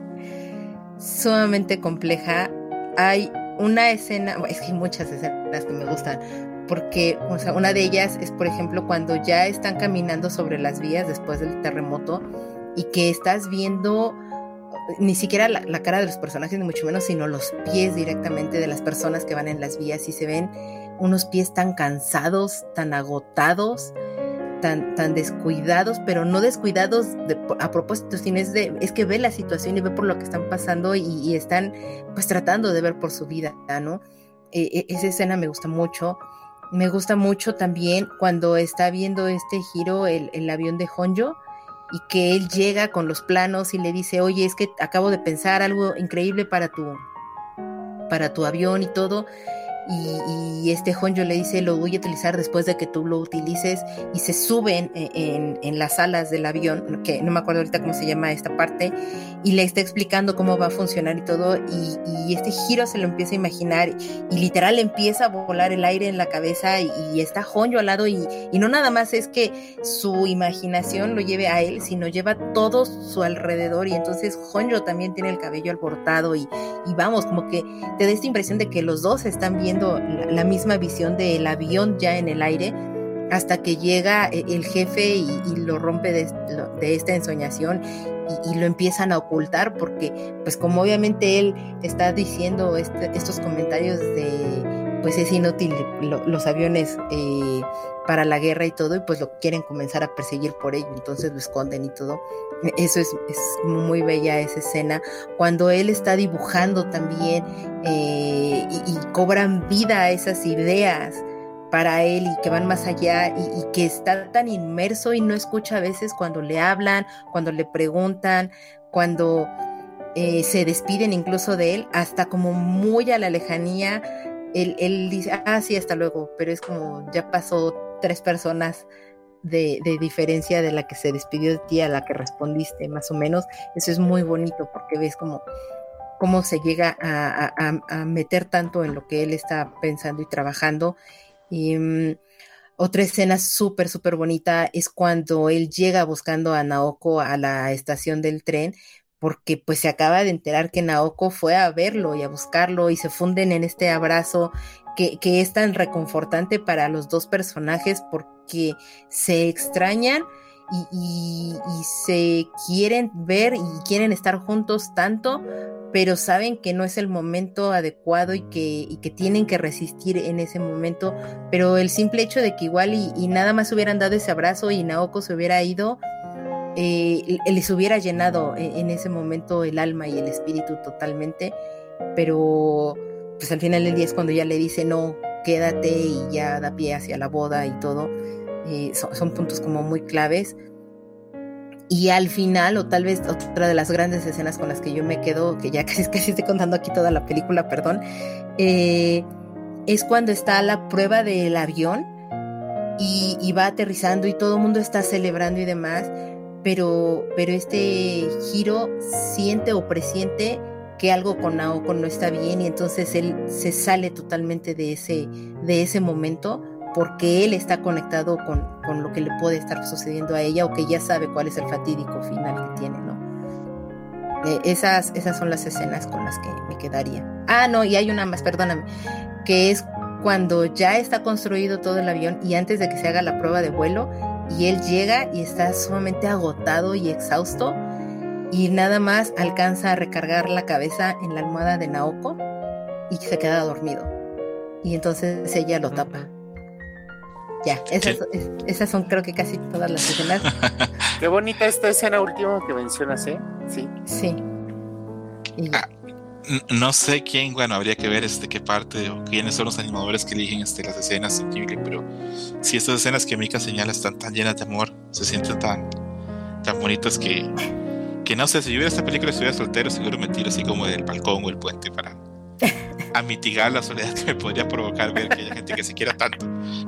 Sumamente compleja. Hay una escena, es que hay muchas escenas que me gustan, porque o sea, una de ellas es, por ejemplo, cuando ya están caminando sobre las vías después del terremoto y que estás viendo ni siquiera la, la cara de los personajes, ni mucho menos, sino los pies directamente de las personas que van en las vías, y se ven unos pies tan cansados, tan agotados, Tan, tan descuidados, pero no descuidados de, a propósito, sino es, de, es que ve la situación y ve por lo que están pasando y, y están pues tratando de ver por su vida, ¿no? Eh, esa escena me gusta mucho. Me gusta mucho también cuando está viendo este giro el, el avión de Honjo y que él llega con los planos y le dice, oye, es que acabo de pensar algo increíble para tu, para tu avión y todo. Y, y este Honjo le dice, lo voy a utilizar después de que tú lo utilices, y se suben en, en, en las alas del avión, que no me acuerdo ahorita cómo se llama esta parte, y le está explicando cómo va a funcionar y todo, y, y este giro se lo empieza a imaginar, y literal empieza a volar el aire en la cabeza, y, y está Honjo al lado, y, y no nada más es que su imaginación lo lleve a él, sino lleva todo su alrededor, y entonces Honjo también tiene el cabello alborotado, y, y vamos, como que te da esta impresión de que los dos están viendo La, la misma visión del avión ya en el aire, hasta que llega el jefe y, y lo rompe de, de esta ensoñación y, y lo empiezan a ocultar, porque pues como obviamente él está diciendo este, estos comentarios de pues es inútil lo, los aviones eh, para la guerra y todo, y pues lo quieren comenzar a perseguir por ello, entonces lo esconden y todo. Eso es, es muy bella esa escena, cuando él está dibujando también eh, y, y cobran vida a esas ideas para él y que van más allá, y, y que está tan inmerso y no escucha a veces cuando le hablan, cuando le preguntan, cuando eh, se despiden incluso de él, hasta como muy a la lejanía, él, él dice, ah sí, hasta luego, pero es como ya pasó tres personas De, de diferencia de la que se despidió de ti a la que respondiste, más o menos. Eso es muy bonito porque ves cómo, cómo se llega a, a, a meter tanto en lo que él está pensando y trabajando. Y um, otra escena súper, súper bonita es cuando él llega buscando a Naoko a la estación del tren, porque pues se acaba de enterar que Naoko fue a verlo y a buscarlo, y se funden en este abrazo que, que es tan reconfortante para los dos personajes, porque se extrañan y, y, y se quieren ver y quieren estar juntos tanto, pero saben que no es el momento adecuado y que, y que tienen que resistir en ese momento, pero el simple hecho de que igual y, y nada más hubieran dado ese abrazo y Naoko se hubiera ido, Eh, les hubiera llenado en ese momento el alma y el espíritu totalmente, pero pues al final del día es cuando ya le dice no, quédate, y ya da pie hacia la boda y todo. Eh, son, son puntos como muy claves. Y al final, o tal vez otra de las grandes escenas con las que yo me quedo, que ya casi, casi estoy contando aquí toda la película, perdón, eh, es cuando está la prueba del avión y, y va aterrizando y todo el mundo está celebrando y demás. Pero, pero este Hiro siente o presiente que algo con Naoko no está bien, y entonces él se sale totalmente de ese, de ese momento, porque él está conectado con, con lo que le puede estar sucediendo a ella, o que ya sabe cuál es el fatídico final que tiene, ¿no? Eh, esas, esas son las escenas con las que me quedaría. Ah, no, y hay una más, perdóname, que es cuando ya está construido todo el avión y antes de que se haga la prueba de vuelo, y él llega y está sumamente agotado y exhausto y nada más alcanza a recargar la cabeza en la almohada de Naoko y se queda dormido. Y entonces ella lo tapa. Ya, esas, es, esas son creo que casi todas las escenas. Qué bonita esta escena última que mencionas, ¿eh? Sí. Sí. Y ya. Ah, no sé quién, bueno, habría que ver este qué parte o quiénes son los animadores que eligen este, las escenas en Ghibli, pero si estas escenas que Mika señala están tan llenas de amor, se sienten tan, tan bonitas que, que no sé, si yo viera esta película y estuviera soltero, seguro me tiro así como del balcón o el puente para a mitigar la soledad que me podría provocar ver que haya gente que se quiera tanto.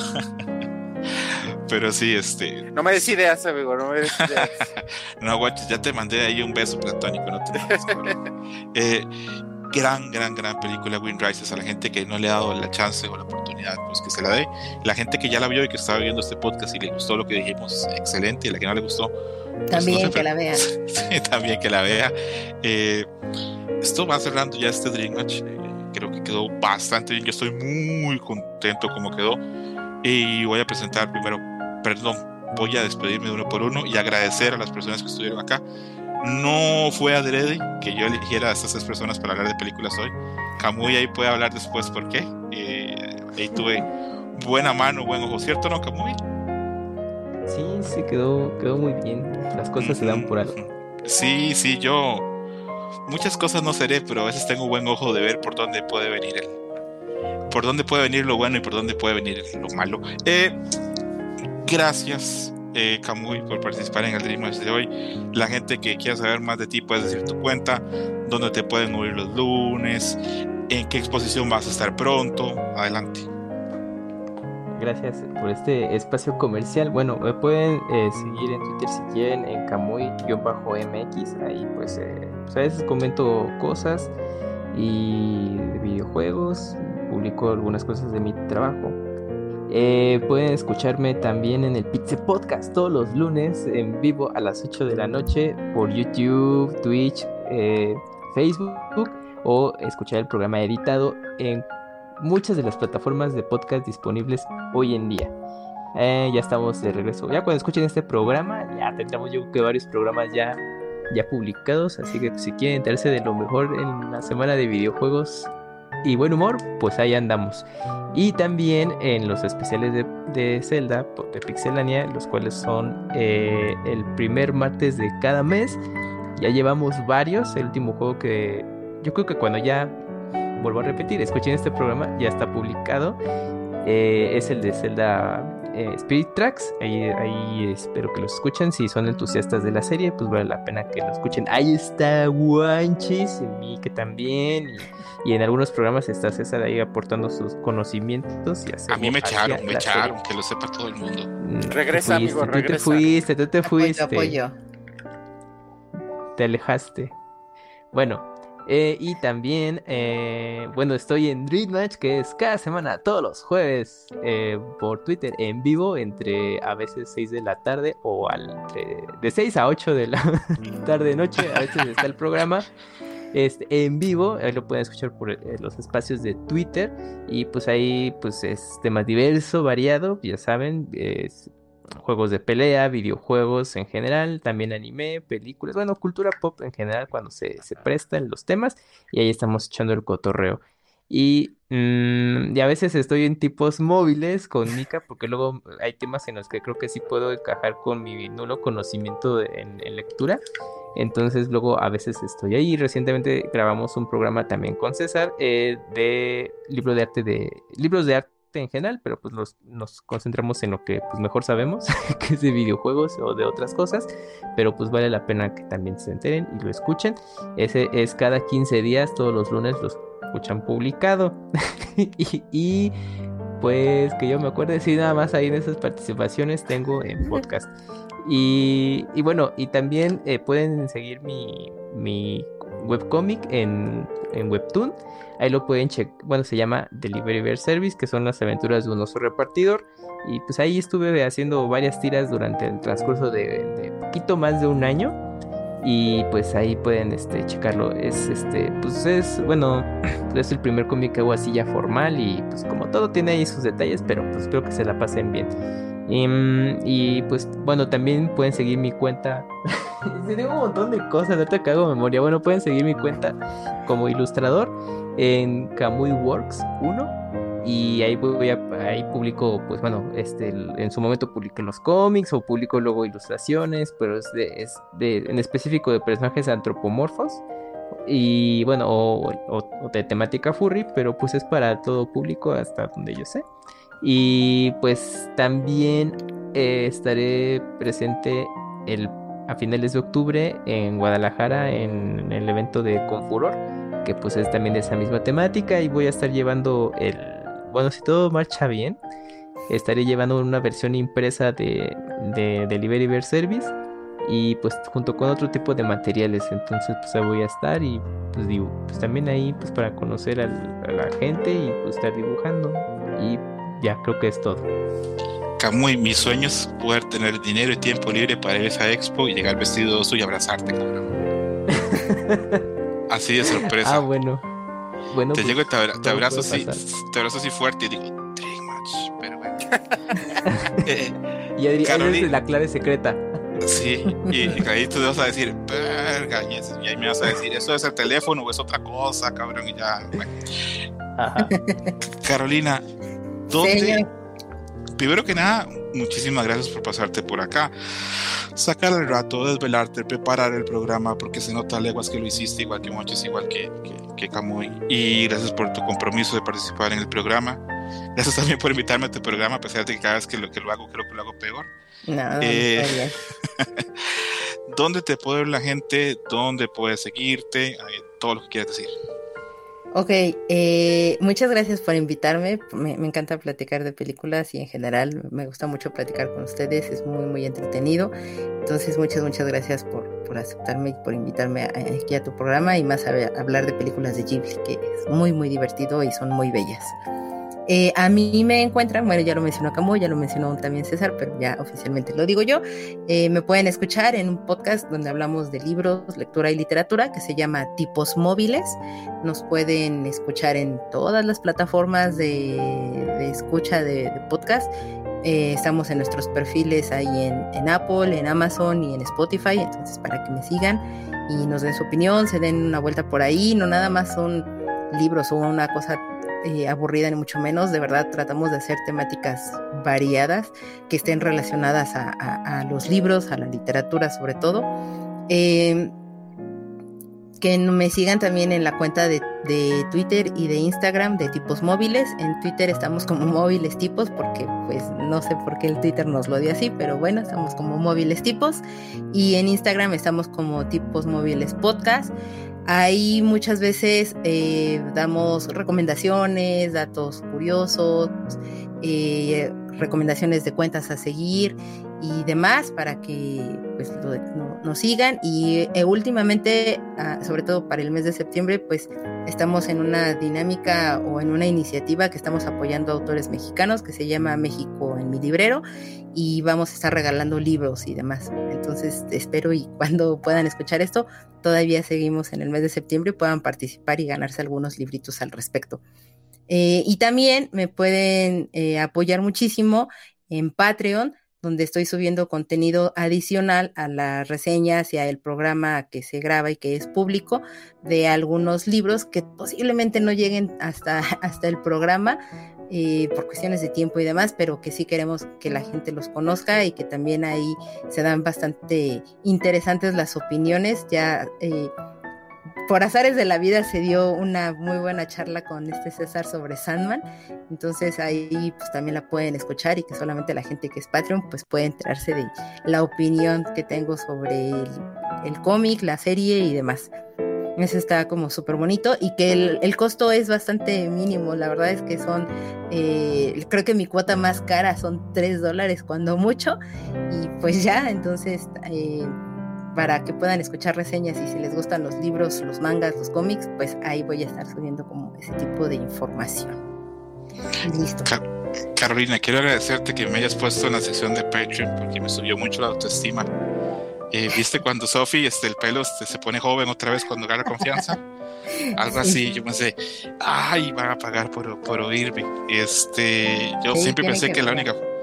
Pero sí, este. No me des ideas, amigo, no me des ideas. No, guachos, ya te mandé ahí un beso platónico, no te eh, gran, gran, gran película Wind Rises. A la gente que no le ha dado la chance o la oportunidad, pues que se la dé. La gente que ya la vio y que estaba viendo este podcast y le gustó lo que dijimos, excelente. Y la que no le gustó, pues también no se que la vea. Sí, también que la vea. Eh, esto va cerrando ya este Dream Match. Eh, creo que quedó bastante bien. Yo estoy muy contento como quedó. Y voy a presentar primero, perdón, voy a despedirme de uno por uno y agradecer a las personas que estuvieron acá. No fue adrede que yo eligiera a estas tres personas para hablar de películas hoy. Kamui ahí puede hablar después por qué. Eh, ahí tuve buena mano, buen ojo, ¿cierto, no, Kamui? Sí, sí, quedó, quedó muy bien. Las cosas mm-hmm. se dan por algo. Sí, sí, yo muchas cosas no seré, pero a veces tengo buen ojo de ver por dónde puede venir el por dónde puede venir lo bueno y por dónde puede venir lo malo. Eh, gracias, eh, Kamui, por participar en el Dream Match de hoy. La gente que quiera saber más de ti, puedes decir tu cuenta, dónde te pueden oír los lunes, en qué exposición vas a estar pronto. Adelante. Gracias por este espacio comercial. Bueno, me pueden eh, seguir en Twitter si quieren, en Kamui-M X. Ahí pues, eh, pues a veces comento cosas y de videojuegos, publico algunas cosas de mi trabajo. Eh, pueden escucharme también en el Pixel Podcast todos los lunes en vivo a las ocho de la noche por YouTube, Twitch, eh, Facebook, o escuchar el programa editado en muchas de las plataformas de podcast disponibles hoy en día. Eh, ya estamos de regreso. Ya cuando escuchen este programa, ya tendremos yo que varios programas ya ya publicados, así que si quieren enterarse de lo mejor en la semana de videojuegos y buen humor, pues ahí andamos. Y también en los especiales de, de Zelda de Pixelania, los cuales son eh, el primer martes de cada mes. Ya llevamos varios. El último juego que yo creo que cuando ya vuelvo a repetir, escuchen este programa, ya está publicado. Eh, es el de Zelda eh, Spirit Tracks. Ahí, ahí espero que los escuchen. Si son entusiastas de la serie, pues vale la pena que lo escuchen. Ahí está Wanchis, y que también. Y, y en algunos programas está César ahí aportando sus conocimientos. Y a mí me echaron, me echaron, serie. Que lo sepa todo el mundo. Regresa, fuiste, amigo, tú regresa. Tú te fuiste, tú te fuiste. Apoyo, apoyo. Te alejaste. Bueno. Eh, y también, eh, bueno, estoy en Dream Match, que es cada semana, todos los jueves, eh, por Twitter, en vivo, entre a veces seis de la tarde o al, eh, de seis a ocho de la tarde-noche, a veces está el programa este, en vivo. Ahí lo pueden escuchar por eh, los espacios de Twitter, y pues ahí pues es tema diverso, variado, ya saben, es juegos de pelea, videojuegos en general, también anime, películas, bueno, cultura pop en general cuando se, se prestan los temas, y ahí estamos echando el cotorreo. Y, mmm, y a veces estoy en tipos móviles con Mika, porque luego hay temas en los que creo que sí puedo encajar con mi nulo conocimiento de, en, en lectura. Entonces luego a veces estoy ahí. Recientemente grabamos un programa también con César eh, de libro de arte de libros de arte en general, pero pues nos, nos concentramos en lo que pues mejor sabemos, que es de videojuegos o de otras cosas, pero pues vale la pena que también se enteren y lo escuchen. Ese es cada quince días, todos los lunes los escuchan publicado. y, y pues que yo me acuerde, sí, nada más ahí en esas participaciones tengo en podcast. Y, y bueno, y también eh, pueden seguir mi, mi webcomic en, en Webtoon. Ahí lo pueden checar. Bueno, se llama Delivery Bear Service, que son las aventuras de un oso repartidor. Y pues ahí estuve haciendo varias tiras durante el transcurso de, de poquito más de un año. Y pues ahí pueden este, checarlo. Es este, pues es, bueno, es el primer cómic que hago así ya formal. Y pues como todo tiene ahí sus detalles, pero pues espero que se la pasen bien. Y, y pues bueno, también pueden seguir mi cuenta. Tengo un montón de cosas, ahorita que hago memoria. Bueno, pueden seguir mi cuenta como ilustrador en Kamui Works uno. Y ahí voy a, ahí publico, pues bueno, este, en su momento publiqué los cómics o publico luego ilustraciones, pero es de, es de, en específico de personajes antropomorfos. Y bueno, o, o, o de temática furry, pero pues es para todo público hasta donde yo sé. Y pues también eh, estaré presente el, a finales de octubre en Guadalajara en, en el evento de Confuror, que pues es también de esa misma temática, y voy a estar llevando el, bueno, si todo marcha bien, estaré llevando una versión impresa de, de Delivery Bear Service, y pues junto con otro tipo de materiales. Entonces pues ahí voy a estar, y pues digo, pues también ahí pues para conocer al, a la gente y pues estar dibujando, y ya creo que es todo. Kamui, mi sueño es poder tener dinero y tiempo libre para ir a esa expo y llegar vestido de oso y abrazarte, cabrón. Así de sorpresa. Ah, bueno. Bueno, te pues, llego y te, abra- te abrazo así, pasar. te abrazo así fuerte y digo, Dream Match, pero bueno. eh, Y Adri, Carolina, es la clave secreta. sí, y, y ahí tú vas a decir, verga, y, es- y ahí me vas a decir, ¿eso es el teléfono o es otra cosa, cabrón? Y ya, bueno. Ajá. Carolina, ¿dónde? Señor. Primero que nada, muchísimas gracias por pasarte por acá, sacar el rato, desvelarte, preparar el programa, porque se nota a leguas que lo hiciste, igual que Monches, igual que, que, que Kamui, y gracias por tu compromiso de participar en el programa. Gracias también por invitarme a tu programa, a pesar de que cada vez que lo, que lo hago, creo que lo hago peor. No, no, Eh, está bien. ¿Dónde te puede ver la gente? ¿Dónde puedes seguirte? Eh, todo lo que quieras decir. Ok, eh, muchas gracias por invitarme. Me, me encanta platicar de películas y en general me gusta mucho platicar con ustedes. Es muy, muy entretenido. Entonces, muchas, muchas gracias por, por aceptarme y por invitarme a- aquí a tu programa y más a, a hablar de películas de Ghibli, que es muy, muy divertido y son muy bellas. Eh, a mí me encuentran, bueno, ya lo mencionó Kamui, ya lo mencionó también César, pero ya oficialmente lo digo yo. Eh, me pueden escuchar en un podcast donde hablamos de libros, lectura y literatura que se llama Tipos Móviles. Nos pueden escuchar en todas las plataformas de, de escucha de, de podcast. Eh, estamos en nuestros perfiles ahí en, en Apple, en Amazon y en Spotify, entonces para que me sigan y nos den su opinión, se den una vuelta por ahí. No nada más son libros o una cosa eh, aburrida ni mucho menos. De verdad tratamos de hacer temáticas variadas que estén relacionadas a, a, a los libros, a la literatura sobre todo. Eh, que me sigan también en la cuenta de, de Twitter y de Instagram de Tipos Móviles. En Twitter estamos como Móviles Tipos, porque pues no sé por qué el Twitter nos lo dio así, pero bueno, estamos como Móviles Tipos. Y en Instagram estamos como Tipos Móviles Podcast. Ahí muchas veces eh, damos recomendaciones, datos curiosos, eh, recomendaciones de cuentas a seguir y demás para que pues lo, no, nos sigan. Y eh, últimamente, uh, sobre todo para el mes de septiembre, pues estamos en una dinámica o en una iniciativa que estamos apoyando a autores mexicanos que se llama México en mi librero, y vamos a estar regalando libros y demás. Entonces espero y cuando puedan escuchar esto, todavía seguimos en el mes de septiembre, puedan participar y ganarse algunos libritos al respecto. Eh, y también me pueden eh, apoyar muchísimo en Patreon, donde estoy subiendo contenido adicional a las reseñas y a el programa que se graba y que es público de algunos libros que posiblemente no lleguen hasta, hasta el programa eh, por cuestiones de tiempo y demás, pero que sí queremos que la gente los conozca y que también ahí se dan bastante interesantes las opiniones. Ya eh, por azares de la vida se dio una muy buena charla con este César sobre Sandman, entonces ahí pues también la pueden escuchar, y que solamente la gente que es Patreon pues puede enterarse de la opinión que tengo sobre el, el cómic, la serie y demás. Eso está como súper bonito, y que el, el costo es bastante mínimo. La verdad es que son, eh, creo que mi cuota más cara son tres dólares cuando mucho, y pues ya, entonces eh, para que puedan escuchar reseñas, y si les gustan los libros, los mangas, los cómics, pues ahí voy a estar subiendo como ese tipo de información. Listo. Ca- Carolina, quiero agradecerte que me hayas puesto en la sección de Patreon, porque me subió mucho la autoestima. Eh, ¿Viste cuando Sophie, este, el pelo este, se pone joven otra vez cuando gana confianza? Algo así, yo pensé, ay, van a pagar por, por oírme. Este, yo Sí, siempre tienen pensé que que la pagar. única,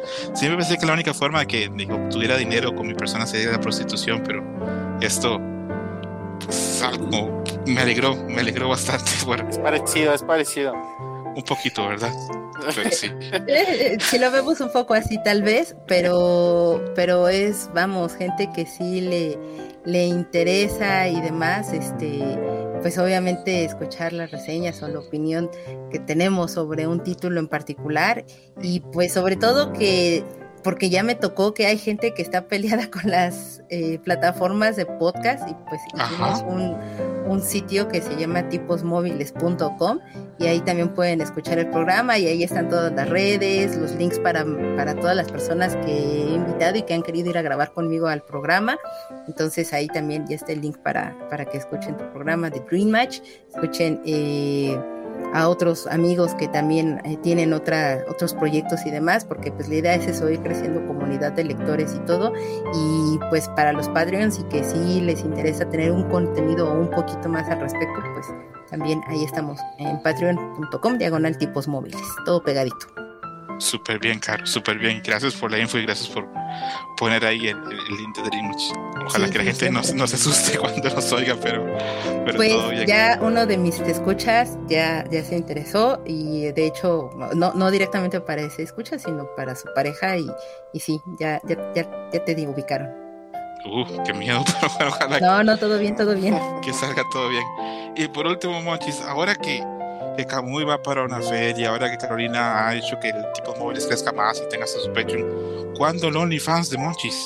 Siempre pensé que la única forma de que digo, obtuviera dinero con mi persona sería la prostitución, pero esto pues, algo me alegró, me alegró bastante. Bueno, Es parecido, es parecido. un poquito, ¿verdad? Pero sí. Eh, Si lo vemos un poco así tal vez, pero, pero es, vamos, gente que sí le, le interesa y demás, este, pues obviamente escuchar las reseñas o la opinión que tenemos sobre un título en particular y pues sobre todo que, porque ya me tocó que hay gente que está peleada con las eh, plataformas de podcast y pues hicimos Ajá. un, un sitio que se llama tipos móviles punto com y ahí también pueden escuchar el programa y ahí están todas las redes, los links para, para todas las personas que he invitado y que han querido ir a grabar conmigo al programa. Entonces ahí también ya está el link para, para que escuchen tu programa de Dream Match, escuchen eh, a otros amigos que también eh, tienen otra, otros proyectos y demás, porque pues la idea es eso, ir creciendo comunidad de lectores y todo, y pues para los Patreons y que sí les interesa tener un contenido un poquito más al respecto, pues también ahí estamos en patreon punto com diagonal tipos móviles, todo pegadito. Súper bien, Caro, súper bien. Gracias por la info y gracias por poner ahí el, el, el link de Dream Match. Ojalá Sí, que la sí, gente no, siempre. no se asuste cuando nos oiga, pero, pero Pues todo bien. ya uno de mis escuchas ya, ya se interesó y de hecho no, no directamente para ese escucha, sino para su pareja y, y sí, ya, ya, ya, ya te digo, ubicaron. Uh, qué miedo, pero bueno, ojalá No, no, todo bien, todo bien. que salga todo bien. Y por último, Monchis, ahora que, que Camuy va para una feria, ahora que Carolina ha hecho que el tipo de móviles crezca más y tenga hasta su Patreon, ¿cuándo el OnlyFans de Monchis?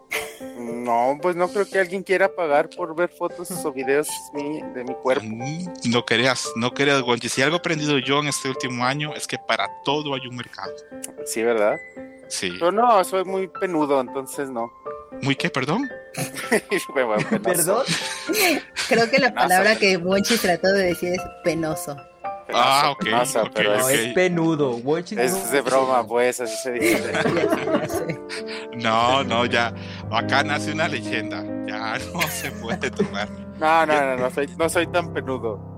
No, pues no creo que alguien quiera pagar por ver fotos o videos mi- de mi cuerpo. Mm, No querías, no querías, Monchis. Si algo he aprendido yo en este último año es que para todo hay un mercado. Sí, ¿verdad? Sí. Pero no, soy muy penudo, entonces no. ¿Muy qué, perdón? Bueno, penoso. ¿Perdón? Creo que la Penoso. palabra que Monchi trató de decir es penoso. Penoso, Ah, ok, penoso, ok, pero No, ok. es penudo. Watch it, no. es, es de broma, pues, así se dice. Ya sé, ya sé. No, no, ya. Acá nace una leyenda. Ya no se puede tomar. No, no, no, no soy, no soy tan penudo.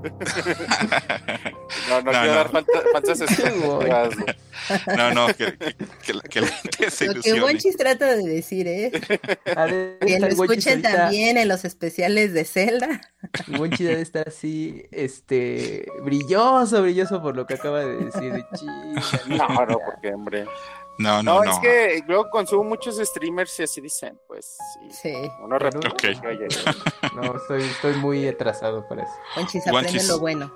No, no, No, quiero no. dar falta- falsas expectativas. No, no, que, que, que la, que la gente se Lo que ilusione. Monchis trata de decir es Ha de que lo estar Watch it escuchen ahorita- también en los especiales de Zelda. Y Monchi debe estar así, este, brilloso, brilloso por lo que acaba de decir. De chinga, No, no, porque, hombre. No, no, No, no. es que yo consumo muchos streamers y así dicen, pues, sí. Sí, Uno repite. Ok. Oye, oye, No, estoy, estoy muy atrasado para eso. Monchis aprende Monchis. lo bueno.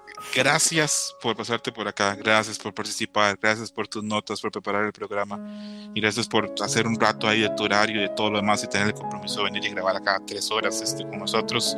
Gracias por pasarte por acá, gracias por participar, gracias por tus notas, por preparar el programa y gracias por hacer un rato ahí de tu horario y de todo lo demás y tener el compromiso de venir y grabar acá tres horas este, con nosotros.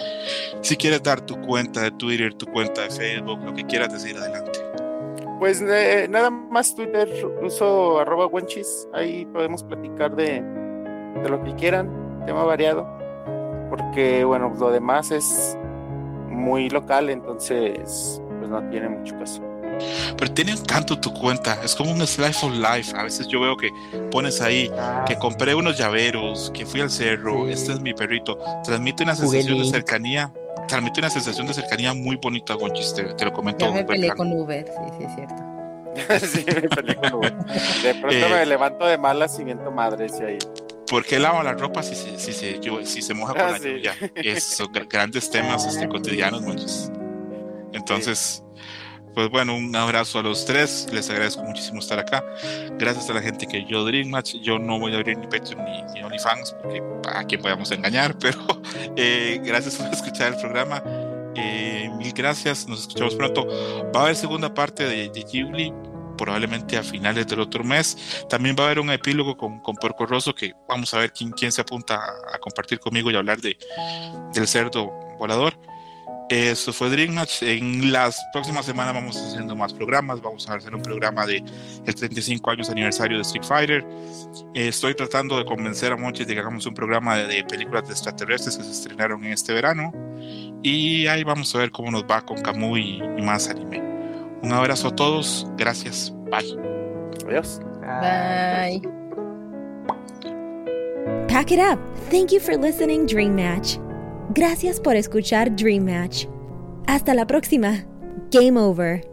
Si quieres dar tu cuenta de Twitter, tu cuenta de Facebook, lo que quieras decir, adelante. Pues eh, nada más Twitter, uso arroba wenchis, ahí podemos platicar de, de lo que quieran, tema variado, porque bueno, lo demás es muy local, entonces pues no tiene mucho caso. Pero tiene tanto tu cuenta, es como un slice of life. A veces yo veo que pones ahí que compré unos llaveros, que fui al cerro, Sí. este es mi perrito. Transmite una Jugué sensación de Link. cercanía, transmite una sensación de cercanía muy bonita, Gonchis, te, te lo comento. Ya me peleé Bertrand. con Uber, sí, sí, es cierto. Sí, me peleé con Uber. De pronto Eh. me levanto de malas y viento madres y ahí. ¿Por qué lava la ropa si se, si se, yo- si se moja con Ah, la sí. lluvia? Esos son gra- grandes temas este, cotidianos, Monchis. Entonces, pues bueno, un abrazo a los tres. Les agradezco muchísimo estar acá. Gracias a la gente que yo Dream Match. Yo no voy a abrir ni Patreon ni, ni OnlyFans porque a quién podemos engañar, pero eh, gracias por escuchar el programa. Eh, mil gracias. Nos escuchamos pronto. Va a haber segunda parte de, de Ghibli, probablemente a finales del otro mes. También va a haber un epílogo con, con Porco Rosso que vamos a ver quién, quién se apunta a, a compartir conmigo y hablar de, del cerdo volador. Eso fue Dream Match. En las próximas semanas vamos haciendo más programas. Vamos a hacer un programa de el treinta y cinco años aniversario de Street Fighter. Eh, estoy tratando de convencer a Monchis de que hagamos un programa de, de películas de extraterrestres que se estrenaron en este verano. Y ahí vamos a ver cómo nos va con Kamui y, y más anime. Un abrazo a todos. Gracias. Bye. Adiós. Bye. Pack it up. Thank you for listening, Dream Match. Gracias por escuchar Dream Match. Hasta la próxima. Game over.